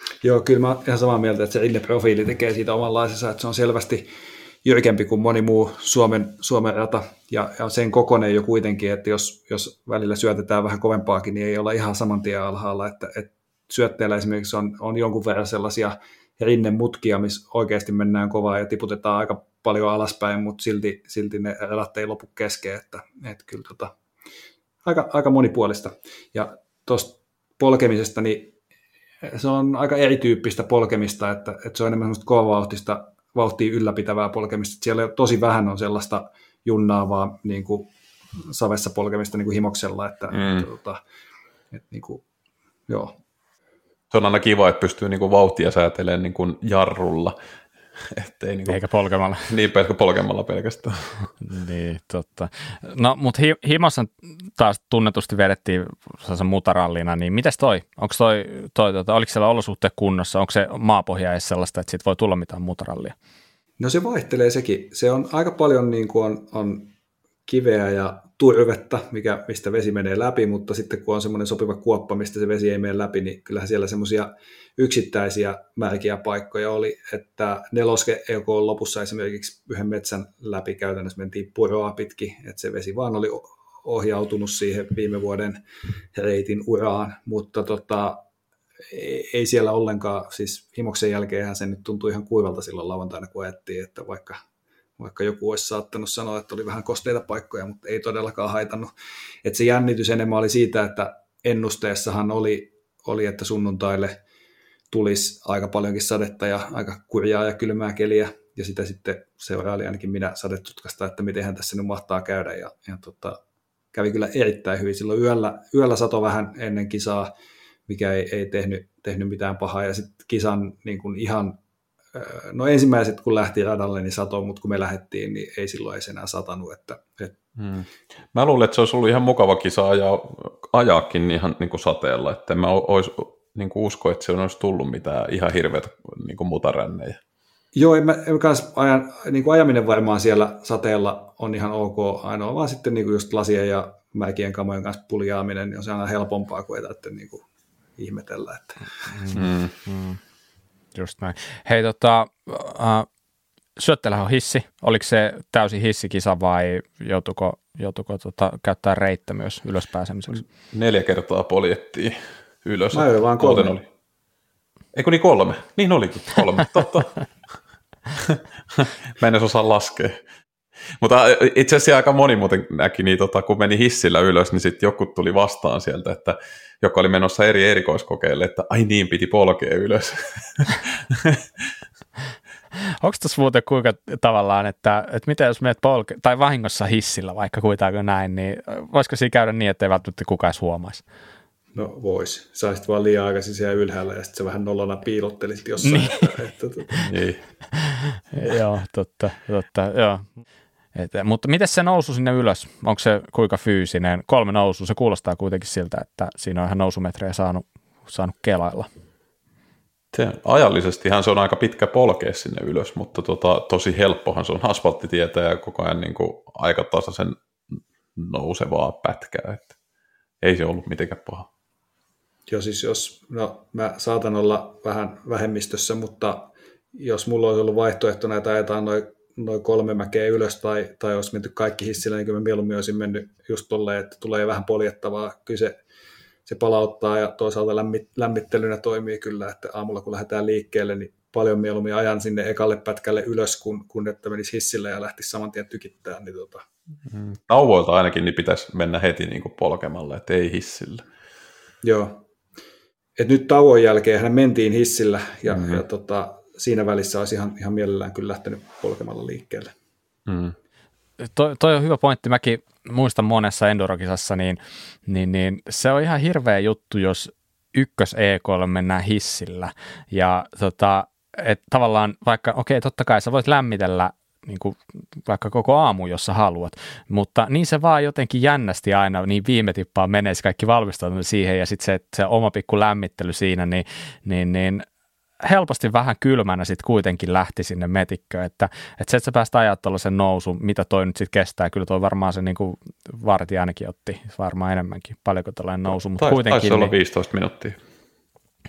Joo, kyllä mä oon ihan samaa mieltä, että se rinneprofiili tekee siitä omanlaisensa, että se on selvästi jyrkempi kuin moni muu Suomen, Suomen rata, ja, ja sen kokoinen jo kuitenkin, että jos, jos välillä syötetään vähän kovempaakin, niin ei olla ihan saman tien alhaalla, että, että syötteellä esimerkiksi on, on jonkun verran sellaisia rinnemutkia, missä oikeasti mennään kovaa ja tiputetaan aika paljon alaspäin, mutta silti, silti ne radat ei lopu kesken, että, että kyllä tota, aika, aika monipuolista. Ja tuosta polkemisesta, niin se on aika erityyppistä polkemista, että, että se on enemmän semmoista kovavauhtista vauhtia ylläpitävää polkemista. Että siellä tosi vähän on sellaista junnaavaa niin kuin savessa polkemista niin kuin himoksella, että, mm. että, että, että niin kuin, joo. Se on aina kiva, että pystyy niin kuin vauhtia säätelemään niin kuin jarrulla. Ettei niin kuin, eikä polkemalla. Niin, eikä polkemalla pelkästään. Niin, totta. No, mutta hi- himossa taas tunnetusti vedettiin sellaisen mutarallina, niin mites toi? Onko toi, toi tota, oliko siellä olosuhteet kunnossa? Onko se maapohja edes sellaista, että siitä voi tulla mitään mutarallia? No se vaihtelee sekin. Se on aika paljon niin kuin on, on kiveä ja turvetta, mikä, mistä vesi menee läpi, mutta sitten kun on semmoinen sopiva kuoppa, mistä se vesi ei mene läpi, niin kyllähän siellä semmoisia yksittäisiä märkiä paikkoja oli, että neloske E K lopussa esimerkiksi yhden metsän läpi käytännössä mentiin puroa pitkin, että se vesi vaan oli ohjautunut siihen viime vuoden reitin uraan, mutta tota, ei siellä ollenkaan, siis himoksen jälkeenhän se nyt tuntui ihan kuivalta silloin lauantaina, kun ajettiin, että vaikka vaikka joku olisi saattanut sanoa, että oli vähän kosteita paikkoja, mutta ei todellakaan haitannut. Että se jännitys enemmän oli siitä, että ennusteessahan oli, oli, että sunnuntaille tulisi aika paljonkin sadetta ja aika kurjaa ja kylmää keliä, ja sitä sitten seuraali ainakin minä sadetutkasta, että mitenhän tässä nyt mahtaa käydä, ja, ja tota, kävi kyllä erittäin hyvin. Silloin yöllä, yöllä sato vähän ennen kisaa, mikä ei, ei tehnyt, tehnyt mitään pahaa, ja sitten kisan niin kuin ihan no ensimmäiset, kun lähti radalle, niin satoi, mutta kun me lähdettiin, niin ei silloin edes enää satanut. Että, et... hmm. Mä luulen, että se olisi ollut ihan mukava kisa ajaa, ajaakin ihan niin kuin sateella, että mä olisi niin kuin usko, että se olisi tullut mitään ihan hirveätä niin kuin mutarännejä. Joo, en mä, en kanssa ajan, niin kuin ajaminen varmaan siellä sateella on ihan ok, ainoa vaan sitten niin kuin just lasien ja mäkien kamojen kanssa puljaaminen, niin on se aina helpompaa kuin ei tarvitse niin kuin ihmetellä. Että... Hmm. Hmm. Just näin. Hei, tota, äh, syötteellähän on hissi. Oliko se täysin hissikisa vai joutuiko, joutuiko tota, käyttää reittä myös ylöspääsemiseksi? Neljä kertaa poljettiin ylös. Mä vaan kolme. Oli. Eikö niin kolme? Niin olikin kolme, totta. Mä en edes osaa laskea. Mutta itse asiassa aika moni muuten näki, niin tota, kun meni hissillä ylös, niin sitten joku tuli vastaan sieltä, että joka oli menossa eri erikoiskokeille, että ai niin, piti polkea ylös. Onko tässä muuten kuinka tavallaan, että, että mitä jos menet polke- tai vahingossa hissillä vaikka kuitenkin näin, niin voisiko siinä käydä niin, että ei välttämättä kukaan edes huomaisi? No vois. Saisit vaan liian aikaisin siellä ylhäällä ja sitten se vähän nollana piilottelisit jossain. Niin. Että, että, että. Niin. Joo, totta, totta, joo. Et, mutta miten se nousu sinne ylös? Onko se kuinka fyysinen? Kolme nousua, se kuulostaa kuitenkin siltä, että siinä on ihan nousumetrejä saanut, saanut kelailla. Se, ajallisestihan se on aika pitkä polkea sinne ylös, mutta tota, tosi helppohan se on asfalttitietä ja koko ajan niin kuin aika tasaisen nousevaa pätkää. Että ei se ollut mitenkään paha. Joo, siis jos, no mä saatan olla vähän vähemmistössä, mutta jos mulla olisi ollut vaihtoehtona, että ajetaan noin noi kolme mäkeä ylös tai, tai olisi menty kaikki hissillä, niin kyllä mä mieluummin olisin mennyt just tolleen, että tulee vähän poljettavaa. Kyllä se, se palauttaa ja toisaalta lämmit, lämmittelynä toimii kyllä, että aamulla kun lähdetään liikkeelle, niin paljon mieluummin ajan sinne ekalle pätkälle ylös, kun, kun että menisi hissillä ja lähtisi saman tien tykittämään. Niin tota. mm. Tauvoilta ainakin niin pitäisi mennä heti niin kuin polkemalla, että ei hissillä. Joo. Et nyt tauon jälkeen hän mentiin hissillä ja, mm-hmm. ja tota, siinä välissä olisi ihan, ihan mielellään kyllä lähtenyt polkemalla liikkeelle. Mm. Toi, toi on hyvä pointti. Mäkin muistan monessa endurokisassa, niin, niin, niin se on ihan hirveä juttu, jos ykkös E K:lle mennään hissillä. Ja tota, et tavallaan vaikka, okei, totta kai sä voit lämmitellä niin kuin vaikka koko aamu, jos sä haluat, mutta niin se vaan jotenkin jännästi aina, niin viime tippaan menee kaikki valmistautunut siihen ja sitten se, se oma pikku lämmittely siinä, niin, niin, niin helposti vähän kylmänä sitten kuitenkin lähti sinne metikköön, että, että se, että sä päästä ajaa tuollaisen nousun, mitä toi nyt sitten kestää, kyllä toi varmaan se niin kuin Varti ainakin otti varmaan enemmänkin, paljonko tällainen nousu, mutta Tais, kuitenkin. Taisi olla niin, viisitoista minuuttia.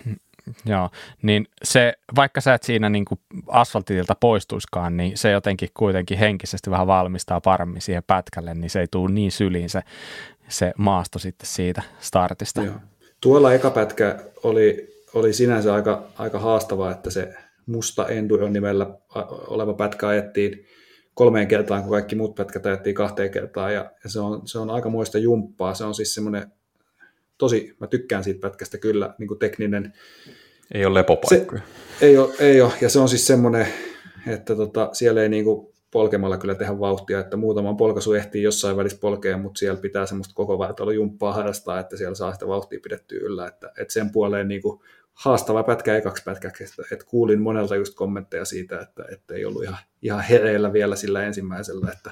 Joo, niin se, vaikka sä et siinä niin kuin asfalttitilta poistuiskaan, niin se jotenkin kuitenkin henkisesti vähän valmistaa paremmin siihen pätkälle, niin se ei tule niin syliin se, se maasto sitten siitä startista. Joo. Tuolla eka pätkä oli, oli sinänsä aika, aika haastava, että se musta Enduron nimellä oleva pätkä ajettiin kolmeen kertaan, kun kaikki muut pätkät ajettiin kahteen kertaan, ja, ja se, on, se on aikamoista jumppaa. Se on siis semmoinen tosi, mä tykkään siitä pätkästä kyllä, niin kuin tekninen. Ei ole lepopaikkoja. Se, ei, ole, ei ole, ja se on siis semmoinen, että tota, siellä ei niin kuin polkemalla kyllä tehdä vauhtia, että muutaman polkaisu ehtii jossain välissä polkea, mutta siellä pitää semmoista koko vartalojumppaa harrastaa, että siellä saa sitä vauhtia pidettyä yllä, että, että sen puoleen niin kuin haastava pätkä ekaksi pätkäksi, että kuulin monelta just kommentteja siitä, että, että ei ollut ihan, ihan hereillä vielä sillä ensimmäisellä, että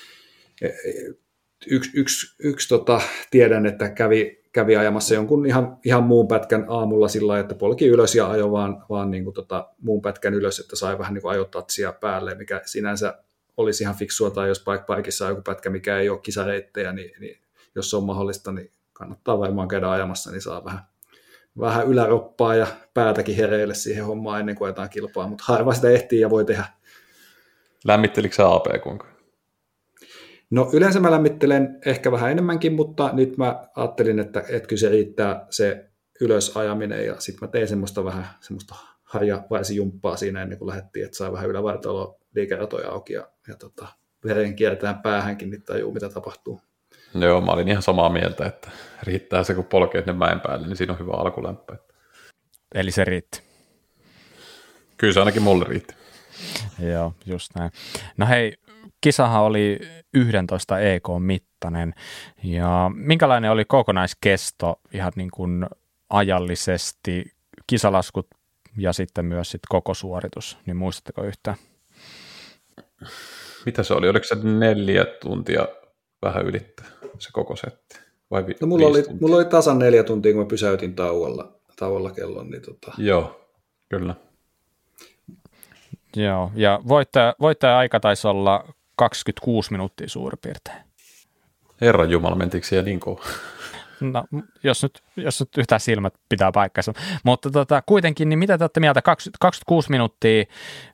yksi, yksi, yksi tota, tiedän, että kävi, kävi ajamassa jonkun ihan, ihan muun pätkän aamulla sillä lailla, että polki ylös ja ajoi vaan, vaan niin kuin tota, muun pätkän ylös, että sai vähän niin kuin ajotatsia päälle, mikä sinänsä olisi ihan fiksua, tai jos bike-parkissa on joku pätkä, mikä ei ole kisareittejä, niin, niin jos se on mahdollista, niin kannattaa varmaan käydä ajamassa, niin saa vähän, vähän yläroppaa ja päätäkin hereille siihen hommaan ennen kuin ajetaan kilpaa, mutta harva sitä ehtii ja voi tehdä. Lämmittelikö sä A P kuinka? No yleensä mä lämmittelen ehkä vähän enemmänkin, mutta nyt mä ajattelin, että, että kyllä se riittää se ylösajaminen, ja sitten mä tein semmoista vähän semmoista harjavaisijumppaa siinä ennen kuin lähdettiin, että saa vähän ylävartaloa liikeratoja auki ja, ja tota, veren kiertään päähänkin, niin tajuu mitä tapahtuu. Joo, mä olin ihan samaa mieltä, että riittää se kun polkeet ne mäen päälle, niin siinä on hyvä alkulämpö. Eli se riitti. Kyllä se ainakin mulle riitti. Joo, just näin. No hei, kisahan oli yksitoista E K-mittainen, ja minkälainen oli kokonaiskesto ihan niin kuin ajallisesti, kisalaskut ja sitten myös sit koko suoritus, niin muistatteko yhtään? Mitä se oli? Oliko se neljä tuntia vähän ylittää se koko setti? Vai vi- no, mulla, oli, mulla oli tasan neljä tuntia, kun mä pysäytin tauolla, tauolla kellon. Niin tota... Joo, kyllä. Joo, ja voittaja, voittaja aika taisi olla kaksikymmentäkuusi minuuttia suurin piirtein. Herran Jumala, mentiinkö siellä niin kovaa? No, jos nyt, jos nyt yhtään silmät pitää paikkansa. Mutta tota, kuitenkin, niin mitä te olette mieltä, kaksikymmentäkuusi minuuttia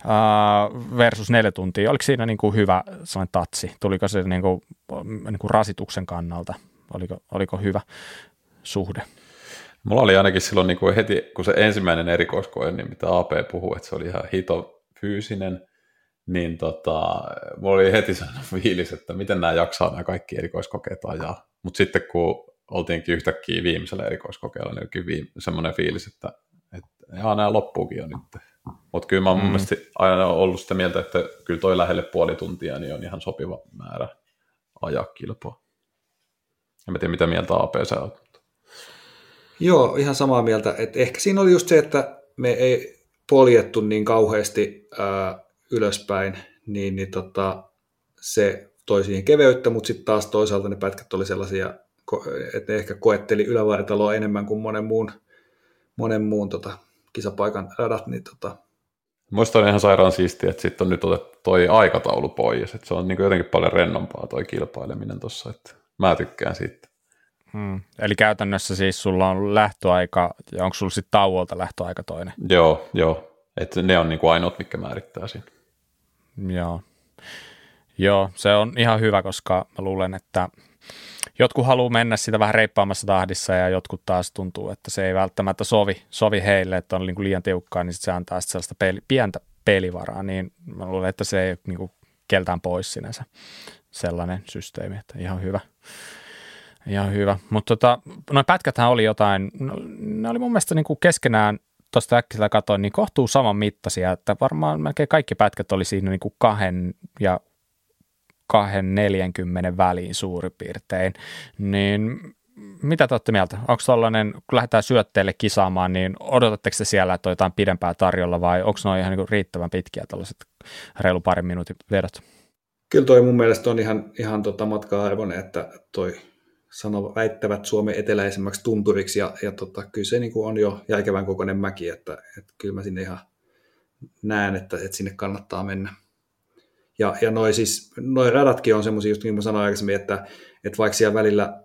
uh, versus neljä tuntia, oliko siinä niin kuin hyvä sellainen tatsi? Tuliko se niin kuin, niin kuin rasituksen kannalta? Oliko, oliko hyvä suhde? Mulla oli ainakin silloin niin kuin heti, kun se ensimmäinen erikoiskoe, niin mitä A P puhui, että se oli ihan hito fyysinen, niin tota, mulla oli heti sellainen fiilis, että miten nämä jaksaa nämä kaikki erikoiskokeet ajaa. Mutta sitten kun oltiinkin yhtäkkiä viimeisellä erikoiskokeella, niin olikin viime, semmoinen fiilis, että, että jaa, nämä loppuukin jo nyt. Mutta kyllä mä oon mm. mun mielestä aina ollut sitä mieltä, että kyllä toi lähelle puoli tuntia niin on ihan sopiva määrä ajaa kilpaa. En mä tiedä, mitä mieltä A P sä oot. Joo, ihan samaa mieltä. Et ehkä siinä oli just se, että me ei poljettu niin kauheasti ää, ylöspäin, niin, niin tota, se toi siihen keveyttä, mutta sitten taas toisaalta ne pätkät oli sellaisia, että ne ehkä koetteli ylävartaloa enemmän kuin monen muun, monen muun tota, kisapaikan radat. Niin tota. Muista on ihan sairaan siistiä, että sitten on nyt otettu toi aikataulu pois, että se on niin jotenkin paljon rennompaa toi kilpaileminen tuossa, että mä tykkään siitä. Hmm. Eli käytännössä siis sulla on lähtöaika, ja onko sulla sitten tauolta lähtöaika toinen? Joo, joo. Että ne on niin kuin ainoat, mitkä määrittää siinä. Joo. Joo, se on ihan hyvä, koska mä luulen, että jotkut haluaa mennä sitä vähän reippaammassa tahdissa ja jotkut taas tuntuu, että se ei välttämättä sovi, sovi heille, että on niin kuin liian tiukkaa, niin sit se antaa sit sellaista peli, pientä pelivaraa, niin mä luulen, että se ei niin kuin keltään pois sinänsä sellainen systeemi, että ihan hyvä. Ihan hyvä, mutta tota, noin pätkäthän oli jotain, no, ne oli mun mielestä niin kuin keskenään, tuosta äkkiseltä katsoin, niin kohtuu saman mittaisia, että varmaan melkein kaikki pätkät oli siinä niin kuin kahden ja kahden neljänkymmenen väliin suurin piirtein, niin mitä te olette mieltä? Onko tollainen, kun lähdetään syötteelle kisaamaan, niin odotatteko te siellä, että on jotain pidempää tarjolla vai onko ne ihan niin kuin riittävän pitkiä tällaiset reilu parin minuutin vedot? Kyllä toi mun mielestä on ihan, ihan tota matka-arvoinen, että toi sanovat, väittävät Suomen eteläisemmäksi tunturiksi, ja, ja tota, kyllä se niin kuin on jo järkevän kokoinen mäki, että, että kyllä mä sinne ihan näen, että, että sinne kannattaa mennä. Ja, ja noi, siis, noi radatkin on semmoisia, just niin kuin sanoin aikaisemmin, että, että vaikka siellä välillä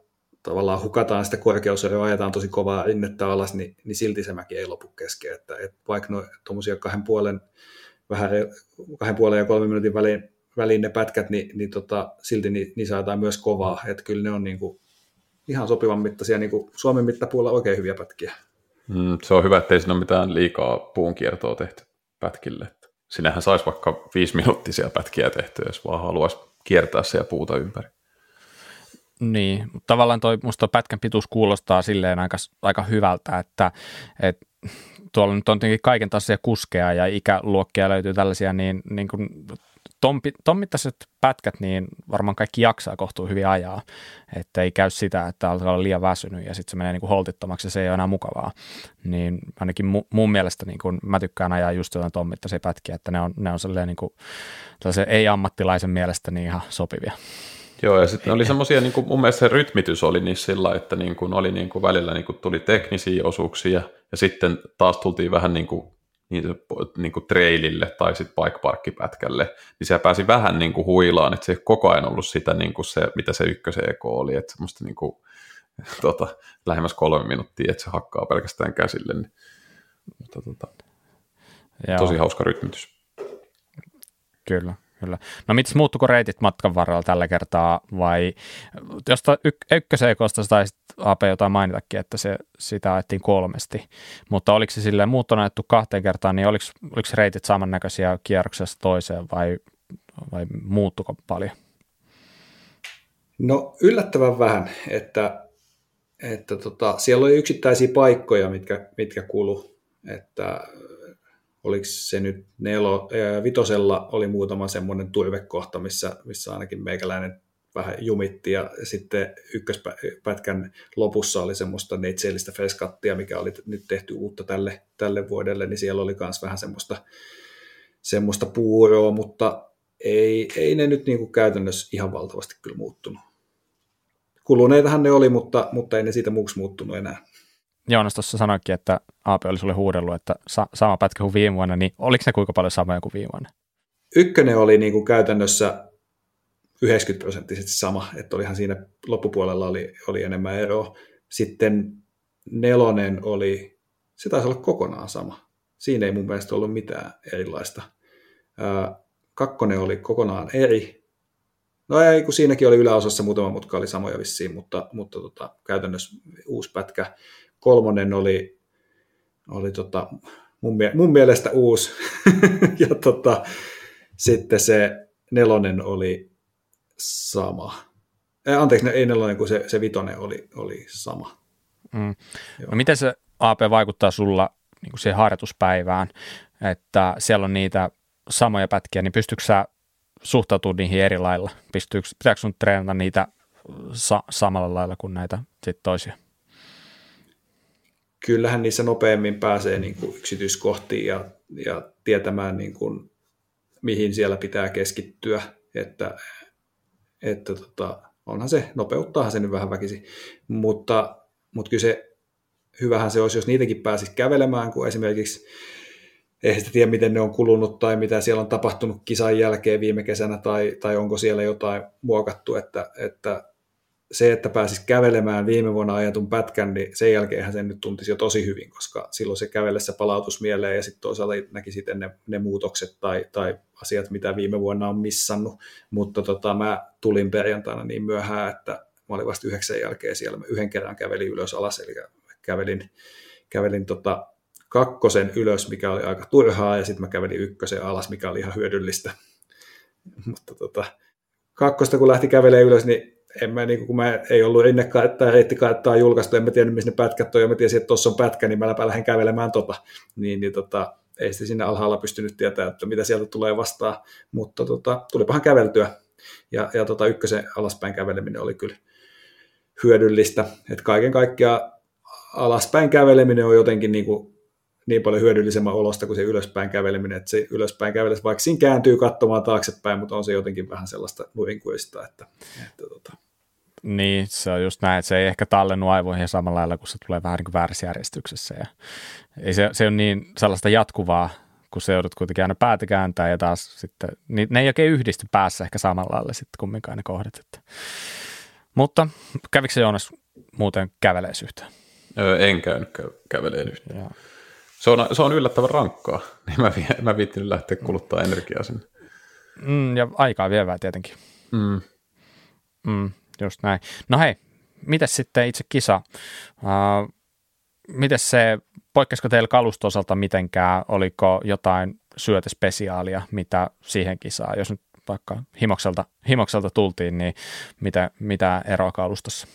tavallaan hukataan sitä korkeuseroa, ajetaan tosi kovaa rinnettä alas, niin, niin silti se mäki ei lopu kesken. Että, että vaikka no, tuommoisia kahden puolen, vähän kahden puolen ja kolmen minuutin väliin, väliin ne pätkät, niin, niin tota, silti ni, niissä ajetaan myös kovaa. Että kyllä ne on niin kuin ihan sopivan mittaisia, niin kuin Suomen mittapuulla oikein hyviä pätkiä. Mm, se on hyvä, ettei siinä ole mitään liikaa puun kiertoa tehty pätkille. Sinähän saisi vaikka viisi minuuttisia pätkiä tehtyä, jos vaan haluaisi kiertää siellä puuta ympäri. Niin, mutta tavallaan toi, musta tuo pätkän pituus kuulostaa silleen aika, aika hyvältä, että, että tuolla nyt on tietenkin kaiken tasoisia kuskeja ja ikäluokkia löytyy tällaisia, niin, niin kuin ton, ton mittaiset pätkät, niin varmaan kaikki jaksaa kohtuu hyvin ajaa, että ei käy sitä, että alkaa olla liian väsynyt ja sitten se menee niin kuin holtittomaksi ja se ei ole enää mukavaa. Niin ainakin mu, mun mielestä niin kuin mä tykkään ajaa just jotain ton mittaisia pätkiä, että ne on, ne on sellainen niin kuin, ei-ammattilaisen mielestä niin ihan sopivia. Joo, ja sitten oli semmoisia, niin kuin mun mielestä se rytmitys oli niin sillä, että niin kuin oli niin kuin välillä niin kuin tuli teknisiä osuuksia, ja sitten taas tultiin vähän niin kuin, niin, niin kuin trailille tai sitten bike parkkipätkälle, niin se pääsi vähän niin kuin huilaan, että se ei koko ajan ollut sitä, niin kuin se, mitä se ykkösen eko oli, että semmoista niin kuin, tota, lähemmäs kolme minuuttia, että se hakkaa pelkästään käsille, niin, mutta tota, tosi hauska rytmitys. Kyllä. Kyllä. No mitäs muuttuko reitit matkan varrella tällä kertaa vai josta y- ykkösekosta tai A P jotain mainitakin, että se, sitä ajettiin kolmesti, mutta oliko se silleen muuttona ajettu kahteen kertaan, niin oliko, oliko reitit samannäköisiä kierroksesta toiseen vai, vai muuttuko paljon? No yllättävän vähän, että, että tota, siellä oli yksittäisiä paikkoja, mitkä, mitkä kulu, että oliko se nyt nelo, ää, vitosella oli muutama semmoinen turvekohta, missä, missä ainakin meikäläinen vähän jumitti, ja sitten ykköspätkän lopussa oli semmoista neitseellistä freskattia, mikä oli nyt tehty uutta tälle, tälle vuodelle, niin siellä oli myös vähän semmoista, semmoista puuroa, mutta ei, ei ne nyt niin kuin käytännössä ihan valtavasti kyllä muuttunut. Kuluneitahan ne oli, mutta, mutta ei ne siitä muuksi muuttunut enää. Joonas tuossa sanoikin, että A P oli sulle huudellut, että sa- sama pätkä kuin viime vuonna, niin oliko ne kuinka paljon samoja kuin viime vuonna? Ykkönen oli niin kuin käytännössä yhdeksänkymmentä prosenttisesti sama, että olihan siinä loppupuolella oli, oli enemmän eroa. Sitten nelonen oli, se taisi olla kokonaan sama. Siinä ei mun mielestä ollut mitään erilaista. Ää, kakkonen oli kokonaan eri. No ei, kun siinäkin oli yläosassa muutama mutka oli samoja vissiin, mutta, mutta tota, käytännössä uusi pätkä. Kolmonen oli, oli tota, mun, mun mielestä uusi, ja tota, sitten se nelonen oli sama. Äh, anteeksi, ei nelonen, kun se, se vitonen oli, oli sama. Mm. No miten se A P vaikuttaa sulla niin kuin siihen harjoituspäivään, että siellä on niitä samoja pätkiä, niin pystytkö sä suhtautumaan niihin eri lailla? Pystyykö, pitääkö sun treenata niitä sa- samalla lailla kuin näitä sit toisia? Kyllähän niissä nopeammin pääsee niin kuin yksityiskohtiin ja, ja tietämään, niin kuin, mihin siellä pitää keskittyä, että, että tota, onhan se, nopeuttaahan se nyt vähän väkisin, mutta, mutta kyllä se hyvähän se olisi, jos niitäkin pääsisi kävelemään, kun esimerkiksi eihän sitä tiedä, miten ne on kulunut tai mitä siellä on tapahtunut kisan jälkeen viime kesänä tai, tai onko siellä jotain muokattu, että, että se, että pääsisi kävelemään viime vuonna ajetun pätkän, niin sen jälkeenhän sen nyt tuntisi jo tosi hyvin, koska silloin se kävellessä palautus mieleen ja sitten toisaalta näki sitten ne, ne muutokset tai, tai asiat, mitä viime vuonna on missannut, mutta tota, mä tulin perjantaina niin myöhään, että mä olin vasta yhdeksän jälkeen siellä, mä yhden kerran kävelin ylös alas, eli kävelin, kävelin tota kakkosen ylös, mikä oli aika turhaa, ja sitten mä kävelin ykkösen alas, mikä oli ihan hyödyllistä. Mutta tota, kakkosta kun lähti kävelemään ylös, niin en mä, niin kun mä ei ollut rinnekarttaa ja reittikarttaa julkaistu, en mä tiennyt, missä ne pätkät on, ja mä tiesin, että tuossa on pätkä, niin mä lähden kävelemään tota. Niin, niin tota, ei sitten sinne alhaalla pystynyt tietää, että mitä sieltä tulee vastaan, mutta tota, tulipahan käveltyä, ja, ja tota, ykkösen alaspäin käveleminen oli kyllä hyödyllistä, että kaiken kaikkiaan alaspäin käveleminen on jotenkin niin kuin niin paljon hyödyllisemmän olosta kuin se ylöspäin käveleminen, että se ylöspäin käveleminen, vaikka siinä kääntyy katsomaan taaksepäin, mutta on se jotenkin vähän sellaista nurinkuista, että, että tota. Niin, se on just näin, että se ei ehkä tallennu aivoihin samalla lailla, kun se tulee vähän niin kuin väärässä järjestyksessä. Ja ei se, se on niin sellaista jatkuvaa, kun se joudut kuitenkin aina päätä kääntää ja taas sitten, niin ne ei oikein yhdisty päässä ehkä samalla lailla sitten kumminkaan ne kohdat. Että. Mutta kävikö se Joonas muuten kävelee yhtään? Öö, en käynyt kä- käveleen yhtään. Joo. Se on, se on yllättävän rankkaa, niin mä, mä viittin lähteä kuluttaa energiaa sinne. Mm, ja aikaa vievää tietenkin. Mm. Mm, just näin. No hei, mites sitten itse kisa? Uh, mites se, poikkesiko teillä kaluston osalta mitenkään? Oliko jotain syötespesiaalia, mitä siihen kisaan? Jos nyt vaikka himokselta, himokselta tultiin, niin mitä, mitä eroa kalustossa?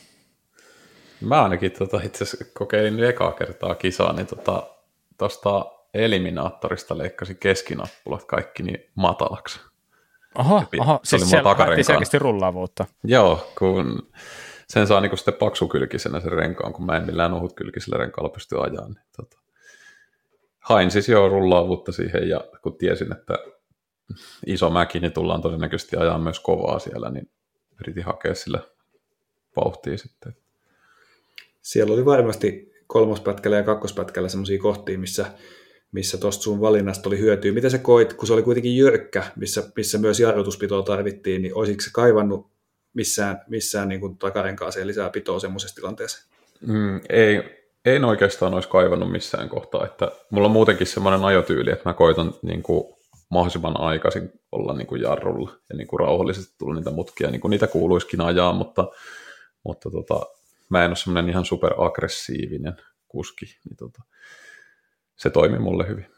Mä ainakin tota, itse asiassa kokeilin nyt ekaa kertaa kisaa, niin tota, tuosta eliminaattorista leikkasin keskinappulat kaikki niin matalaksi. Oho, oho. Se siis siellä haettiin selkeästi rullaavuutta. Joo, kun sen saa niinku sitten paksukylkisenä sen renkaan, kun mä en millään ohutkylkisellä renkaalla pysty ajamaan. Niin tota. Hain siis jo rullaavuutta siihen, ja kun tiesin, että iso mäki, niin tullaan todennäköisesti ajaa myös kovaa siellä, niin yritin hakea sillä vauhtia sitten. Siellä oli varmasti kolmospätkällä ja kakkospätkällä semmoisia kohtia, missä missä tuosta sun valinnasta oli hyötyä. Miten sä koit, kun se oli kuitenkin jyrkkä, missä, missä myös jarrutuspitoa tarvittiin, niin olisiko se kaivannut missään, missään niin kuin takarenkaaseen lisää pitoa semmoisessa tilanteessa? Mm, ei, en oikeastaan olisi kaivannut missään kohtaa. Että mulla on muutenkin semmoinen ajotyyli, että mä koitan niin kuin mahdollisimman aikaisin olla niin kuin jarrulla ja niin kuin rauhallisesti tulla niitä mutkia, niin kuin niitä kuuluisikin ajaa, mutta, mutta tota, mä en ole semmoinen ihan superaggressiivinen kuski, niin tota, se toimi mulle hyvin.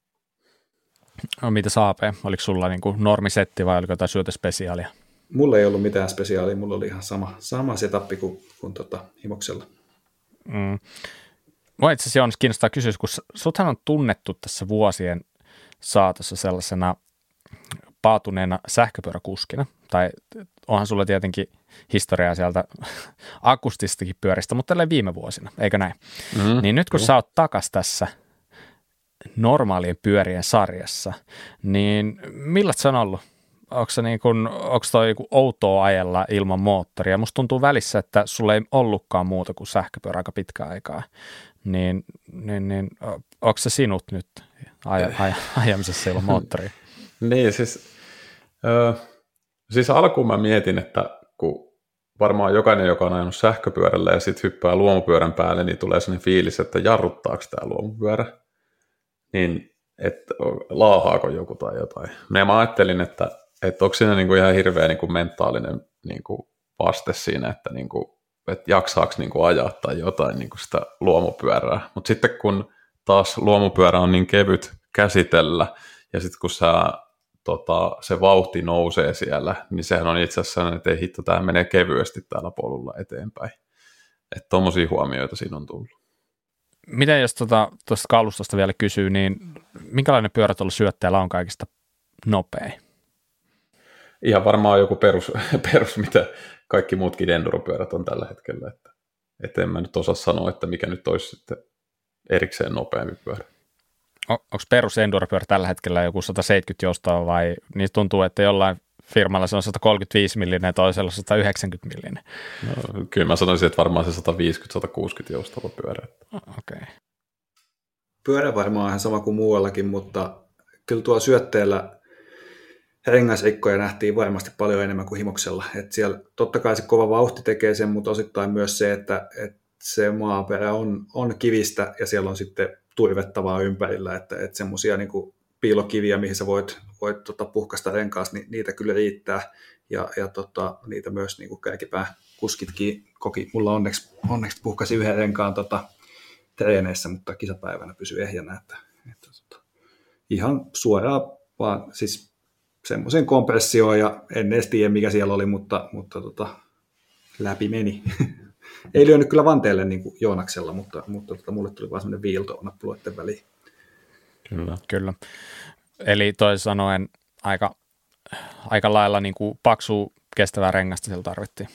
No, mitä saapee? Oliko sulla niin kuin normisetti vai oliko jotain syötespesiaalia? Mulla ei ollut mitään spesiaalia, mulla oli ihan sama, sama setappi kuin, kuin tota, himoksella. Mm. Mua itse asiassa on kiinnostaa kysyä, kun suthan on tunnettu tässä vuosien saatossa sellaisena paatuneena sähköpyöräkuskina, tai onhan sulla tietenkin historiaa sieltä akustistakin pyöristä, mutta tälleen viime vuosina, eikö näin? Mm-hmm. Niin nyt kun mm-hmm. sä oot takas tässä normaalien pyörien sarjassa, niin millaista se on ollut? Onko se niin kuin, onko toi outoa ajella ilman moottoria? Musta tuntuu välissä, että sulla ei ollutkaan muuta kuin sähköpyörä aika pitkään aikaa. Niin, niin, niin onko se sinut nyt aj- aj- ajamisessa ilman moottoria? Niin, siis, ö, siis alkuun mä mietin, että kun varmaan jokainen, joka on ajanut sähköpyörällä ja sitten hyppää luomupyörän päälle, niin tulee sellainen fiilis, että jarruttaako tämä luomupyörä, niin että laahaako joku tai jotain. Ja mä ajattelin, että, että onko siinä niinku ihan hirveä niinku mentaalinen niinku vaste siinä, että, niinku, että jaksaako niinku ajaa tai jotain niinku sitä luomupyörää. Mutta sitten kun taas luomupyörä on niin kevyt käsitellä, ja sitten kun sä, tota, se vauhti nousee siellä, niin sehän on itse asiassa sellainen, että ei hitto, tämä menee kevyesti täällä polulla eteenpäin. Että tommosia huomioita siinä on tullut. Miten jos tuosta tuota, kalustosta vielä kysyy, niin minkälainen pyörä tuolla syötteellä on kaikista nopein? Ihan varmaan joku perus, perus mitä kaikki muutkin enduropyörät on tällä hetkellä. Että, et en mä nyt osaa sanoa, että mikä nyt olisi sitten erikseen nopeampi pyörä. Onko perus enduropyörä tällä hetkellä joku sata seitsemänkymmentä joustoa vai niin tuntuu, että jollain firmalla se on sata kolmekymmentäviisi millinen ja toisella sata yhdeksänkymmentä millinen? No, kyllä mä sanoisin, että varmaan se sata viisikymmentä sata kuusikymmentä joustava pyörä. Okay. Pyörä varmaan ihan sama kuin muuallakin, mutta kyllä tuo syötteellä rengasrikkoja nähtiin varmasti paljon enemmän kuin himoksella. Et siellä totta kai se kova vauhti tekee sen, mutta osittain myös se, että, että se maaperä on, on kivistä ja siellä on sitten turvettavaa ympärillä, että, että semmoisia niin kuin piilokiviä, mihin sä voit, voit tota, puhkaista renkaasta, niin niitä kyllä riittää ja, ja tota, niitä myös niin kuin kärkipää kuskitkin koki. Mulla onneksi, onneksi puhkasi yhden renkaan tota, treeneissä, mutta kisapäivänä pysyi ehjänä, että, että tota, ihan suoraan vaan siis semmoisen kompressioon ja en edes tiedä mikä siellä oli, mutta, mutta tota, läpi meni. Ei lyönyt kyllä vanteelle niin kuin Joonaksella, mutta, mutta tota, mulle tuli vaan semmoinen viilto nappuloiden väliin. Kyllä, kyllä. Eli toisin sanoen aika, aika lailla niin kuin paksua kestävää rengasta siellä tarvittiin.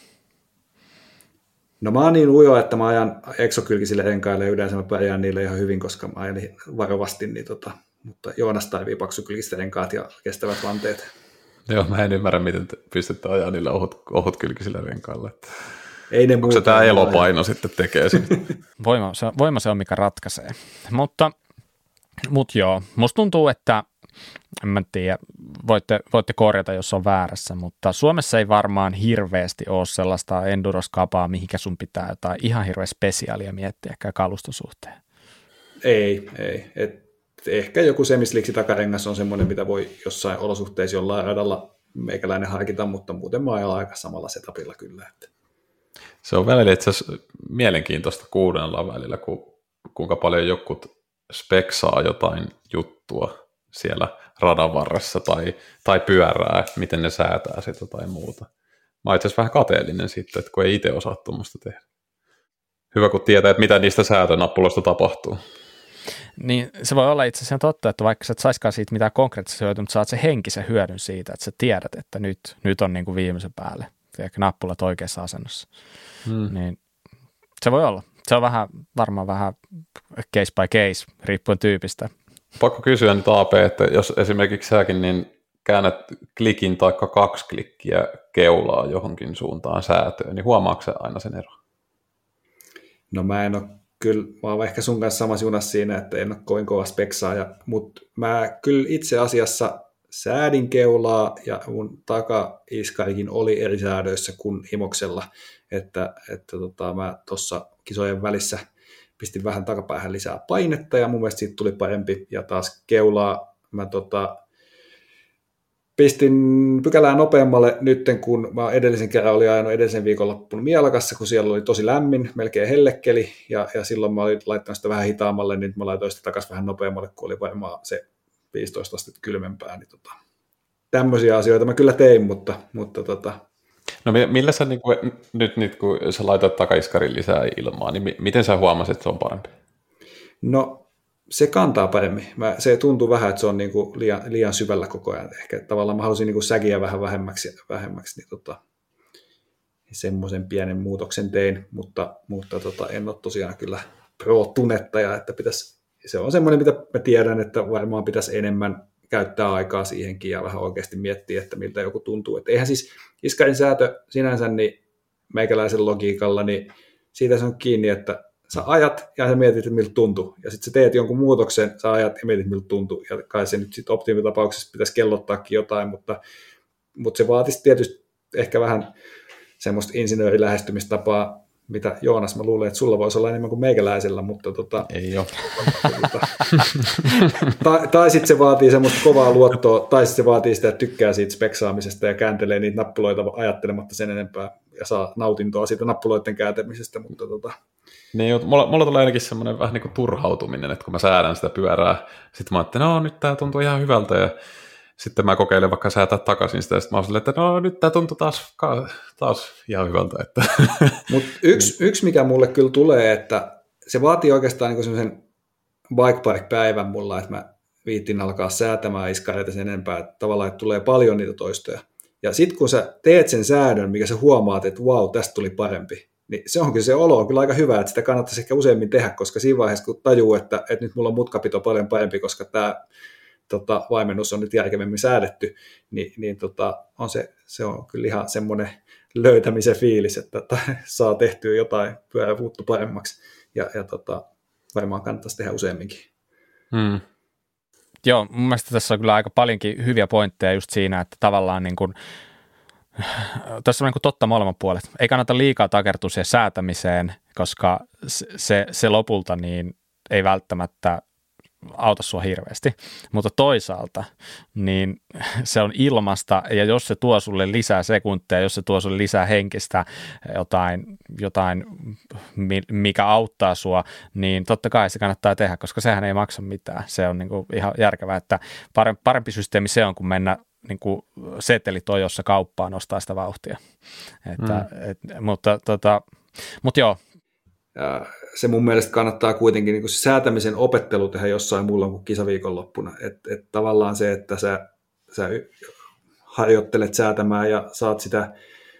No mä oon niin ujo, että mä ajan eksokylkisille renkaille ja yleensä mä pärjään niille ihan hyvin, koska mä ajan varovasti, niin tota, mutta Joonas tarvii paksukylkiset renkaat ja kestävät vanteet. Joo, mä en ymmärrä, miten te pystytte ajaa niillä ohut, ohutkylkisillä renkailla. Ei ne onko se tämä elopaino ajan. Sitten tekee sen? Voima se, voima se on, mikä ratkaisee. Mutta, mutta joo, musta tuntuu, että en mä tiedä, voitte, voitte korjata, jos on väärässä, mutta Suomessa ei varmaan hirveästi ole sellaista enduroskapaa, mihinkä sun pitää jotain ihan hirveä spesiaalia miettiä ehkä kalustosuhteen. Ei, ei. Et ehkä joku semisliiksi takarengas on semmoinen, mitä voi jossain olosuhteissa jollain radalla meikäläinen harkita, mutta muuten mä ajan aika samalla setupilla kyllä. Että. Se on välillä itse asiassa mielenkiintoista kuunnella välillä, ku, kuinka paljon jokut speksaa jotain juttua siellä radan varressa tai, tai pyörää, miten ne säätää sitä tai muuta. Mä oon itse asiassa vähän kateellinen sitten, että kun ei itse osaa tuommoista tehdä. Hyvä, kun tietää, että mitä niistä säätönappuloista tapahtuu. Niin se voi olla itse asiassa totta, että vaikka sä et saiskaan siitä mitään konkreettista hyötyä, mutta saat se henkisen hyödyn siitä, että sä tiedät, että nyt, nyt on niin kuin viimeisen päälle, ehkä nappulat oikeassa asennossa. Hmm. Niin se voi olla. Se on vähän, varmaan vähän case by case, riippuen tyypistä. Pakko kysyä nyt A P, että jos esimerkiksi säkin niin käännät klikin tai kaksi klikkiä keulaa johonkin suuntaan säätöön, niin huomaatko sä aina sen eron? No mä en ole kyllä, mä oon ehkä sun kanssa samassa junassa siinä, että en ole kovin kova speksaaja, mutta mä kyllä itse asiassa säädin keulaa ja mun takaiskarikin oli eri säädöissä kuin himoksella, että, että tota, mä tuossa kisojen välissä pistin vähän takapäähän lisää painetta ja mun mielestä siitä tuli parempi ja taas keulaa mä tota, pistin pykälää nopeammalle nytten, kun mä edellisen kerran olin ajanut edellisen viikonloppuna Mielakassa, kun siellä oli tosi lämmin, melkein hellekeli, ja, ja silloin mä olin laittanut sitä vähän hitaammalle, niin mä laitoin sitä takaisin vähän nopeammalle, kun oli varmaan se viisitoista astetta kylmempää. Niin tota, tämmöisiä asioita mä kyllä tein, mutta... mutta tota... No millä sä, niin kuin, nyt, nyt kun sä laitat takaiskarin lisää ilmaa, niin miten sä huomasit, että se on parempi? No... Se kantaa paremmin. Mä, se tuntuu vähän, että se on niinku liian, liian syvällä koko ajan. Ehkä tavallaan mä halusin niinku säkiä vähän vähemmäksi, vähemmäksi niin tota, semmoisen pienen muutoksen tein, mutta, mutta tota, en ole tosiaan kyllä pro-tunettaja, että pitäisi, se on semmoinen, mitä mä tiedän, että varmaan pitäisi enemmän käyttää aikaa siihenkin ja vähän oikeasti miettiä, että miltä joku tuntuu. Et eihän siis iskarin säätö sinänsä niin meikäläisen logiikalla, niin siitä se on kiinni, että sä ajat ja sä mietit, että miltä tuntuu. Ja sitten sä teet jonkun muutoksen, sä ajat ja mietit, miltä tuntuu. Ja kai se nyt sitten optimitapauksessa pitäisi kellottaakin jotain, mutta, mutta se vaatisi tietysti ehkä vähän semmoista insinöörilähestymistapaa, mitä Joonas, mä luulen, että sulla voisi olla enemmän kuin meikäläisellä, mutta tota... Ei ole. Tota, tai, tai sitten se vaatii semmoista kovaa luottoa, tai sitten se vaatii sitä, että tykkää siitä speksaamisesta ja kääntelee niitä nappuloita ajattelematta sen enempää ja saa nautintoa siitä nappuloiden kääntämisestä, mutta tota... Niin, mulla, mulla tulee ainakin semmoinen vähän niin kuin turhautuminen, että kun mä säädän sitä pyörää, sitten mä ajattelin, no nyt tää tuntuu ihan hyvältä, ja sitten mä kokeilen vaikka säätää takaisin sitä, ja sitten mä oon että no nyt tää tuntuu taas, taas ihan hyvältä. Että. Mut yksi, yksi, mikä mulle kyllä tulee, että se vaatii oikeastaan niin semmoisen bike park-päivän mulla, että mä viittin alkaa säätämään iskareita sen enempää, että tavallaan että tulee paljon niitä toistoja. Ja sitten kun sä teet sen säädön, mikä sä huomaat, että vau, wow, tästä tuli parempi, niin se onkin se olo on kyllä aika hyvä, että sitä kannattaisi ehkä useammin tehdä, koska siinä vaiheessa, kun tajuu, että, että nyt mulla on mutkapito paljon parempi, koska tämä tota, vaimennus on nyt järkevemmin säädetty, niin, niin tota, on se, se on kyllä ihan semmoinen löytämisen fiilis, että, että saa tehtyä jotain pyörävuuttu paremmaksi, ja, ja tota, varmaan kannattaisi tehdä useamminkin. Hmm. Joo, mun mielestä tässä on kyllä aika paljonkin hyviä pointteja just siinä, että tavallaan niin kuin tässä on niin kuin totta molemmat puolet. Ei kannata liikaa takertua siihen säätämiseen, koska se, se lopulta niin ei välttämättä auta sua hirveästi, mutta toisaalta niin se on ilmasta ja jos se tuo sulle lisää sekuntia, jos se tuo sulle lisää henkistä jotain, jotain mikä auttaa sua, niin totta kai se kannattaa tehdä, koska sehän ei maksa mitään. Se on niin kuin ihan järkevää, että parempi, parempi systeemi se on, kun mennä niin kuin setelitojossa kauppaan nostaa sitä vauhtia. Että, mm. et, mutta, tota, mutta joo. Ja se mun mielestä kannattaa kuitenkin niin kuin se säätämisen opettelu tehdä jossain muulla kuin kisaviikonloppuna. Että et tavallaan se, että sä, sä harjoittelet säätämään ja saat sitä,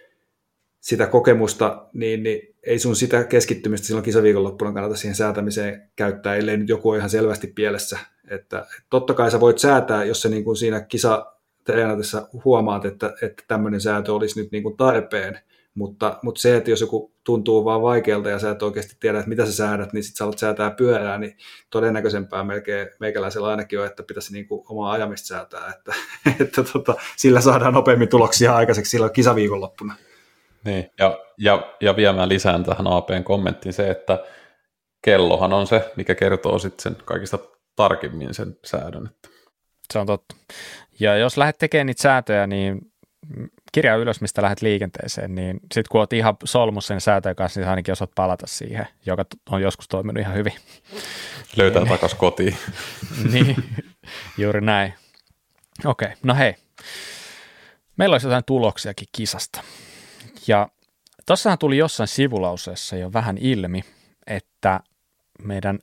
sitä kokemusta, niin, niin ei sun sitä keskittymistä silloin kisaviikonloppuna kannata siihen säätämiseen käyttää, ellei nyt joku ole ihan selvästi pielessä. Että, et totta kai sä voit säätää, jos sä niin kuin siinä kisa treenatessa huomaat, että, että tämmöinen säätö olisi nyt niin kuin tarpeen, Mutta, mutta se, että jos joku tuntuu vaan vaikealta ja sä et oikeasti tiedä, että mitä sä säädät, niin sit sä alat säätää pyörää, niin todennäköisempää melkein meikäläisellä ainakin on, että pitäisi niin kuin omaa ajamista säätää, että, että tota, sillä saadaan nopeammin tuloksia aikaiseksi silloin kisaviikonloppuna. Niin, ja, ja, ja viemään lisään tähän A P:n kommenttiin se, että kellohan on se, mikä kertoo sitten sen kaikista tarkemmin sen säädön. Se on totta. Ja jos lähdet tekemään niitä säätöjä, niin kirjaa ylös, mistä lähdet liikenteeseen, niin sitten kun olet ihan solmus sen säätöjen kanssa, niin ainakin osaat palata siihen, joka on joskus toiminut ihan hyvin. Löytää niin. Takaisin kotiin. Niin, juuri näin. Okei, okay, no hei. Meillä olisi jotain tuloksiakin kisasta. Ja tossahan tuli jossain sivulauseessa jo vähän ilmi, että meidän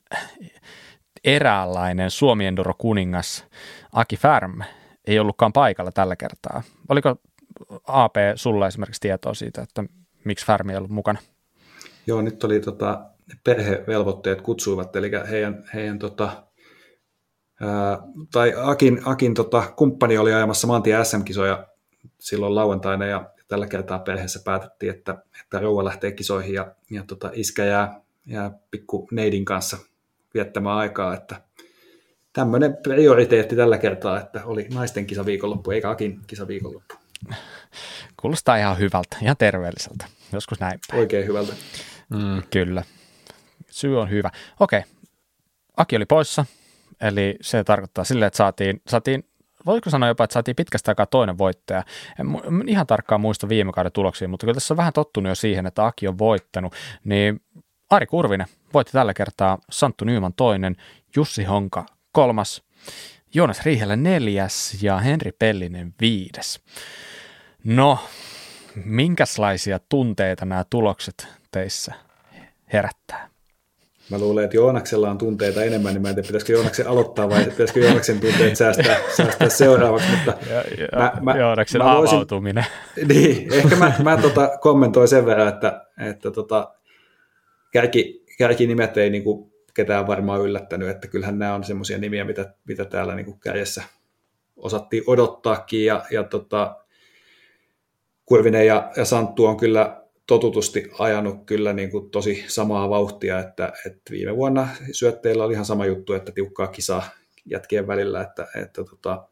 eräänlainen Suomi Enduro kuningas Aki Färm ei ollutkaan paikalla tällä kertaa. Oliko A P sulla esimerkiksi tietoa siitä, että miksi Färm ei ollut mukana? Joo, nyt oli tota, perhevelvoitteet kutsuivat, eli heidän, heidän tota, ää, tai Akin, Akin tota, kumppani oli ajamassa maantie S M-kisoja silloin lauantaina, ja tällä kertaa perheessä päätettiin, että, että rouva lähtee kisoihin, ja, ja tota, iskä jää, jää pikku neidin kanssa viettämään aikaa, että tämmöinen prioriteetti tällä kertaa, että oli naisten kisaviikonloppu, eikä Akin kisaviikonloppu. Kuulostaa ihan hyvältä, ihan terveelliseltä, joskus näin päin. Oikein hyvältä. Mm, kyllä, syy on hyvä. Okei, Aki oli poissa, eli se tarkoittaa silleen, että saatiin, saatiin voisiko sanoa jopa, että saatiin pitkästä aikaa toinen voittaja. En ihan tarkkaan muista viime kauden tuloksia, mutta kyllä tässä on vähän tottunut jo siihen, että Aki on voittanut, niin Ari Kurvinen voitti tällä kertaa, Santtu Nyman toinen, Jussi Honka kolmas, Joonas Riihelä neljäs ja Henri Pellinen viides. No, minkälaisia tunteita nämä tulokset teissä herättää? Mä luulen, että Joonaksella on tunteita enemmän, niin mä en tiedä, pitäisikö Joonaksen aloittaa vai pitäisikö Joonaksen tunteet säästää, säästää seuraavaksi. Mutta ja, ja, mä, mä, Joonaksen mä voisin, avautuminen. Niin, ehkä mä, mä tota, kommentoin sen verran, että, että tota, kärki, kärkinimet ei niin kuin ketään varmaan yllättänyt, että kyllähän nämä on semmoisia nimiä, mitä, mitä täällä niin kuin kärjessä osattiin odottaakin, ja, ja tota, Kurvinen ja, ja Santtu on kyllä totutusti ajanut kyllä niin kuin tosi samaa vauhtia, että, että viime vuonna syötteillä oli ihan sama juttu, että tiukkaa kisaa jätkien välillä, että, että tota,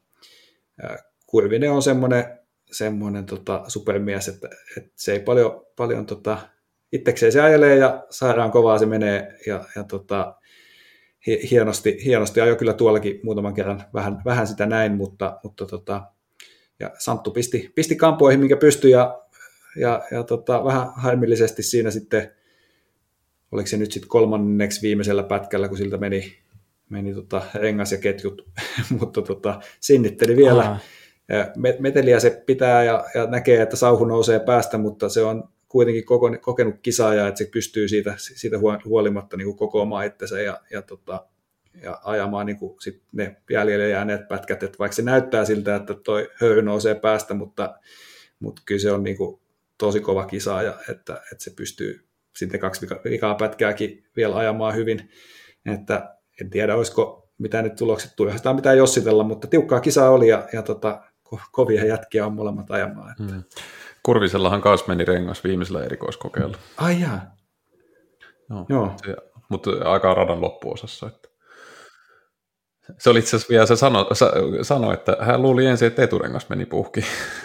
Kurvinen on semmoinen, semmoinen tota, supermies, että, että se ei paljon, paljon tota, itsekseen se ajelee ja sairaan kovaa se menee ja, ja tota, hienosti, hienosti ajoi kyllä tuollakin muutaman kerran vähän, vähän sitä näin, mutta, mutta tota, ja Santtu pisti, pisti kampoihin, minkä pystyi, ja, ja, ja tota, vähän harmillisesti siinä sitten, oliko se nyt sitten kolmanneksi viimeisellä pätkällä, kun siltä meni, meni tota rengas ja ketjut, mutta tota, sinnitteli vielä. Aha. Meteliä se pitää ja, ja näkee, että sauhu nousee päästä, mutta se on kuitenkin koko, kokenut kisaaja, että se pystyy siitä, siitä huolimatta niin kuin kokoamaan itsensä ja, ja, tota, ja ajamaan niin kuin sit ne jäljelle jääneet pätkät, että vaikka se näyttää siltä, että toi höyry nousee päästä, mutta, mutta kyllä se on niin kuin tosi kova kisaaja, että, että se pystyy sitten kaksi vikaa pätkääkin vielä ajamaan hyvin, että en tiedä, olisiko mitä nyt tulokset tulee, sitä mitään jossitella, mutta tiukkaa kisaa oli ja, ja tota, ko- kovia jätkiä on molemmat ajamaan. Että. Hmm. Kurvisellahan kanssa meni rengas viimeisellä erikoiskokeilla. Ai jaa. No, Joo. Se, mutta aika radan loppuosassa. Että. Se oli itse asiassa vielä, se sanoi, sano, että hän luuli ensin, että eturengas meni puhki.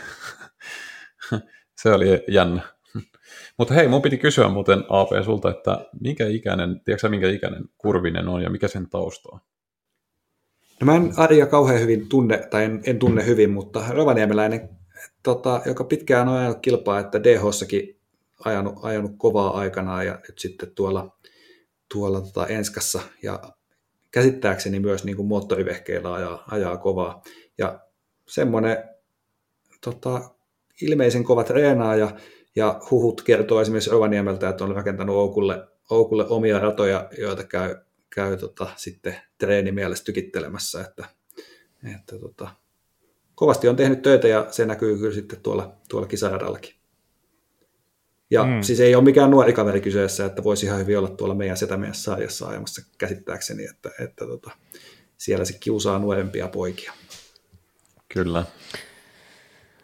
Se oli jännä. Mutta hei, mun piti kysyä muuten A P sulta, että minkä ikäinen, tiedätkö minkä ikäinen Kurvinen on ja mikä sen tausta on? No mä en Arja kauhean hyvin tunne, tai en, en tunne hyvin, mutta rovaniemeläinen, tota, joka pitkään on ajanut kilpaa, että D H:ssakin ajanut, ajanut kovaa aikanaan ja nyt sitten tuolla, tuolla tota Enskassa ja käsittääkseni myös niin kuin moottorivehkeillä ajaa, ajaa kovaa. Ja semmoinen tota, ilmeisen kova treenaaja ja huhut kertoo esimerkiksi Rovaniemeltä, että on rakentanut Oukulle, Oukulle omia ratoja, joita käy, käy tota, sitten treenimielessä tykittelemässä. Että, että, tota, kovasti on tehnyt töitä ja se näkyy kyllä sitten tuolla, tuolla kisaradallakin. Ja mm. siis ei ole mikään nuori kaveri kyseessä, että voisi ihan hyvin olla tuolla meidän Setämies-sarjassa ajamassa käsittääkseni, että, että tota, siellä se kiusaa nuorempia poikia. Kyllä.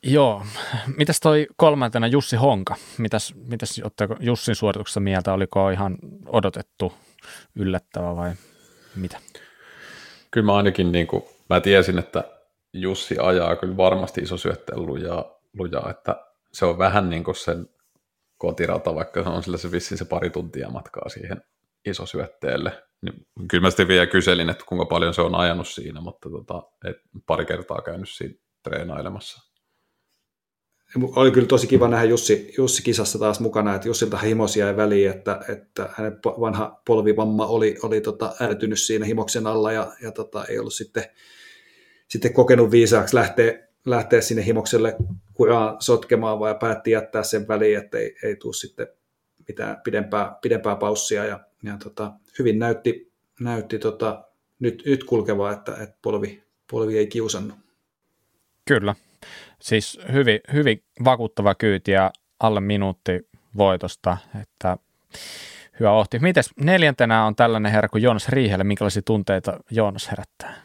Joo. Mitäs toi kolmantena Jussi Honka? Mitäs, mitäs ottaako Jussin suorituksesta mieltä? Oliko ihan odotettu, yllättävä vai mitä? Kyllä mä ainakin, niin kuin, mä tiesin, että Jussi ajaa kyllä varmasti isosyötteen lujaa, lujaa, että se on vähän niin kuin sen kotirata, vaikka se on sillä se vissiin se pari tuntia matkaa siihen isosyötteelle. Niin, kyllä mä sitten vielä kyselin, että kuinka paljon se on ajanut siinä, mutta tota, et pari kertaa käynyt siinä treenailemassa. Oli kyllä tosi kiva nähdä Jussi, Jussi kisassa taas mukana, että Jussilta himos jäi väliin, että, että hänen vanha polvivamma oli, oli tota ärtynyt siinä himoksen alla ja, ja tota, ei ollut sitten, sitten kokenut viisaaksi lähteä, lähteä sinne himokselle kuraan sotkemaan, vaan päätti jättää sen väliin, että ei, ei tule sitten mitään pidempää, pidempää paussia ja, ja tota, hyvin näytti, näytti tota, nyt, nyt kulkevaa, että, että polvi, polvi ei kiusannut. Kyllä. Siis hyvin, hyvin vakuuttava kyyti ja alle minuutti voitosta, että hyvä ohti. Mites neljäntenä on tällainen herra kuin Joonas Riihelä, minkälaisia tunteita Joonas herättää?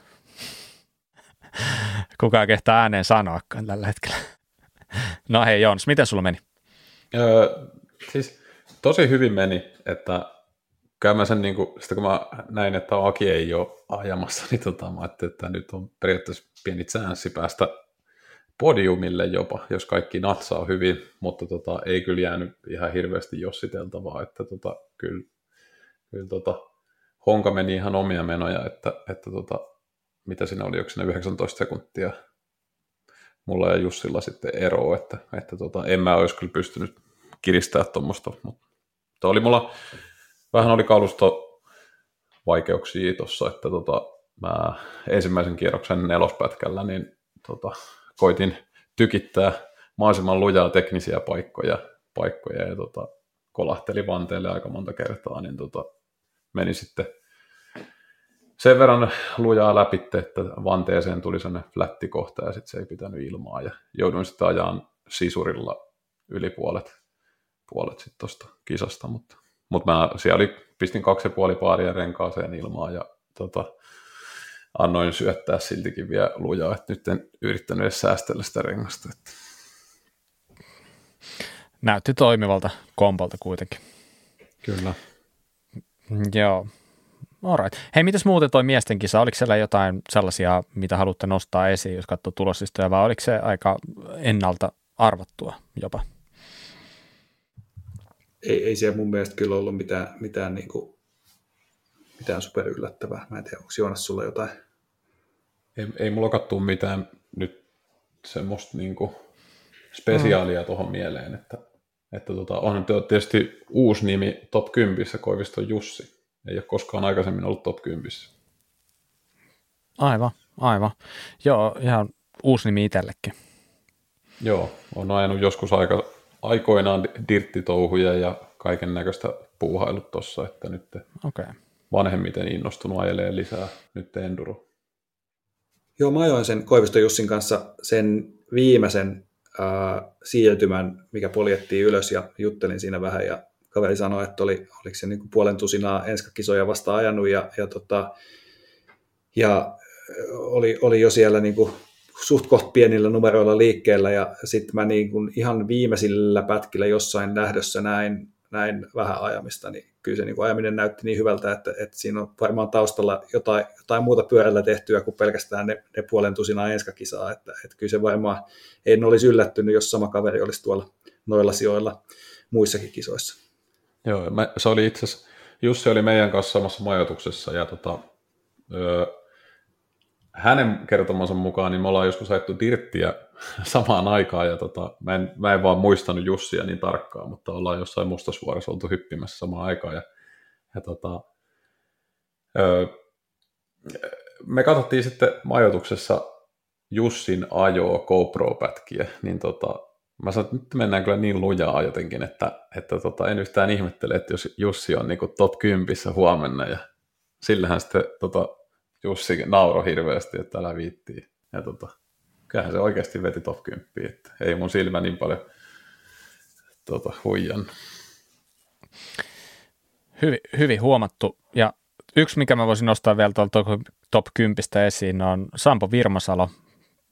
Kukaan kehtaa ääneen sanoakaan tällä hetkellä. No hei Joonas, miten sulla meni? Öö, siis tosi hyvin meni, että kyllä mä sen niin kuin, sitä kun mä näin, että Aki ei ole ajamassa, niin tota, mä ajattelin, että nyt on periaatteessa pieni chanssi päästä podiumille jopa, jos kaikki natsaa hyvin, mutta tota, ei kyllä jäänyt ihan hirveästi jossiteltavaa, että tota, kyllä, kyllä tota, Honka meni ihan omia menoja, että, että tota, mitä siinä oli, onko siinä yhdeksäntoista sekuntia mulla ja Jussilla sitten eroa, että, että tota, en mä olisi kyllä pystynyt kiristämään tuommoista, mutta oli mulla, vähän oli kalusto vaikeuksia tuossa, että tota, mä ensimmäisen kierroksen nelospätkällä, niin tota, koitin tykittää mahdollisimman lujaa teknisiä paikkoja, paikkoja ja tota, kolahteli vanteelle aika monta kertaa, niin tota, meni sitten sen verran lujaa läpi, että vanteeseen tuli sellainen flättikohta ja sitten se ei pitänyt ilmaa ja jouduin sitten ajamaan sisurilla yli puolet, puolet sitten tuosta kisasta, mutta, mutta mä siellä oli, pistin kaksi ja puoli paaria renkaaseen ilmaa ja tota, annoin syöttää siltikin vielä lujaa, että nyt en yrittänyt edes säästellä sitä rengasta. Että. Näytti toimivalta kompalta kuitenkin. Kyllä. Joo. Alright. Hei, mitäs muuten toi miesten kisa? Oliko siellä jotain sellaisia, mitä haluatte nostaa esiin, jos katsoo tuloslistoja, vai oliko se aika ennalta arvattua jopa? Ei, ei siellä mun mielestä kyllä ollut mitään, mitään, niin kuin, mitään super yllättävää. Mä en tiedä, onko Joonas sulla jotain? Ei, ei mulla kattuu mitään nyt semmoista niin kuin spesiaalia mm. tuohon mieleen, että, että tota, on tietysti uusi nimi top kymmenen Koivisto Jussi. Ei ole koskaan aikaisemmin ollut top kymmenen. Aivan, aivan. Joo, ihan uusi nimi itsellekin. Joo, on ajanut joskus aika, aikoinaan dirttitouhuja ja kaiken näköistä puuhailut tuossa, että nyt okay. vanhemmiten innostunut ajelee lisää nyt enduro. Joo, mä ajoin sen Koivisto Jussin kanssa sen viimeisen äh, siirtymän, mikä poljettiin ylös ja juttelin siinä vähän ja kaveri sanoi, että oli, oliko se niin kuin puolen tusinaa enskakisoja vasta ajanut ja, ja, tota, ja oli, oli jo siellä niin kuin suht koht pienillä numeroilla liikkeellä ja sitten mä niin kuin ihan viimeisillä pätkillä jossain lähdössä näin, näin vähän ajamista, niin kyllä se niin kuin ajaminen näytti niin hyvältä, että, että siinä on varmaan taustalla jotain, jotain muuta pyörällä tehtyä kuin pelkästään ne, ne puolen tusinaa enskakisaa, että, että kyllä se varmaan en olisi yllättynyt, jos sama kaveri olisi tuolla noilla sijoilla muissakin kisoissa. Joo, mä, se oli itse asiassa, Jussi oli meidän kanssa samassa majoituksessa ja tota, öö, hänen kertomansa mukaan niin me ollaan joskus ajettu dirttiä samaan aikaan ja tota, mä, en, mä en vaan muistanut Jussia niin tarkkaan, mutta ollaan jossain Mustasvuoressa oltu hyppimässä samaan aikaan ja, ja tota, öö, me katsottiin sitten majoituksessa Jussin ajoa GoPro-pätkiä, niin tota, mä sanoin, että nyt mennään kyllä niin lujaa jotenkin, että, että tota, en yhtään ihmettele, että jos Jussi on niin kuin top kymmenen huomenna ja sillähän sitten tota, Jussi nauroi hirveästi, että älä viittii. Ja tota, kyllähän se oikeasti veti top kymmenen, että ei mun silmä niin paljon tota, huijan. Hyvin, hyvin huomattu. Ja yksi, mikä mä voisin nostaa vielä tuolta top kymmenen esiin, on Sampo Virmasalo.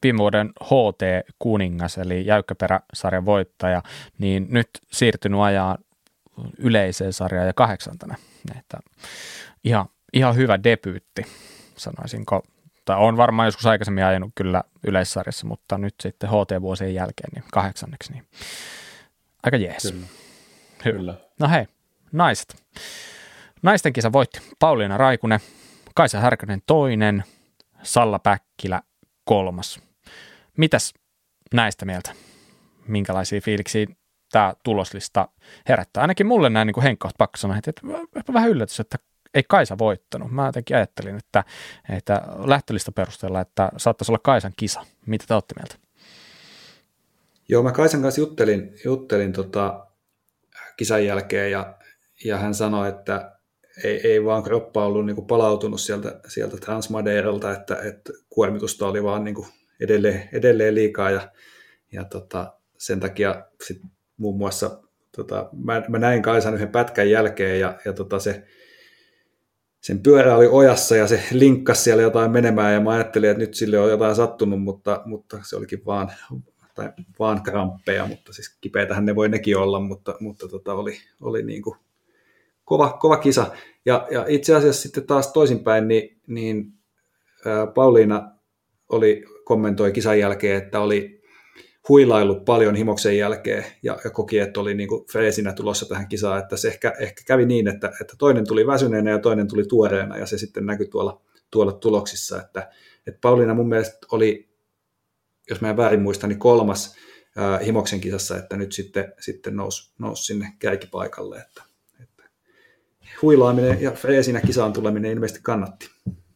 viime vuoden H T-kuningas, eli jäykkäperäsarjan voittaja, niin nyt siirtynyt ajaa yleiseen sarjaan ja kahdeksantana. Että ihan, ihan hyvä debyytti, sanoisinko. Tai on varmaan joskus aikaisemmin ajanut kyllä yleissarjassa, mutta nyt sitten H T-vuosien jälkeen niin kahdeksanneksi. Niin aika jees. Kyllä. Kyllä. No hei, naiset. Naisten kisa voitti Pauliina Raikunen, Kaisa Härkönen toinen, Salla Päkkilä kolmas. Mitäs näistä mieltä? Minkälaisia fiiliksiä tämä tuloslista herättää? Ainakin mulle näin niin kuin Henkka pakko sanoa, että vähän yllätys, että ei Kaisa voittanut. Mä jotenkin ajattelin, että, että lähtölistä perusteella, että saattaisi olla Kaisan kisa. Mitä te olette mieltä? Joo, mä Kaisan kanssa juttelin, juttelin tota kisan jälkeen ja, ja hän sanoi, että ei, ei vaan kroppa ollut niin kuin palautunut sieltä, sieltä Transmadeiralta, että, että kuormitusta oli vaan niin kuin edelleen, edelleen liikaa ja, ja tota, sen takia sit muun muassa tota, mä, mä näin Kaisan yhden pätkän jälkeen ja, ja tota se sen pyörä oli ojassa ja se linkkasi siellä jotain menemään ja mä ajattelin, että nyt sille on jotain sattunut, mutta, mutta se olikin vaan, tai vaan kramppeja, mutta siis kipeitähän ne voi nekin olla, mutta, mutta tota oli, oli niin kuin kova, kova kisa. Ja, ja itse asiassa sitten taas toisinpäin, niin, niin ää, Pauliina oli, kommentoi kisan jälkeen, että oli huilaillut paljon himoksen jälkeen ja, ja koki, että oli niin kuin freesinä tulossa tähän kisaan, että se ehkä, ehkä kävi niin, että, että toinen tuli väsyneenä ja toinen tuli tuoreena ja se sitten näkyi tuolla, tuolla tuloksissa, että, että Pauliina mun mielestä oli, jos mä en väärin muista, niin kolmas ää, himoksen kisassa, että nyt sitten, sitten nousi, nousi sinne kärkipaikalle, että, että huilaaminen ja freesinä kisaan tuleminen ilmeisesti kannatti.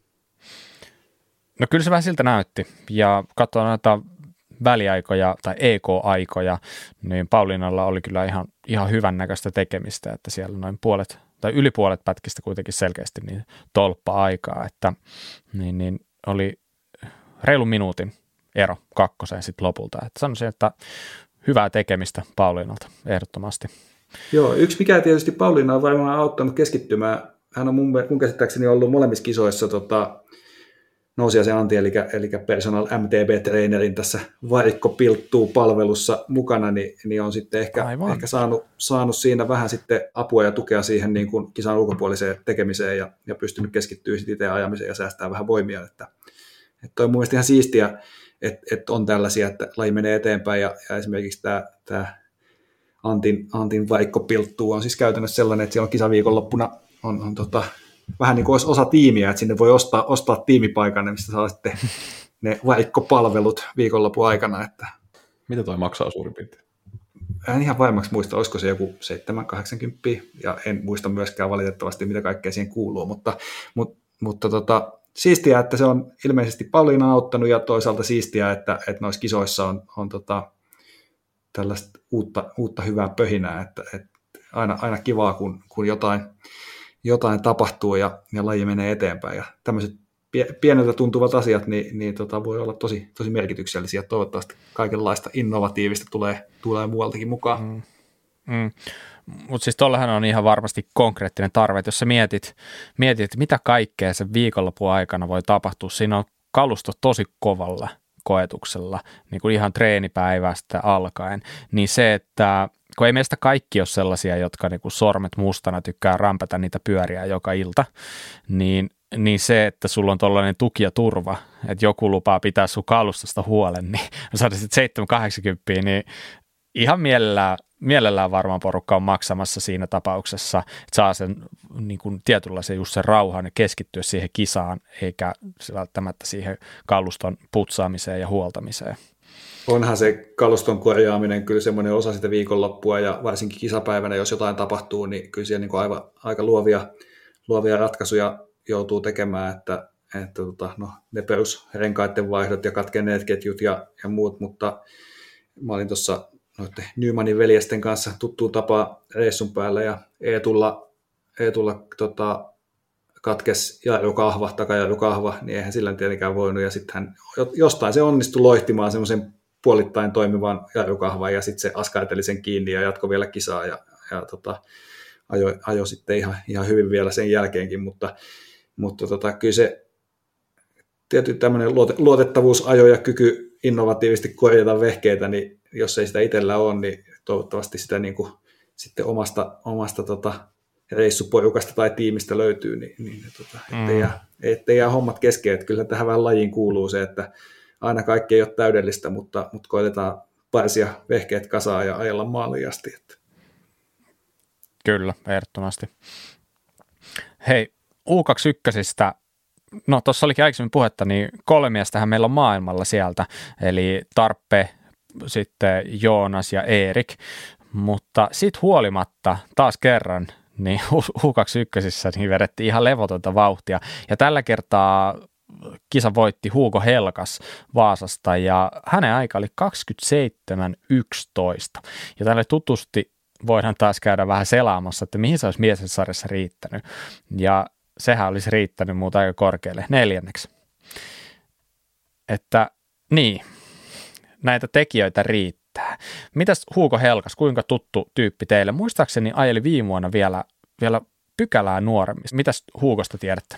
No kyllä se vähän siltä näytti ja katsotaan noita väliaikoja tai E K-aikoja, niin Pauliinalla oli kyllä ihan, ihan hyvän näköistä tekemistä, että siellä noin puolet tai yli puolet pätkistä kuitenkin selkeästi niin tolppa-aikaa, että niin, niin oli reilun minuutin ero kakkoseen sitten lopulta. Että sanoisin, että hyvää tekemistä Pauliinalta ehdottomasti. Joo, yksi mikä tietysti Pauliina on varmaan auttanut keskittymään, hän on mun, mun käsittääkseni ollut molemmissa kisoissa tota, Nousiaisen Antti, eli, eli personal M T B-trainerin tässä varikko pilttuu palvelussa mukana, niin, niin on sitten ehkä, ehkä saanut, saanut siinä vähän sitten apua ja tukea siihen niin kuin kisan ulkopuoliseen tekemiseen ja, ja pystynyt keskittyä sitten itse ajamiseen ja säästää vähän voimia. Että, että on mun mielestä ihan siistiä, että, että on tällaisia, että laji menee eteenpäin ja, ja esimerkiksi tämä, tämä Antin, Antin varikko pilttuu on siis käytännössä sellainen, että siellä on kisaviikonloppuna on, on tota, vähän niin kuin olisi osa tiimiä, että sinne voi ostaa, ostaa tiimipaikan, mistä saa sitten ne varikkopalvelut viikonlopun aikana. Että mitä toi maksaa suurin piirtein? En ihan varmaksi muista, olisiko se joku seitsemän kahdeksankymmentä, ja en muista myöskään valitettavasti, mitä kaikkea siihen kuuluu, mutta, mutta, mutta tota, siistiä, että se on ilmeisesti Pauliina auttanut, ja toisaalta siistiä, että, että noissa kisoissa on, on tota, tällaista uutta, uutta hyvää pöhinää, että, että aina, aina kivaa, kun, kun jotain jotain tapahtuu ja, ja laji menee eteenpäin. Ja tämmöiset pieneltä tuntuvat asiat niin, niin tota, voi olla tosi, tosi merkityksellisiä. Toivottavasti kaikenlaista innovatiivista tulee, tulee muualtakin mukaan. Mm. Mm. Mutta siis tuollahan on ihan varmasti konkreettinen tarve. Että jos sä mietit, mietit, että mitä kaikkea sen viikonlopun aikana voi tapahtua, siinä on kalusto tosi kovalla koetuksella, niin kuin ihan treenipäivästä alkaen, niin se, että kun ei meistä kaikki ole sellaisia, jotka niin kuin sormet mustana tykkää rämpätä niitä pyöriä joka ilta, niin, niin se, että sulla on tollainen tuki ja turva, että joku lupaa pitää sun kalustosta huolen, niin saada sitten seitsemän kahdeksankymmentä, niin ihan mielellään, mielellään varmaan porukka on maksamassa siinä tapauksessa, että saa sen niin kuin tietynlaisen just sen rauhan ja keskittyä siihen kisaan, eikä välttämättä siihen kaluston putsaamiseen ja huoltamiseen. Onhan se kaluston korjaaminen kyllä semmoinen osa sitä viikonloppua ja varsinkin kisapäivänä, jos jotain tapahtuu, niin kyllä siellä niin kuin aivan, aika luovia, luovia ratkaisuja joutuu tekemään, että, että tota, no, ne perusrenkaiden vaihdot ja katkenneet ketjut ja, ja muut, mutta mä olin tuossa noiden Nymanin veljesten kanssa tuttuun tapaa reissun päällä ja Eetulla, Eetulla tota, katkes jarrukahva, takajarrukahva, niin eihän sillä tietenkään voinut ja sitten hän jostain se onnistui loihtimaan semmoisen puolittain toimivan jarrukahvan ja sitten se askarteli sen kiinni ja jatkoi vielä kisaa ja, ja tota, ajoi, ajo sitten ihan, ihan hyvin vielä sen jälkeenkin, mutta, mutta tota, kyllä se tietysti tämmöinen luotettavuusajo ja kyky, innovatiivisesti korjata vehkeitä, niin jos ei sitä itsellä ole, niin toivottavasti sitä niin kuin sitten omasta, omasta tota reissuporukasta tai tiimistä löytyy, niin, niin tota, ettei, mm. jää, ettei jää hommat kesken. Että kyllä tähän vähän lajiin kuuluu se, että aina kaikki ei ole täydellistä, mutta, mutta koitetaan parsia vehkeet kasaan ja ajella maaliin asti. Että. Kyllä, ehdottomasti. Hei, U kaksikymmentäyksi, no tuossa olikin aikaisemmin puhetta, niin kolme miestähän meillä on maailmalla sieltä, eli Tarppe, sitten Joonas ja Erik, mutta sitten huolimatta taas kerran, niin U kaksikymmentäyksi niin vedettiin ihan levotonta vauhtia, ja tällä kertaa kisa voitti Hugo Helkas Vaasasta, ja hänen aika oli kaksikymmentäseitsemän yksitoista, ja tälle tutusti voidaan taas käydä vähän selaamassa, että mihin se olisi miesten sarjassa riittänyt, ja sehän olisi riittänyt muuta aika korkealle, neljänneksi. Että niin, näitä tekijöitä riittää. Mitäs Hugo Helkas, kuinka tuttu tyyppi teille? Muistaakseni ajeli viime vuonna vielä, vielä pykälää nuoremmin. Mitäs Hugosta tiedätte?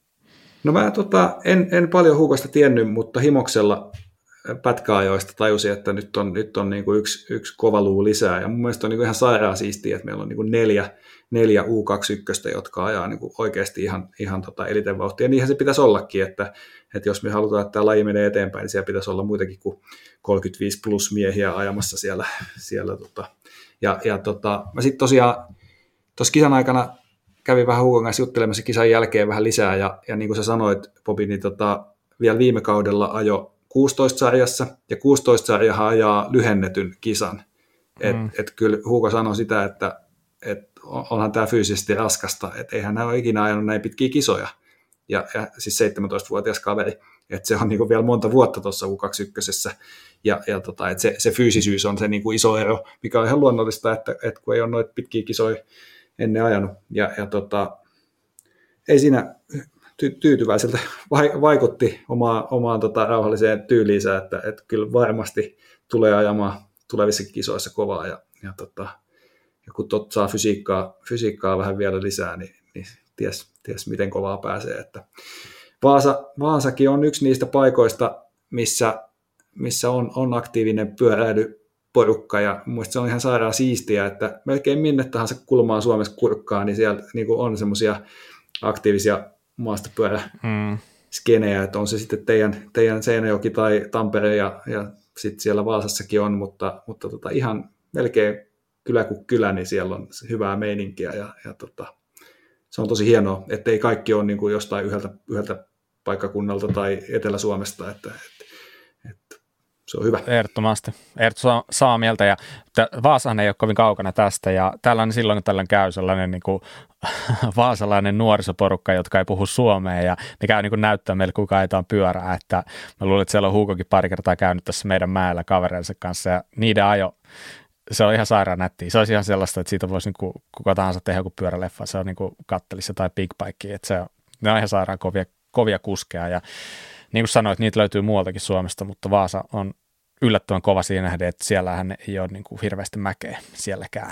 No mä tota, en, en paljon Hugosta tiennyt, mutta Himoksella pätkäajoista tajusin, että nyt on, nyt on niin kuin yksi, yksi kova luu lisää. Ja mun mielestä on niin kuin ihan sairaan siistiä, että meillä on niin kuin neljä, neljä U kaksikymmentäyksi, jotka ajaa niin kuin oikeasti ihan, ihan tota eliten vauhtia. Ja niinhän se pitäisi ollakin, että, että jos me halutaan, että tämä laji menee eteenpäin, niin siellä pitäisi olla muitakin kuin kolmekymmentäviisi plus miehiä ajamassa siellä. siellä tota. Ja, ja tota, mä sitten tosiaan tuossa kisan aikana kävin vähän Hugon kanssa juttelemassa kisan jälkeen vähän lisää. Ja, ja niin kuin sä sanoit, Bobi, niin tota, vielä viime kaudella ajo kuusitoista-sarjassa, ja kuusitoista-sarjahan ajaa lyhennetyn kisan. Et, mm. et kyllä Hugo sanoi sitä, että et onhan tämä fyysisesti raskasta, että eihän hän ole ikinä ajanut näin pitkiä kisoja. Ja, ja siis seitsemäntoistavuotias kaveri, että se on niinku vielä monta vuotta tuossa U kaksikymmentäyksi. Ja, ja tota, et se, se fyysisyys on se niinku iso ero, mikä on ihan luonnollista, että et kun ei ole noita pitkiä kisoja ennen ajanut. Ja, ja tota, ei siinä ty- tyytyväiseltä vaikutti omaan, omaan tota, rauhalliseen tyyliinsä, että et kyllä varmasti tulee ajamaan tulevissa kisoissa kovaa. Ja, ja, tota, ja kun tot saa fysiikkaa, fysiikkaa vähän vielä lisää, niin, niin ties, ties miten kovaa pääsee. Että Vaasa, Vaasakin on yksi niistä paikoista, missä, missä on, on aktiivinen pyöräilyporukka, ja mielestäni se on ihan sairaan siistiä, että melkein minne tahansa kulmaan Suomessa kurkkaa, niin siellä niin kuin on semmoisia aktiivisia maastopyöräskenejä, mm. että on se sitten teidän, teidän Seinäjoki tai Tampere, ja, ja sitten siellä Vaasassakin on, mutta, mutta tota, ihan melkein kylä kuin kylä, niin siellä on hyvää meininkiä, ja, ja tota, se on tosi hienoa, että ei kaikki ole niin kuin jostain yhdeltä, yhdeltä paikkakunnalta tai Etelä-Suomesta, että, että, että se on hyvä. Ehdottomasti. Ehdottomasti saa mieltä, ja Vaasahan ei ole kovin kaukana tästä, ja täällä on silloin, kun tällöin käy sellainen niin kuin vaasalainen nuorisoporukka, jotka ei puhu suomea, ja ne käy niin kuin näyttää meille, kuinka ajetaan pyörää, että mä luulen, että siellä on Hugokin pari kertaa käynyt tässä meidän mäellä kavereidensa kanssa, ja niiden ajo, se on ihan sairaan nättiä. Se olisi ihan sellaista, että siitä voisi niin kuka tahansa tehdä joku pyöräleffa, se on niin kuin kattelissa tai big bike, että se on, ne on ihan sairaan kovia, kovia kuskeja, ja niin kuin sanoit, niitä löytyy muualtakin Suomesta, mutta Vaasa on yllättävän kova siinä nähden, että siellähän ei ole niin kuin hirveästi mäkeä sielläkään.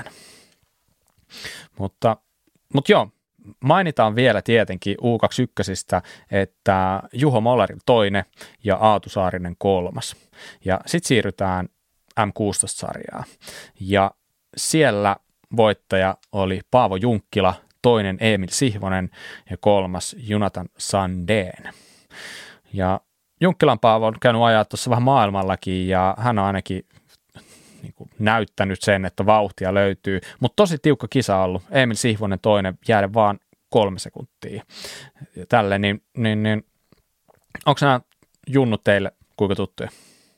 Mutta, mutta joo, mainitaan vielä tietenkin U kaksikymmentäyksi, että Juho Moller toinen ja Aatu Saarinen kolmas. Ja sitten siirrytään M kuusitoista-sarjaa. Ja siellä voittaja oli Paavo Junkkila, toinen Emil Sihvonen ja kolmas Jonathan Sandén. Ja Junkkilan Paavo on käynyt ajaa tuossa vähän maailmallakin, ja hän on ainakin niin kuin näyttänyt sen, että vauhtia löytyy, mutta tosi tiukka kisa ollut. Emil Sihvonen toinen, jäädä vaan kolme sekuntia. Ja tälle, niin, niin, niin onko nämä junnut teille kuinka tuttuja?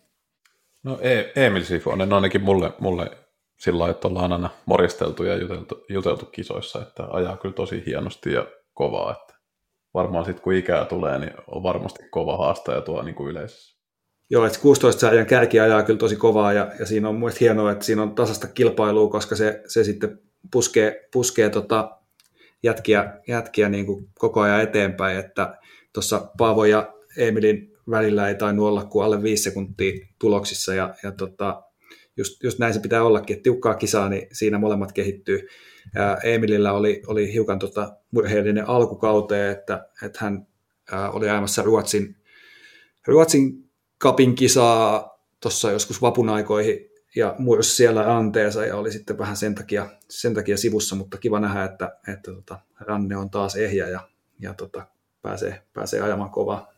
No e- Emil Sihvonen ainakin mulle, mulle sillä lailla, että ollaan aina moristeltu ja juteltu, juteltu kisoissa, että ajaa kyllä tosi hienosti ja kovaa, että varmaan sitten kun ikää tulee, niin on varmasti kova haastaja tuo niin kuin yleisössä. Joo, että kuusitoista-sarjan kärki ajaa kyllä tosi kovaa, ja, ja siinä on mielestäni hienoa, että siinä on tasasta kilpailua, koska se, se sitten puskee, puskee tota jätkiä, jätkiä niin kuin koko ajan eteenpäin, että tuossa Paavo ja Emilin välillä ei tainnut olla kuin alle viisi sekuntia tuloksissa, ja, ja tota, just, just näin se pitää ollakin, että tiukkaa kisaa, niin siinä molemmat kehittyy. Ja Emilillä oli, oli hiukan tota murheellinen alkukauteen, että, että hän ää, oli ajamassa Ruotsin, Ruotsin Cupin kisaa tuossa joskus vapun aikoihin ja mursi siellä ranteensa ja oli sitten vähän sen takia, sen takia sivussa, mutta kiva nähdä, että, että tota, ranne on taas ehjä ja, ja tota, pääsee, pääsee ajamaan kovaa.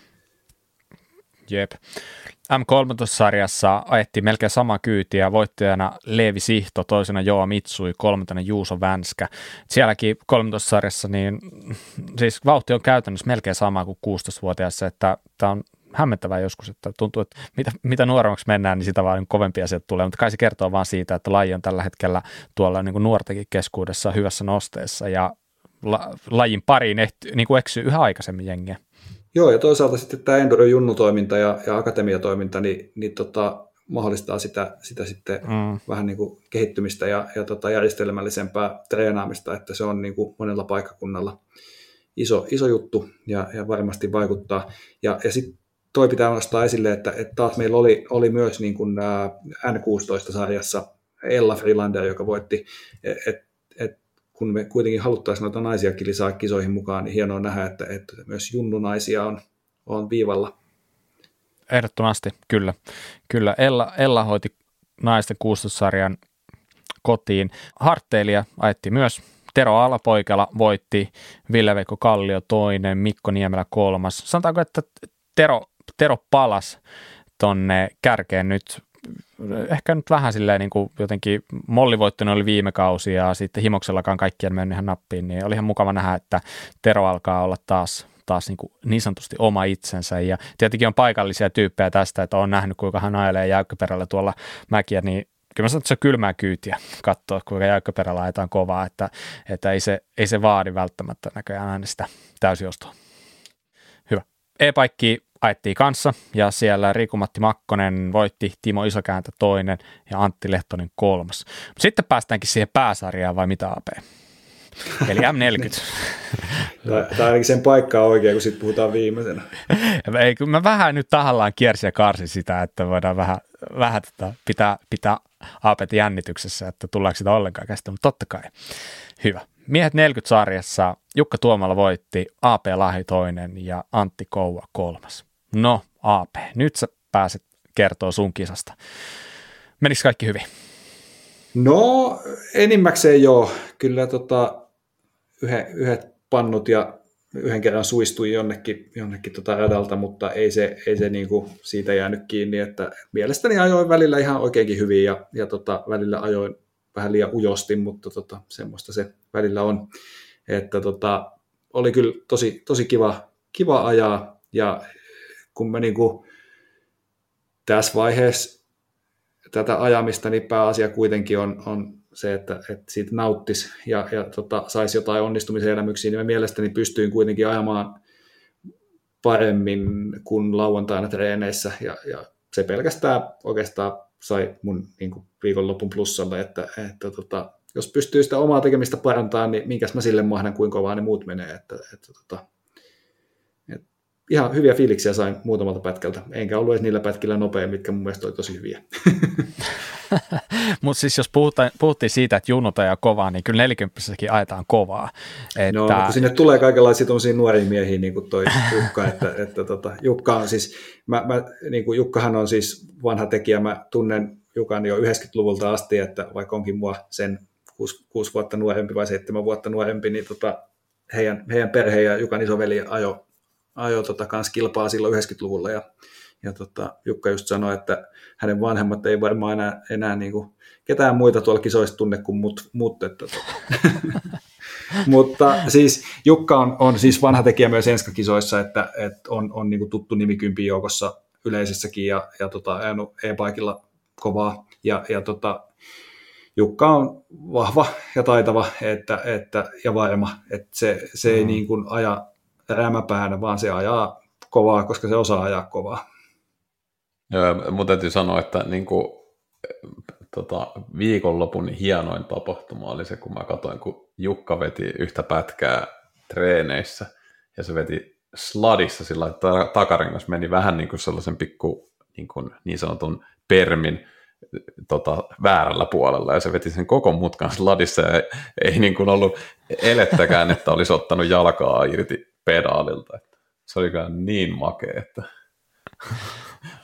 Jep. M kolmetoista-sarjassa ajettiin melkein sama kyytiä, voittajana Leevi Sihto, toisena Joa Mitsui, kolmantena Juuso Vänskä. Sielläkin kolmetoista-sarjassa niin, siis vauhti on käytännössä melkein sama kuin kuusitoistavuotiaassa, että tämä on hämmentävää joskus, että tuntuu, että mitä, mitä nuoremmaksi mennään, niin sitä vaan niin kovempia sieltä tulee, mutta kai se kertoo vaan siitä, että laji on tällä hetkellä tuolla niin kuin nuortenkin keskuudessa hyvässä nosteessa ja la, lajin pariin ehty, niin kuin eksyy yhä aikaisemmin jengiä. Joo, ja toisaalta sitten tämä Enduro Junnu-toiminta ja, ja akatemiatoiminta niin, niin tota, mahdollistaa sitä, sitä sitten mm. vähän niin kuin kehittymistä ja, ja tota järjestelmällisempää treenaamista, että se on niin kuin monella paikkakunnalla iso, iso juttu ja, ja varmasti vaikuttaa. Ja, ja sitten toi pitää nostaa esille, että, että taas meillä oli, oli myös niin kuin N kuusitoista-sarjassa Ella Freelander, joka voitti, että et, kun me kuitenkin haluttaisiin noita naisiakin lisää kisoihin mukaan, niin hienoa nähdä, että, että myös junnunaisia on, on viivalla. Ehdottomasti, kyllä. kyllä. Ella, Ella hoiti naisten kuusitoista-sarjan kotiin. Hartteilija ajetti myös. Tero Alapoikala voitti, Ville-Veikko Kallio toinen, Mikko Niemelä kolmas. Sanotaanko, että Tero, Tero palas tonne kärkeen nyt, ehkä nyt vähän silleen niin kuin jotenkin mollivoittoinen oli viime kausi ja sitten Himoksellakaan kaikkien mennyt ihan nappiin, niin oli ihan mukava nähdä, että Tero alkaa olla taas, taas niin, kuin niin sanotusti oma itsensä ja tietenkin on paikallisia tyyppejä tästä, että on nähnyt kuinka hän ajelee jäykkäperällä tuolla mäkiä, niin kyllä mä sanon, että se on kylmää kyytiä katsoa, kuinka jäykkäperällä ajetaan kovaa, että, että ei, se, ei se vaadi välttämättä näköjään aina sitä täysiostoa. Hyvä. E-paikki ajettiin kanssa ja siellä Riku-Matti Makkonen voitti, Timo Isokääntä toinen ja Antti Lehtonen kolmas. Sitten päästäänkin siihen pääsarjaan vai mitä A P? Eli M neljäkymmentä. Tämä ainakin sen paikka on oikein, kun sitten puhutaan viimeisenä. Ei, kun mä vähän nyt tahallaan kiersin ja karsin sitä, että voidaan vähän, vähän tätä pitää, pitää A P:tä jännityksessä, että tullaanko sitä ollenkaan käsittää, mutta totta kai. Hyvä. Miehet neljäkymmentä-sarjassa Jukka Tuomala voitti, A P Lahi toinen ja Antti Koua kolmas. No A P, nyt sä pääset kertoa sun kisasta. Menikö kaikki hyvin? No enimmäkseen joo. Kyllä tota, yhdet, yhdet pannut ja yhden kerran suistui jonnekin, jonnekin tota radalta, mutta ei se, ei se niinku siitä jäänyt kiinni. Että mielestäni ajoin välillä ihan oikeinkin hyvin ja, ja tota, välillä ajoin vähän liian ujosti, mutta tota, semmoista se välillä on. Että tota, oli kyllä tosi, tosi kiva, kiva ajaa ja kun mä niinku tässä vaiheessa tätä ajamista, niin pääasia kuitenkin on, on se, että, että siitä nauttisi ja, ja tota, saisi jotain onnistumisen elämyksiä, niin mä mielestäni pystyin kuitenkin ajamaan paremmin kuin lauantaina treeneissä ja, ja se pelkästään oikeastaan sai mun niin kuin viikonlopun plussalle, että, että tota, jos pystyy sitä omaa tekemistä parantamaan, niin minkäs mä sille mahdan, kuinka kovaa ne muut menee, että, että tota, ihan hyviä fiiliksiä sain muutamalta pätkältä, enkä ollut edes niillä pätkillä nopea, mitkä mun mielestä oli tosi hyviä. Mutta siis jos puhutaan, puhuttiin siitä, että junnut ajaa kovaa, niin kyllä nelikymppisessäkin ajetaan kovaa. Että... No, kun sinne tulee kaikenlaisia nuoria miehiä, niin kuin toi Jukka, että, että tota, Jukka on siis, mä, mä, niin kuin Jukkahan on siis vanha tekijä, mä tunnen Jukan jo yhdeksänkymmentäluvulta asti, että vaikka onkin mua sen kuusi, kuusi vuotta nuorempi vai seitsemän vuotta nuorempi, niin tota, heidän, heidän perhe ja Jukan isoveli ajo ajo tota, kans kilpaa silloin yhdeksänkymmentäluvulla ja, ja tota, Jukka just sanoi, että hänen vanhemmat ei varmaan enää, enää niinku ketään muita tuolla kisoissa tunne kuin mut, mut että, tota. Mutta siis Jukka on, on siis vanha tekijä myös Enska-kisoissa, että, että on, on niinku tuttu nimi kympin joukossa yleisessäkin ja, ja tota, ajanut e-paikilla kovaa ja, ja tota, Jukka on vahva ja taitava että, että, ja varma, että se, se mm. ei niin kuin aja rämäpäänä, vaan se ajaa kovaa, koska se osaa ajaa kovaa. Joo, mun täytyy sanoa, että niin kuin, tota, viikonlopun hienoin tapahtuma oli se, kun mä katsoin, kun Jukka veti yhtä pätkää treeneissä, ja se veti sladissa sillä että takarengas meni vähän niin kuin sellaisen pikku niin, kuin niin sanotun permin tota, väärällä puolella, ja se veti sen koko mutkan sladissa, ja ei, ei niin kuin ollut elettäkään, että olisi ottanut jalkaa irti pedaalilta. Että se oli kyllä niin makea, että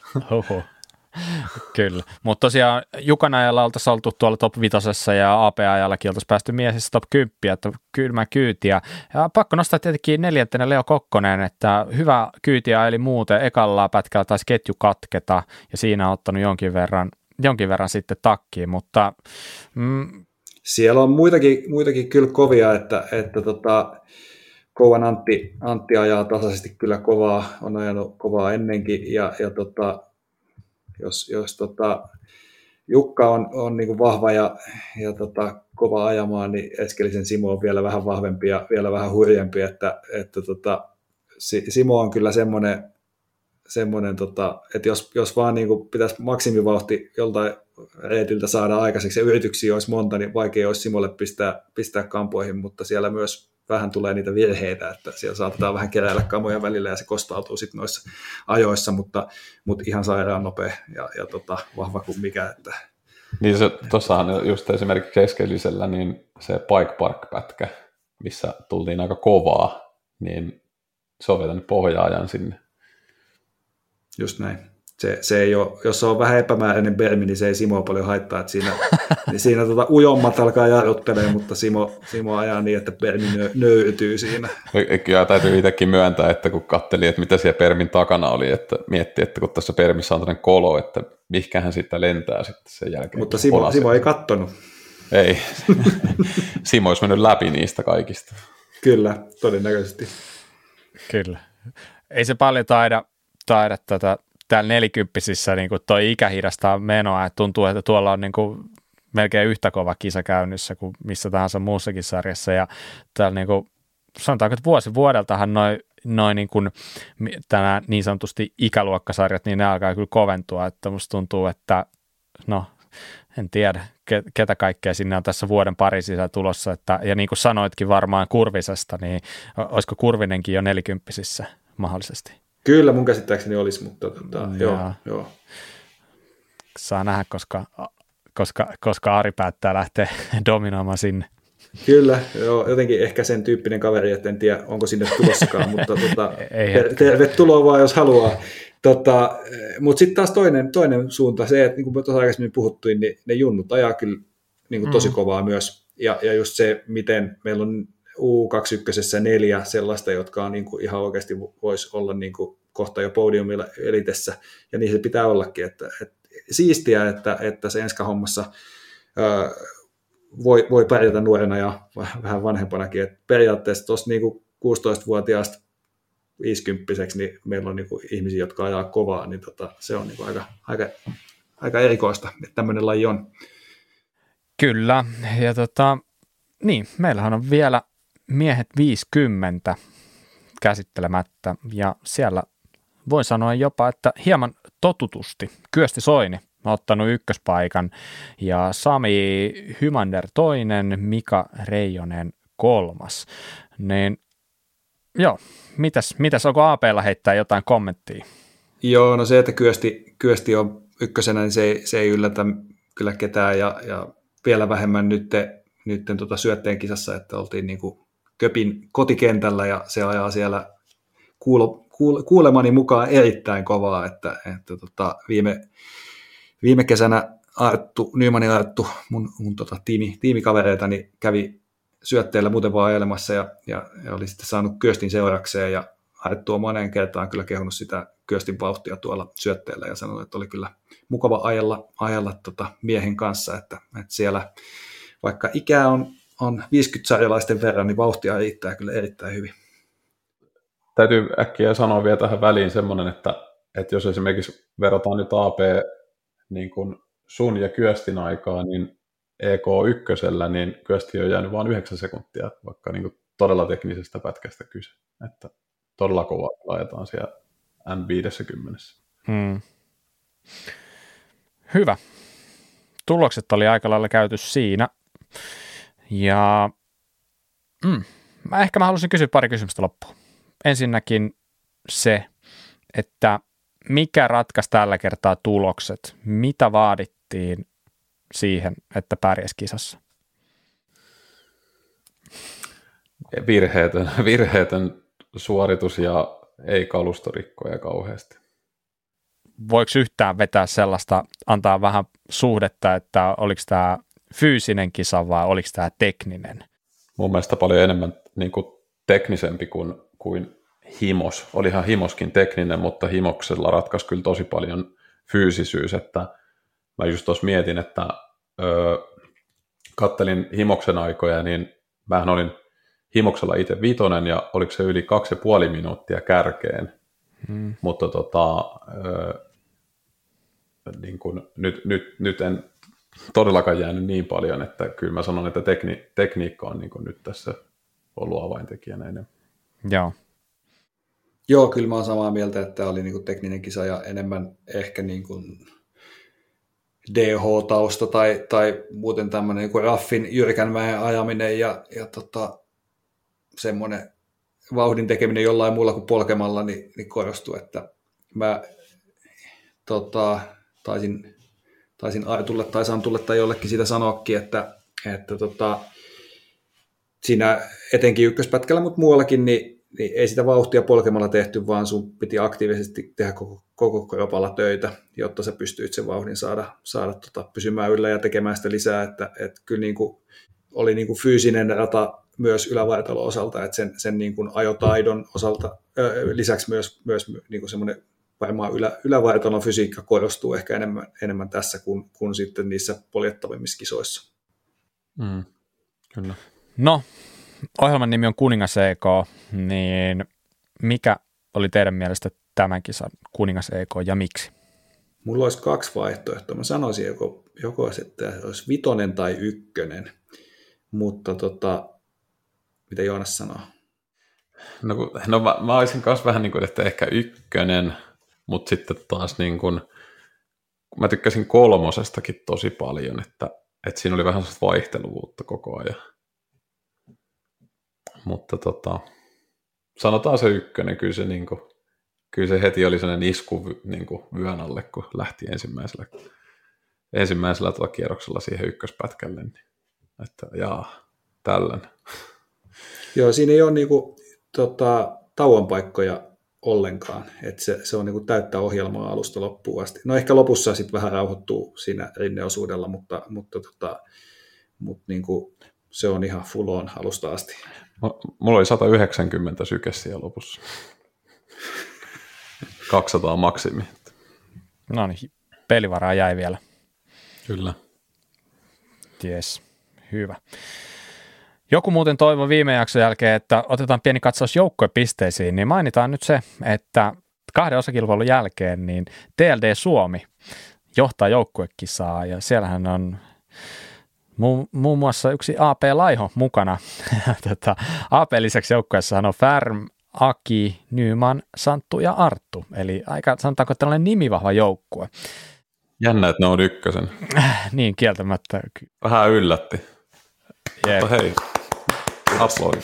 Oho. Kyllä, mutta tosiaan Jukan ajalla oltaisiin oltu tuolla top vitosessa ja A P-ajallakin oltaisiin päästy miesissä top kymmenen, että kylmä kyytiä. Ja pakko nostaa tietenkin neljäntenä Leo Kokkonen, että hyvä kyytiä eli muuten ekalla pätkällä taisi ketju katketa ja siinä on ottanut jonkin verran, jonkin verran sitten takkiin, mutta mm, siellä on muitakin, muitakin kyllä kovia, että, että tota, Kouvan Antti, Antti ajaa tasaisesti kyllä kovaa, on ajanut kovaa ennenkin ja, ja tota, Jos, jos tota, Jukka on, on niin kuin vahva ja, ja tota, kova ajamaan, niin Eskelisen Simo on vielä vähän vahvempi ja vielä vähän hurjempi, että, että tota, Simo on kyllä semmoinen, semmoinen tota, että jos, jos vaan niin kuin pitäisi maksimivauhti joltain reitiltä saada aikaiseksi ja yrityksiä olisi monta, niin vaikea olisi Simolle pistää, pistää kampoihin, mutta siellä myös vähän tulee niitä virheitä, että siellä saatetaan vähän keräillä kamoja välillä ja se kostautuu sitten noissa ajoissa, mutta, mutta ihan sairaan nopea ja, ja tota, vahva kuin mikä. Että... Niin se tuossahan just esimerkiksi keskeisellä niin se Bike Park-pätkä, missä tultiin aika kovaa, niin se on vetänyt pohjaajan sinne. Just näin. Se, se ei ole, jos se on vähän epämääräinen bermi, niin se ei Simoa paljon haittaa, että siinä, niin siinä tota ujommat alkaa jarruttelemaan, mutta Simo, Simo ajaa niin, että bermi nö, nöytyy siinä. Kyllä täytyy itsekin myöntää, että kun katseli, että mitä siellä permin takana oli, että mietti, että kun tässä permissä on tämmöinen kolo, että mihkähän sitä lentää sitten sen jälkeen. Mutta Simo, Simo ei kattonut. Ei. Simo olisi mennyt läpi niistä kaikista. Kyllä, todennäköisesti. Kyllä. Ei se paljon taida, taida tätä täällä nelikymppisissä niin kuin toi ikä hidastaa menoa, että tuntuu, että tuolla on niin kuin melkein yhtä kova kisa käynnissä kuin missä tahansa muussakin sarjassa, ja täällä niin kuin, sanotaanko, että vuosi vuodeltahan noin noi niin kuin, tänä niin sanotusti ikäluokkasarjat, niin ne alkaa kyllä koventua, että musta tuntuu, että no, en tiedä, ketä kaikkea sinne on tässä vuoden pari sisällä tulossa, että, ja niin kuin sanoitkin varmaan Kurvisesta, niin olisiko Kurvinenkin jo nelikymppisissä mahdollisesti? Kyllä, mun käsittääkseni olisi, mutta tota, joo, joo. Saa nähdä, koska, koska, koska Ari päättää lähteä dominoimaan sinne. Kyllä, joo, jotenkin ehkä sen tyyppinen kaveri, että en tiedä, onko sinne tulossakaan, mutta tota, ter- tervetuloa vaan, jos haluaa. Tota, mutta sitten taas toinen, toinen suunta, se, että niin kuin tuossa aikaisemmin puhuttiin, niin ne junnut ajaa kyllä niin kuin tosi kovaa myös. Ja, ja just se, miten meillä on U kaksikymmentä neljä sellaista, jotka on niin kuin ihan oikeasti voisi olla niin kuin kohta jo podiumilla elitessä, ja niin se pitää ollakin. Että, että siistiä, että, että se Enska-hommassa ää, voi, voi pärjätä nuorena ja vähän vanhempanakin. Et periaatteessa tuossa niin kuin kuusitoistavuotiaasta viisikymppiseksi niin meillä on niin kuin ihmisiä, jotka ajaa kovaa, niin tota, se on niin kuin aika, aika, aika erikoista, että tämmöinen laji on. Kyllä, ja tota, niin, meillähän on vielä miehet viisikymmentä käsittelemättä, ja siellä voin sanoa jopa, että hieman totutusti Kyösti Soini on ottanut ykköspaikan, ja Sami Hymander toinen, Mika Reijonen kolmas. Niin joo, mitäs, mitäs onko A P:llä heittää jotain kommenttia? Joo, no se, että Kyösti, Kyösti on ykkösenä, niin se ei, se ei yllätä kyllä ketään, ja, ja vielä vähemmän nyt, nyt tota syötteen kisassa, että oltiin niin kuin Köpin kotikentällä, ja se ajaa siellä kuulo, kuule, kuulemani mukaan erittäin kovaa, että, että tota, viime, viime kesänä Arttu, Nymanin Arttu, mun, mun tota, tiimi, tiimikavereitani kävi syötteellä muuten vaan ajelemassa, ja, ja, ja oli sitten saanut Kyöstin seurakseen, ja Arttu on moneen kertaan kyllä kehunut sitä Kyöstin vauhtia tuolla syötteellä, ja sanonut, että oli kyllä mukava ajella, ajella tota miehen kanssa, että, että siellä vaikka ikää on, on viisikymmentä-sarjalaisten verran, niin vauhtia riittää kyllä erittäin hyvin. Täytyy äkkiä sanoa vielä tähän väliin semmoinen, että, että jos esimerkiksi verrataan nyt A P niin kuin sun ja Kyöstin aikaa, niin E K yksi, niin Kyösti on jäänyt vain yhdeksän sekuntia, vaikka niin kuin todella teknisestä pätkästä kyse. Että todella kovaa ajetaan siellä N viisikymmentä. Hmm. Hyvä. Tulokset oli aika lailla käyty siinä. Ja mm, mä ehkä mä haluaisin kysyä pari kysymystä loppuun. Ensinnäkin se, että mikä ratkaisi tällä kertaa tulokset? Mitä vaadittiin siihen, että pärjäsi kisassa? Virheetön, virheetön suoritus ja ei kalustorikkoja kauheasti. voiko yhtään vetää sellaista, antaa vähän suhdetta, että oliko tämä fyysinen kisa vai oliko tämä tekninen? Mun mielestä paljon enemmän niin kuin teknisempi kuin, kuin himos. Olihan himoskin tekninen, mutta himoksella ratkaisi kyllä tosi paljon fyysisyys, että mä just tuossa mietin, että öö, kattelin himoksen aikoja, niin mähän olin himoksella itse vitonen ja oliko se yli kaksi ja puoli minuuttia kärkeen, hmm. mutta tota, öö, niin kun, nyt, nyt, nyt en todellakaan jäänyt niin paljon, että kyllä mä sanon, että tekni, tekniikka on niin kun nyt tässä ollut avaintekijänä enemmän. Joo. Joo, kyllä mä oon samaa mieltä, että tämä oli niin kuin tekninen kisa ja enemmän ehkä niin kuin D H-tausta tai, tai muuten tämmöinen niin kuin raffin jyrkänmäen ajaminen ja, ja tota, semmoinen vauhdin tekeminen jollain muulla kuin polkemalla niin, niin korostuu, että mä tota, taisin, taisin Artulle tai Santulle tai jollekin sitä sanoakin, että, että tota, siinä etenkin ykköspätkällä, mutta muuallakin, niin, niin ei sitä vauhtia polkemalla tehty, vaan sun piti aktiivisesti tehdä koko, koko kropalla töitä, jotta sä pystyit sen vauhdin saada, saada tota, pysymään yllä ja tekemään sitä lisää, että et kyllä niin kuin, oli niin kuin fyysinen rata myös ylävartalon osalta, että sen, sen niin kuin ajotaidon osalta ö, lisäksi myös, myös niin kuin semmoinen varmaan ylä, ylävartalon fysiikka korostuu ehkä enemmän, enemmän tässä kuin, kuin sitten niissä poljettavimmissa kisoissa. Mm, kyllä. No, ohjelman nimi on Kuningas E K, niin mikä oli teidän mielestä tämän kisan Kuningas E K ja miksi? Mulla olisi kaksi vaihtoehtoa. Mä sanoisin joko, joko että olisi vitonen tai ykkönen, mutta tota, mitä Joonas sanoo? No, no mä, mä olisin myös vähän niin kuin, että ehkä ykkönen, mutta sitten taas niin kuin, mä tykkäsin kolmosestakin tosi paljon, että, että siinä oli vähän sellaista vaihteluvuutta koko ajan. Mutta tota, sanotaan se ykkönen, kyllä se, niin kuin, kyllä se heti oli sellainen isku niin kuin vyön alle, kun lähti ensimmäisellä, ensimmäisellä tuolla kierroksella siihen ykköspätkälle. Niin, että jaa, tällainen. Joo, siinä ei ole niinku, tota, tauon paikkoja ollenkaan, että se, se on niinku täyttä ohjelmaa alusta loppuun asti. No ehkä lopussa sitten vähän rauhoittuu siinä rinneosuudella, mutta, mutta, tota, mutta niinku, se on ihan full on alusta asti. Mulla oli sata yhdeksänkymmentä syke siellä lopussa. kaksisataa maksimi. No niin, pelivaraa jäi vielä. Kyllä. Jes, hyvä. Joku muuten toivoi viime jakson jälkeen, että otetaan pieni katsaus joukkuepisteisiin, niin mainitaan nyt se, että kahden osakilpailun jälkeen niin T L D Suomi johtaa joukkuekisaa ja siellähän on Mu- muun muassa yksi A P Laiho mukana. Tätä A P lisäksi joukkueessahan on Färm, Aki, Nyman, Santtu ja Arttu. Eli aika, sanotaanko, tällainen nimivahva joukkue. Jännä, että ne on ykkösen. Niin, kieltämättä. Vähän yllätti. Jep. Mutta hei, aplodit.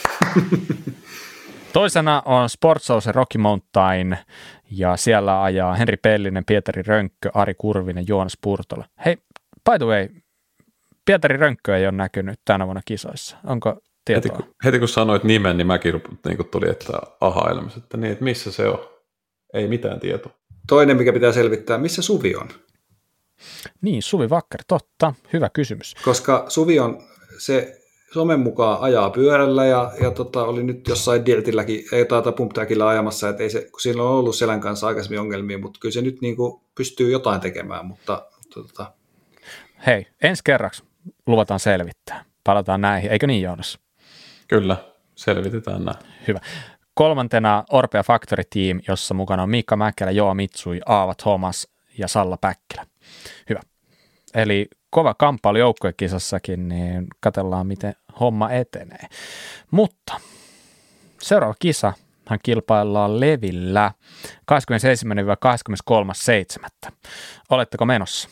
Toisena on Sportsource Rocky Mountain, ja siellä ajaa Henri Pellinen, Pietari Rönkkö, Ari Kurvinen, Joonas Purtola. Hei, by the way, Pietari Rönkkö ei ole näkynyt tänä vuonna kisoissa. Onko tietoa? Heti kun, heti kun sanoit nimen, niin mäkin niin tuli, että aha-elämys, että niin, että missä se on? Ei mitään tietoa. Toinen, mikä pitää selvittää, missä Suvi on? Niin, Suvi Vakkari, totta. Hyvä kysymys. Koska Suvi on, se somen mukaan ajaa pyörällä ja, ja tota, oli nyt jossain dirtilläkin, ei taata pumptrackilla ajamassa, että ei se, kun sillä on ollut selän kanssa aikaisemmin ongelmia, mutta kyllä se nyt niin kuin pystyy jotain tekemään, mutta, mutta tota. Hei, ensi kerraksi luvataan selvittää. Palataan näihin, eikö niin, Joonas? Kyllä, selvitetään näin. Hyvä. Kolmantena Orpea Factory Team, jossa mukana on Miikka Mäkelä, Joa Mitsui, Aava Thomas ja Salla Päkkilä. Hyvä. Eli kova kamppailu joukkuekisassakin, niin katsellaan, miten homma etenee. Mutta seuraava kisa hän kilpaillaan Levillä kahdeskymmenesensimmäinen kahdeskymmeneskolmas seitsemättä Oletteko menossa?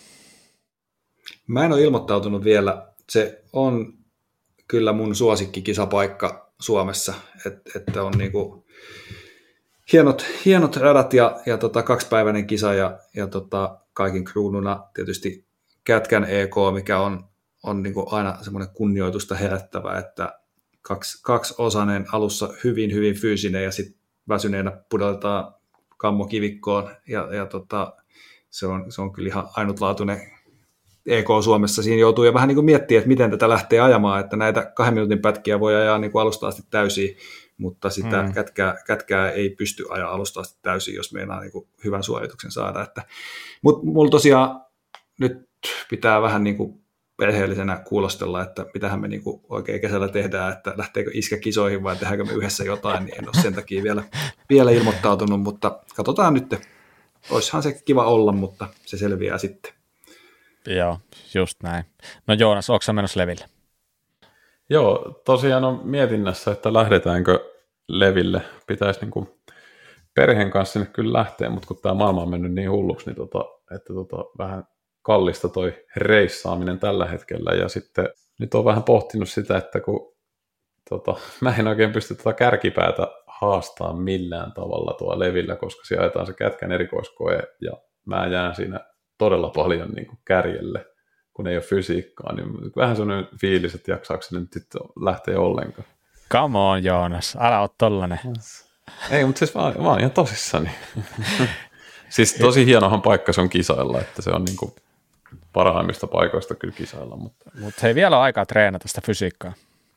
Mä en ole ilmoittautunut vielä. Se on kyllä mun suosikkikisapaikka Suomessa, että, että on niinku hienot, hienot radat ja, ja tota kaksipäiväinen kisa ja, ja tota kaikin kruununa tietysti Kätkän E K, mikä on, on niinku aina semmoinen kunnioitusta herättävä, että kaksi, kaksiosainen alussa hyvin, hyvin fyysinen ja sitten väsyneenä pudotetaan kammokivikkoon, ja, ja tota, se, on, se on kyllä ihan ainutlaatuinen E K Suomessa. Siinä joutuu jo vähän niin kuin miettimään, että miten tätä lähtee ajamaan, että näitä kahden minuutin pätkiä voi ajaa niin kuin alusta asti täysiin, mutta sitä mm. kätkää, kätkää ei pysty ajaa alusta asti täysin, jos meinaa niin kuin hyvän suorituksen saada. Mutta mulla tosiaan nyt pitää vähän niin kuin perheellisenä kuulostella, että mitähän me niin kuin oikein kesällä tehdään, että lähteekö iskä kisoihin vai tehdäänkö me yhdessä jotain, niin en ole sen takia vielä, vielä ilmoittautunut, mutta katsotaan nyt. Oishan se kiva olla, mutta se selviää sitten. Joo, just näin. No Joonas, ootko sä menossa leville? Joo, tosiaan on mietinnässä, että lähdetäänkö leville. Pitäisi niin kuin perheen kanssa sinne kyllä lähteä, mutta kun tämä maailma on mennyt niin hulluksi, niin tota, että tota, vähän kallista toi reissaaminen tällä hetkellä. Ja sitten nyt on vähän pohtinut sitä, että kun tota, mä en oikein pysty tota kärkipäätä haastaa millään tavalla tuolla levillä, koska siellä ajetaan se Kätkän erikoiskoe ja mä jään siinä todella paljon niin kuin kärjelle, kun ei ole fysiikkaa, niin vähän sellainen fiilis, että jaksaako se nyt lähteä ollenkaan. Come on, Joonas, älä ole tollanen. Ei, mutta siis mä, mä oon ihan tosissani. Siis tosi hienohan paikka se on kisailla, että se on niin kuin parhaimmista paikoista kyllä kisailla. Mutta Mut hei, vielä on aikaa treenata sitä fysiikkaa.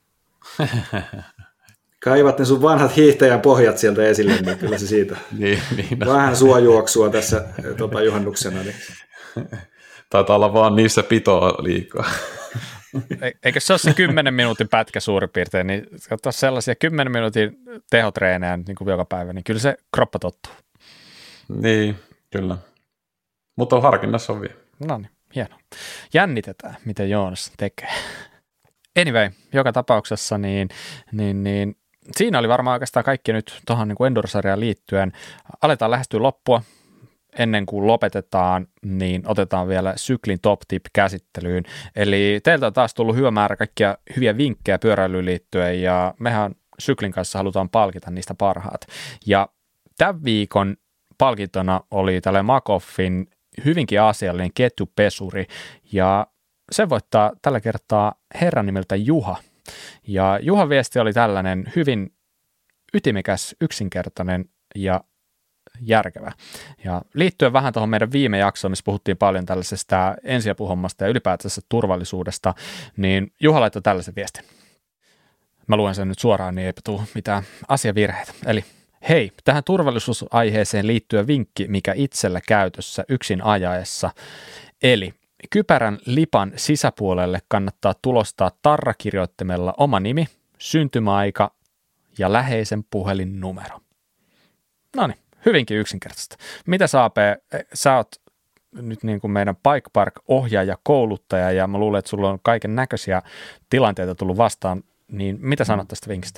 Kaivat ne sun vanhat hiihtäjän pohjat sieltä esille, niin kyllä se siitä. niin, niin, vähän suojuoksua tässä tota, juhannuksena. Niin. Taitaa olla vaan niissä pitoa liikaa. Eikö se ole se kymmenen minuutin pätkä suurin piirtein, niin katsotaan sellaisia kymmenen minuutin tehotreenejä niin kuin joka päivä, niin kyllä se kroppa tottuu. Niin, kyllä. Mutta on harkinnassa on vielä. No niin, hienoa. Jännitetään, miten Joonas tekee. Anyway, joka tapauksessa niin, niin, niin siinä oli varmaan oikeastaan kaikki nyt tuohon niin kuin Enduro-sarjaan liittyen. Aletaan lähestyä loppua. Ennen kuin lopetetaan, niin otetaan vielä syklin top tip käsittelyyn. Eli teiltä on taas tullut hyvä määrä kaikkia hyviä vinkkejä pyöräilyyn liittyen, ja mehän syklin kanssa halutaan palkita niistä parhaat. Ja tämän viikon palkintona oli tällainen Makoffin hyvinkin asiallinen ketjupesuri, ja se voittaa tällä kertaa herran nimeltä Juha. Ja Juhan viesti oli tällainen hyvin ytimekäs, yksinkertainen ja järkevä. Ja liittyen vähän tuohon meidän viime jaksoon, missä puhuttiin paljon tällaisesta ensiapuhommasta ja ylipäätänsä turvallisuudesta, niin Juha laittoi tällaisen viestin. Mä luen sen nyt suoraan, niin eipä tule mitään asiavirheitä. Eli hei, tähän turvallisuusaiheeseen liittyen vinkki, mikä itsellä käytössä yksin ajaessa. Eli kypärän lipan sisäpuolelle kannattaa tulostaa tarrakirjoittimella oma nimi, syntymäaika ja läheisen puhelinnumero. No niin. Hyvinkin yksinkertaista. Mitä sä, A P, sä oot nyt niin kuin meidän Bike Park-ohjaaja, kouluttaja, ja mä luulen, että sulla on kaiken näköisiä tilanteita tullut vastaan, niin mitä sanot tästä vinkistä?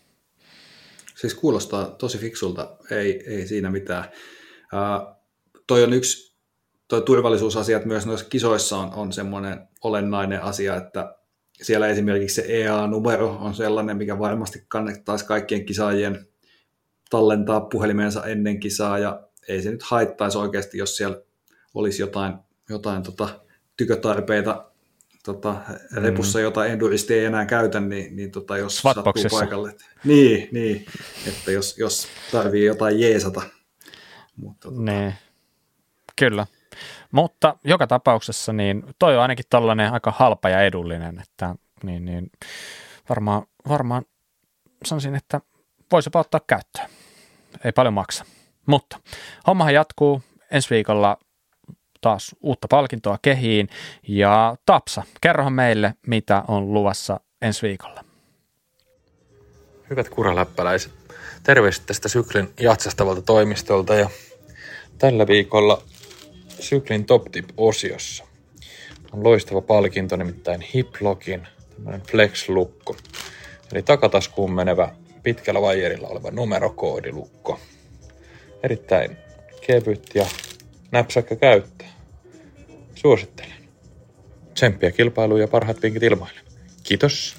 Siis kuulostaa tosi fiksulta, ei, ei siinä mitään. Uh, toi on yksi, toi turvallisuusasiat myös noissa kisoissa on, on semmoinen olennainen asia, että siellä esimerkiksi se E A-numero on sellainen, mikä varmasti kannattaisi kaikkien kisaajien tallentaa puhelimeensa ennen kisaa, ja ei se nyt haittaisi oikeasti, jos siellä olisi jotain, jotain tota, tykötarpeita tota, repussa, mm. jota enduristi ei enää käytä, niin, niin tota, jos sattuu paikalle. Niin, niin, että jos, jos tarvii jotain jeesata. Mutta, tota. Nee. Kyllä, mutta joka tapauksessa niin toi on ainakin tällainen aika halpa ja edullinen, että niin, niin, varmaan, varmaan sanoisin, että voisipa ottaa käyttöön. Ei paljon maksa. Mutta hommahan jatkuu ensi viikolla taas uutta palkintoa kehiin. Ja Tapsa, kerrohan meille, mitä on luvassa ensi viikolla. Hyvät kuraläppäläiset, terveiset tästä Syklin jatsastavalta toimistolta. Ja tällä viikolla Syklin Top Tip-osiossa on loistava palkinto, nimittäin Hiplockin tämmöinen Flex-lukko. Eli takataskuun menevä pitkällä vaijerilla oleva numerokoodilukko. Erittäin kevyt ja näpsäkkä käyttää. Suosittelen. Tsemppiä kilpailuun ja parhaat vinkit ilmoille. Kiitos.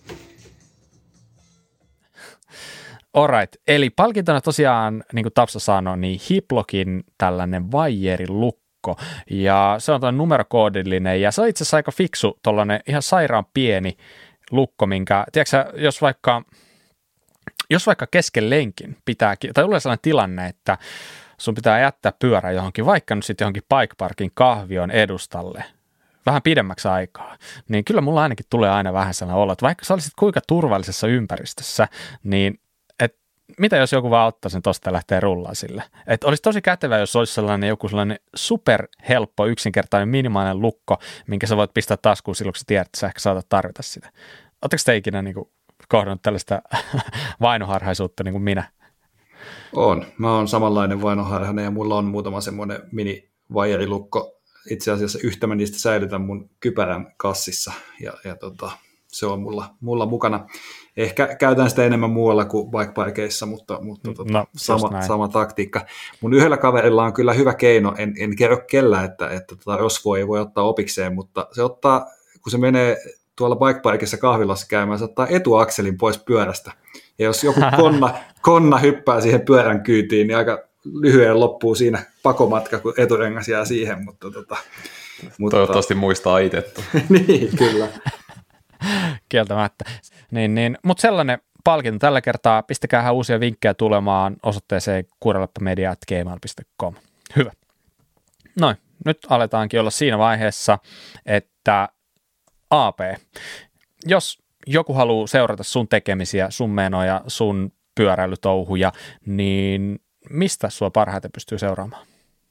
Alright, eli palkintona tosiaan, niin kuin Tapsa sanoi, niin Hiplockin tällainen vaijerilukko. Ja se on tällainen numerokoodillinen, ja se on itse asiassa aika fiksu, tollainen ihan sairaan pieni lukko, minkä, tiedätkö jos vaikka, jos vaikka kesken lenkin pitää, tai tulee sellainen tilanne, että sun pitää jättää pyörä johonkin, vaikka nyt sitten johonkin bike parkin kahvion edustalle, vähän pidemmäksi aikaa, niin kyllä mulla ainakin tulee aina vähän sellainen olo, että vaikka sä olisit kuinka turvallisessa ympäristössä, niin et, mitä jos joku vaan ottaa sen tosta ja lähtee rullaan sille? Että olisi tosi kätevä, jos olisi sellainen joku sellainen superhelppo, yksinkertainen, minimaalinen lukko, minkä sä voit pistää taskuun silloin, kun sä tiedät, että sä ehkä saatat tarvita sitä. Oletteko te ikinä niin kuin kohdannut tällaista vainoharhaisuutta niin kuin minä? On. Mä oon samanlainen vainoharhainen ja mulla on muutama semmoinen mini-vaijerilukko. Itse asiassa yhtä mä niistä säilytän mun kypärän kassissa ja, ja tota, se on mulla, mulla mukana. Ehkä käytän sitä enemmän muualla kuin bikeparkeissa, mutta, mutta tota, no, sama, sama taktiikka. Mun yhdellä kaverilla on kyllä hyvä keino, en, en kerro kellä, että, että tota rosvoa ei voi ottaa opikseen, mutta se ottaa, kun se menee tuolla bikeparkissa kahvilassa käymään, se ottaa etuakselin pois pyörästä. Ja jos joku konna, konna hyppää siihen pyörän kyytiin, niin aika lyhyen loppuu siinä pakomatka, kun eturengas jää siihen. Mutta, tota, mutta toivottavasti muistaa itse. Niin, kyllä. Kieltämättä. Niin, niin. Mutta sellainen palkinto tällä kertaa. Pistäkäähän uusia vinkkejä tulemaan osoitteeseen kuuraleppämedia at gmail piste com. Hyvä. Noin, nyt aletaankin olla siinä vaiheessa, että A P, jos joku haluaa seurata sun tekemisiä, sun menoja, sun pyöräilytouhuja, niin mistä sua parhaiten pystyy seuraamaan?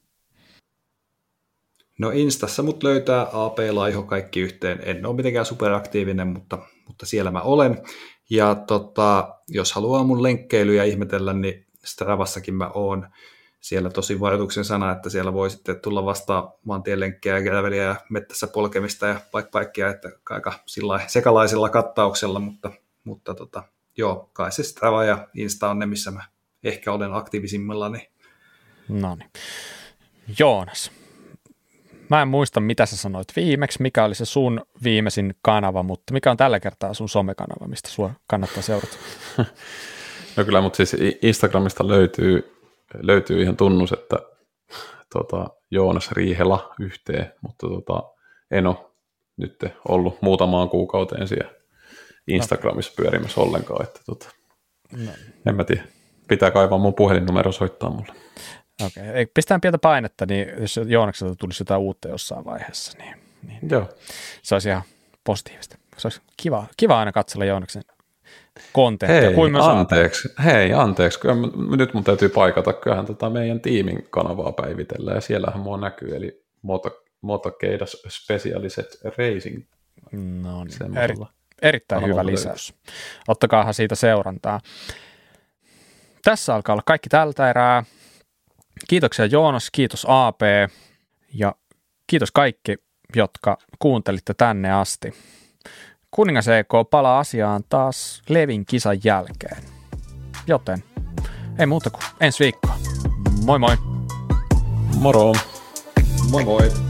No Instassa mut löytää A P Laiho kaikki yhteen. En ole mitenkään superaktiivinen, mutta, mutta siellä mä olen. Ja tota, jos haluaa mun lenkkeilyjä ihmetellä, niin Stravassakin mä oon. Siellä tosi varoituksen sana, että siellä voi sitten tulla vastaan maantielenkkejä ja graveliä ja mettässä polkemista ja bikeparkkia, että aika sekalaisella kattauksella, mutta, mutta tota, joo, kai se Strava ja Insta on ne, missä mä ehkä olen aktiivisimmillani. No niin. Joonas, mä en muista, mitä sä sanoit viimeksi, mikä oli se sun viimeisin kanava, mutta mikä on tällä kertaa sun somekanava, mistä sua kannattaa seurata? No kyllä, mutta siis Instagramista löytyy Löytyy ihan tunnus, että tota, Joonas Riihela yhteen, mutta tota, en ole nyt ollut muutamaan kuukauteen siellä Instagramissa pyörimässä ollenkaan. Että, tota, no. En mä tiedä. Pitää kaivaa mun puhelinnumero soittaa mulle. Okei, okay. Pistään pientä painetta, niin jos Joonakselta tulisi jotain uutta jossain vaiheessa, niin, niin Joo. Se olisi ihan positiivista. Se olisi kiva, kiva aina katsella Joonaksen kontenttia. Hei, kuin anteeksi. Hei, anteeksi. Kyllä nyt mun täytyy paikata. Kyllähän tota meidän tiimin kanavaa päivitellään ja siellähän mua näkyy, eli Moto, Motokeidas Specialized Racing. No niin, eri, erittäin hyvä lisäys. Ottakaahan siitä seurantaa. Tässä alkaa olla kaikki tältä erää. Kiitoksia Joonas, kiitos A P ja kiitos kaikki, jotka kuuntelitte tänne asti. Kuningas E K palaa asiaan taas Levin kisan jälkeen. Joten ei muuta kuin ensi viikkoa. Moi moi! Moro! Moi moi!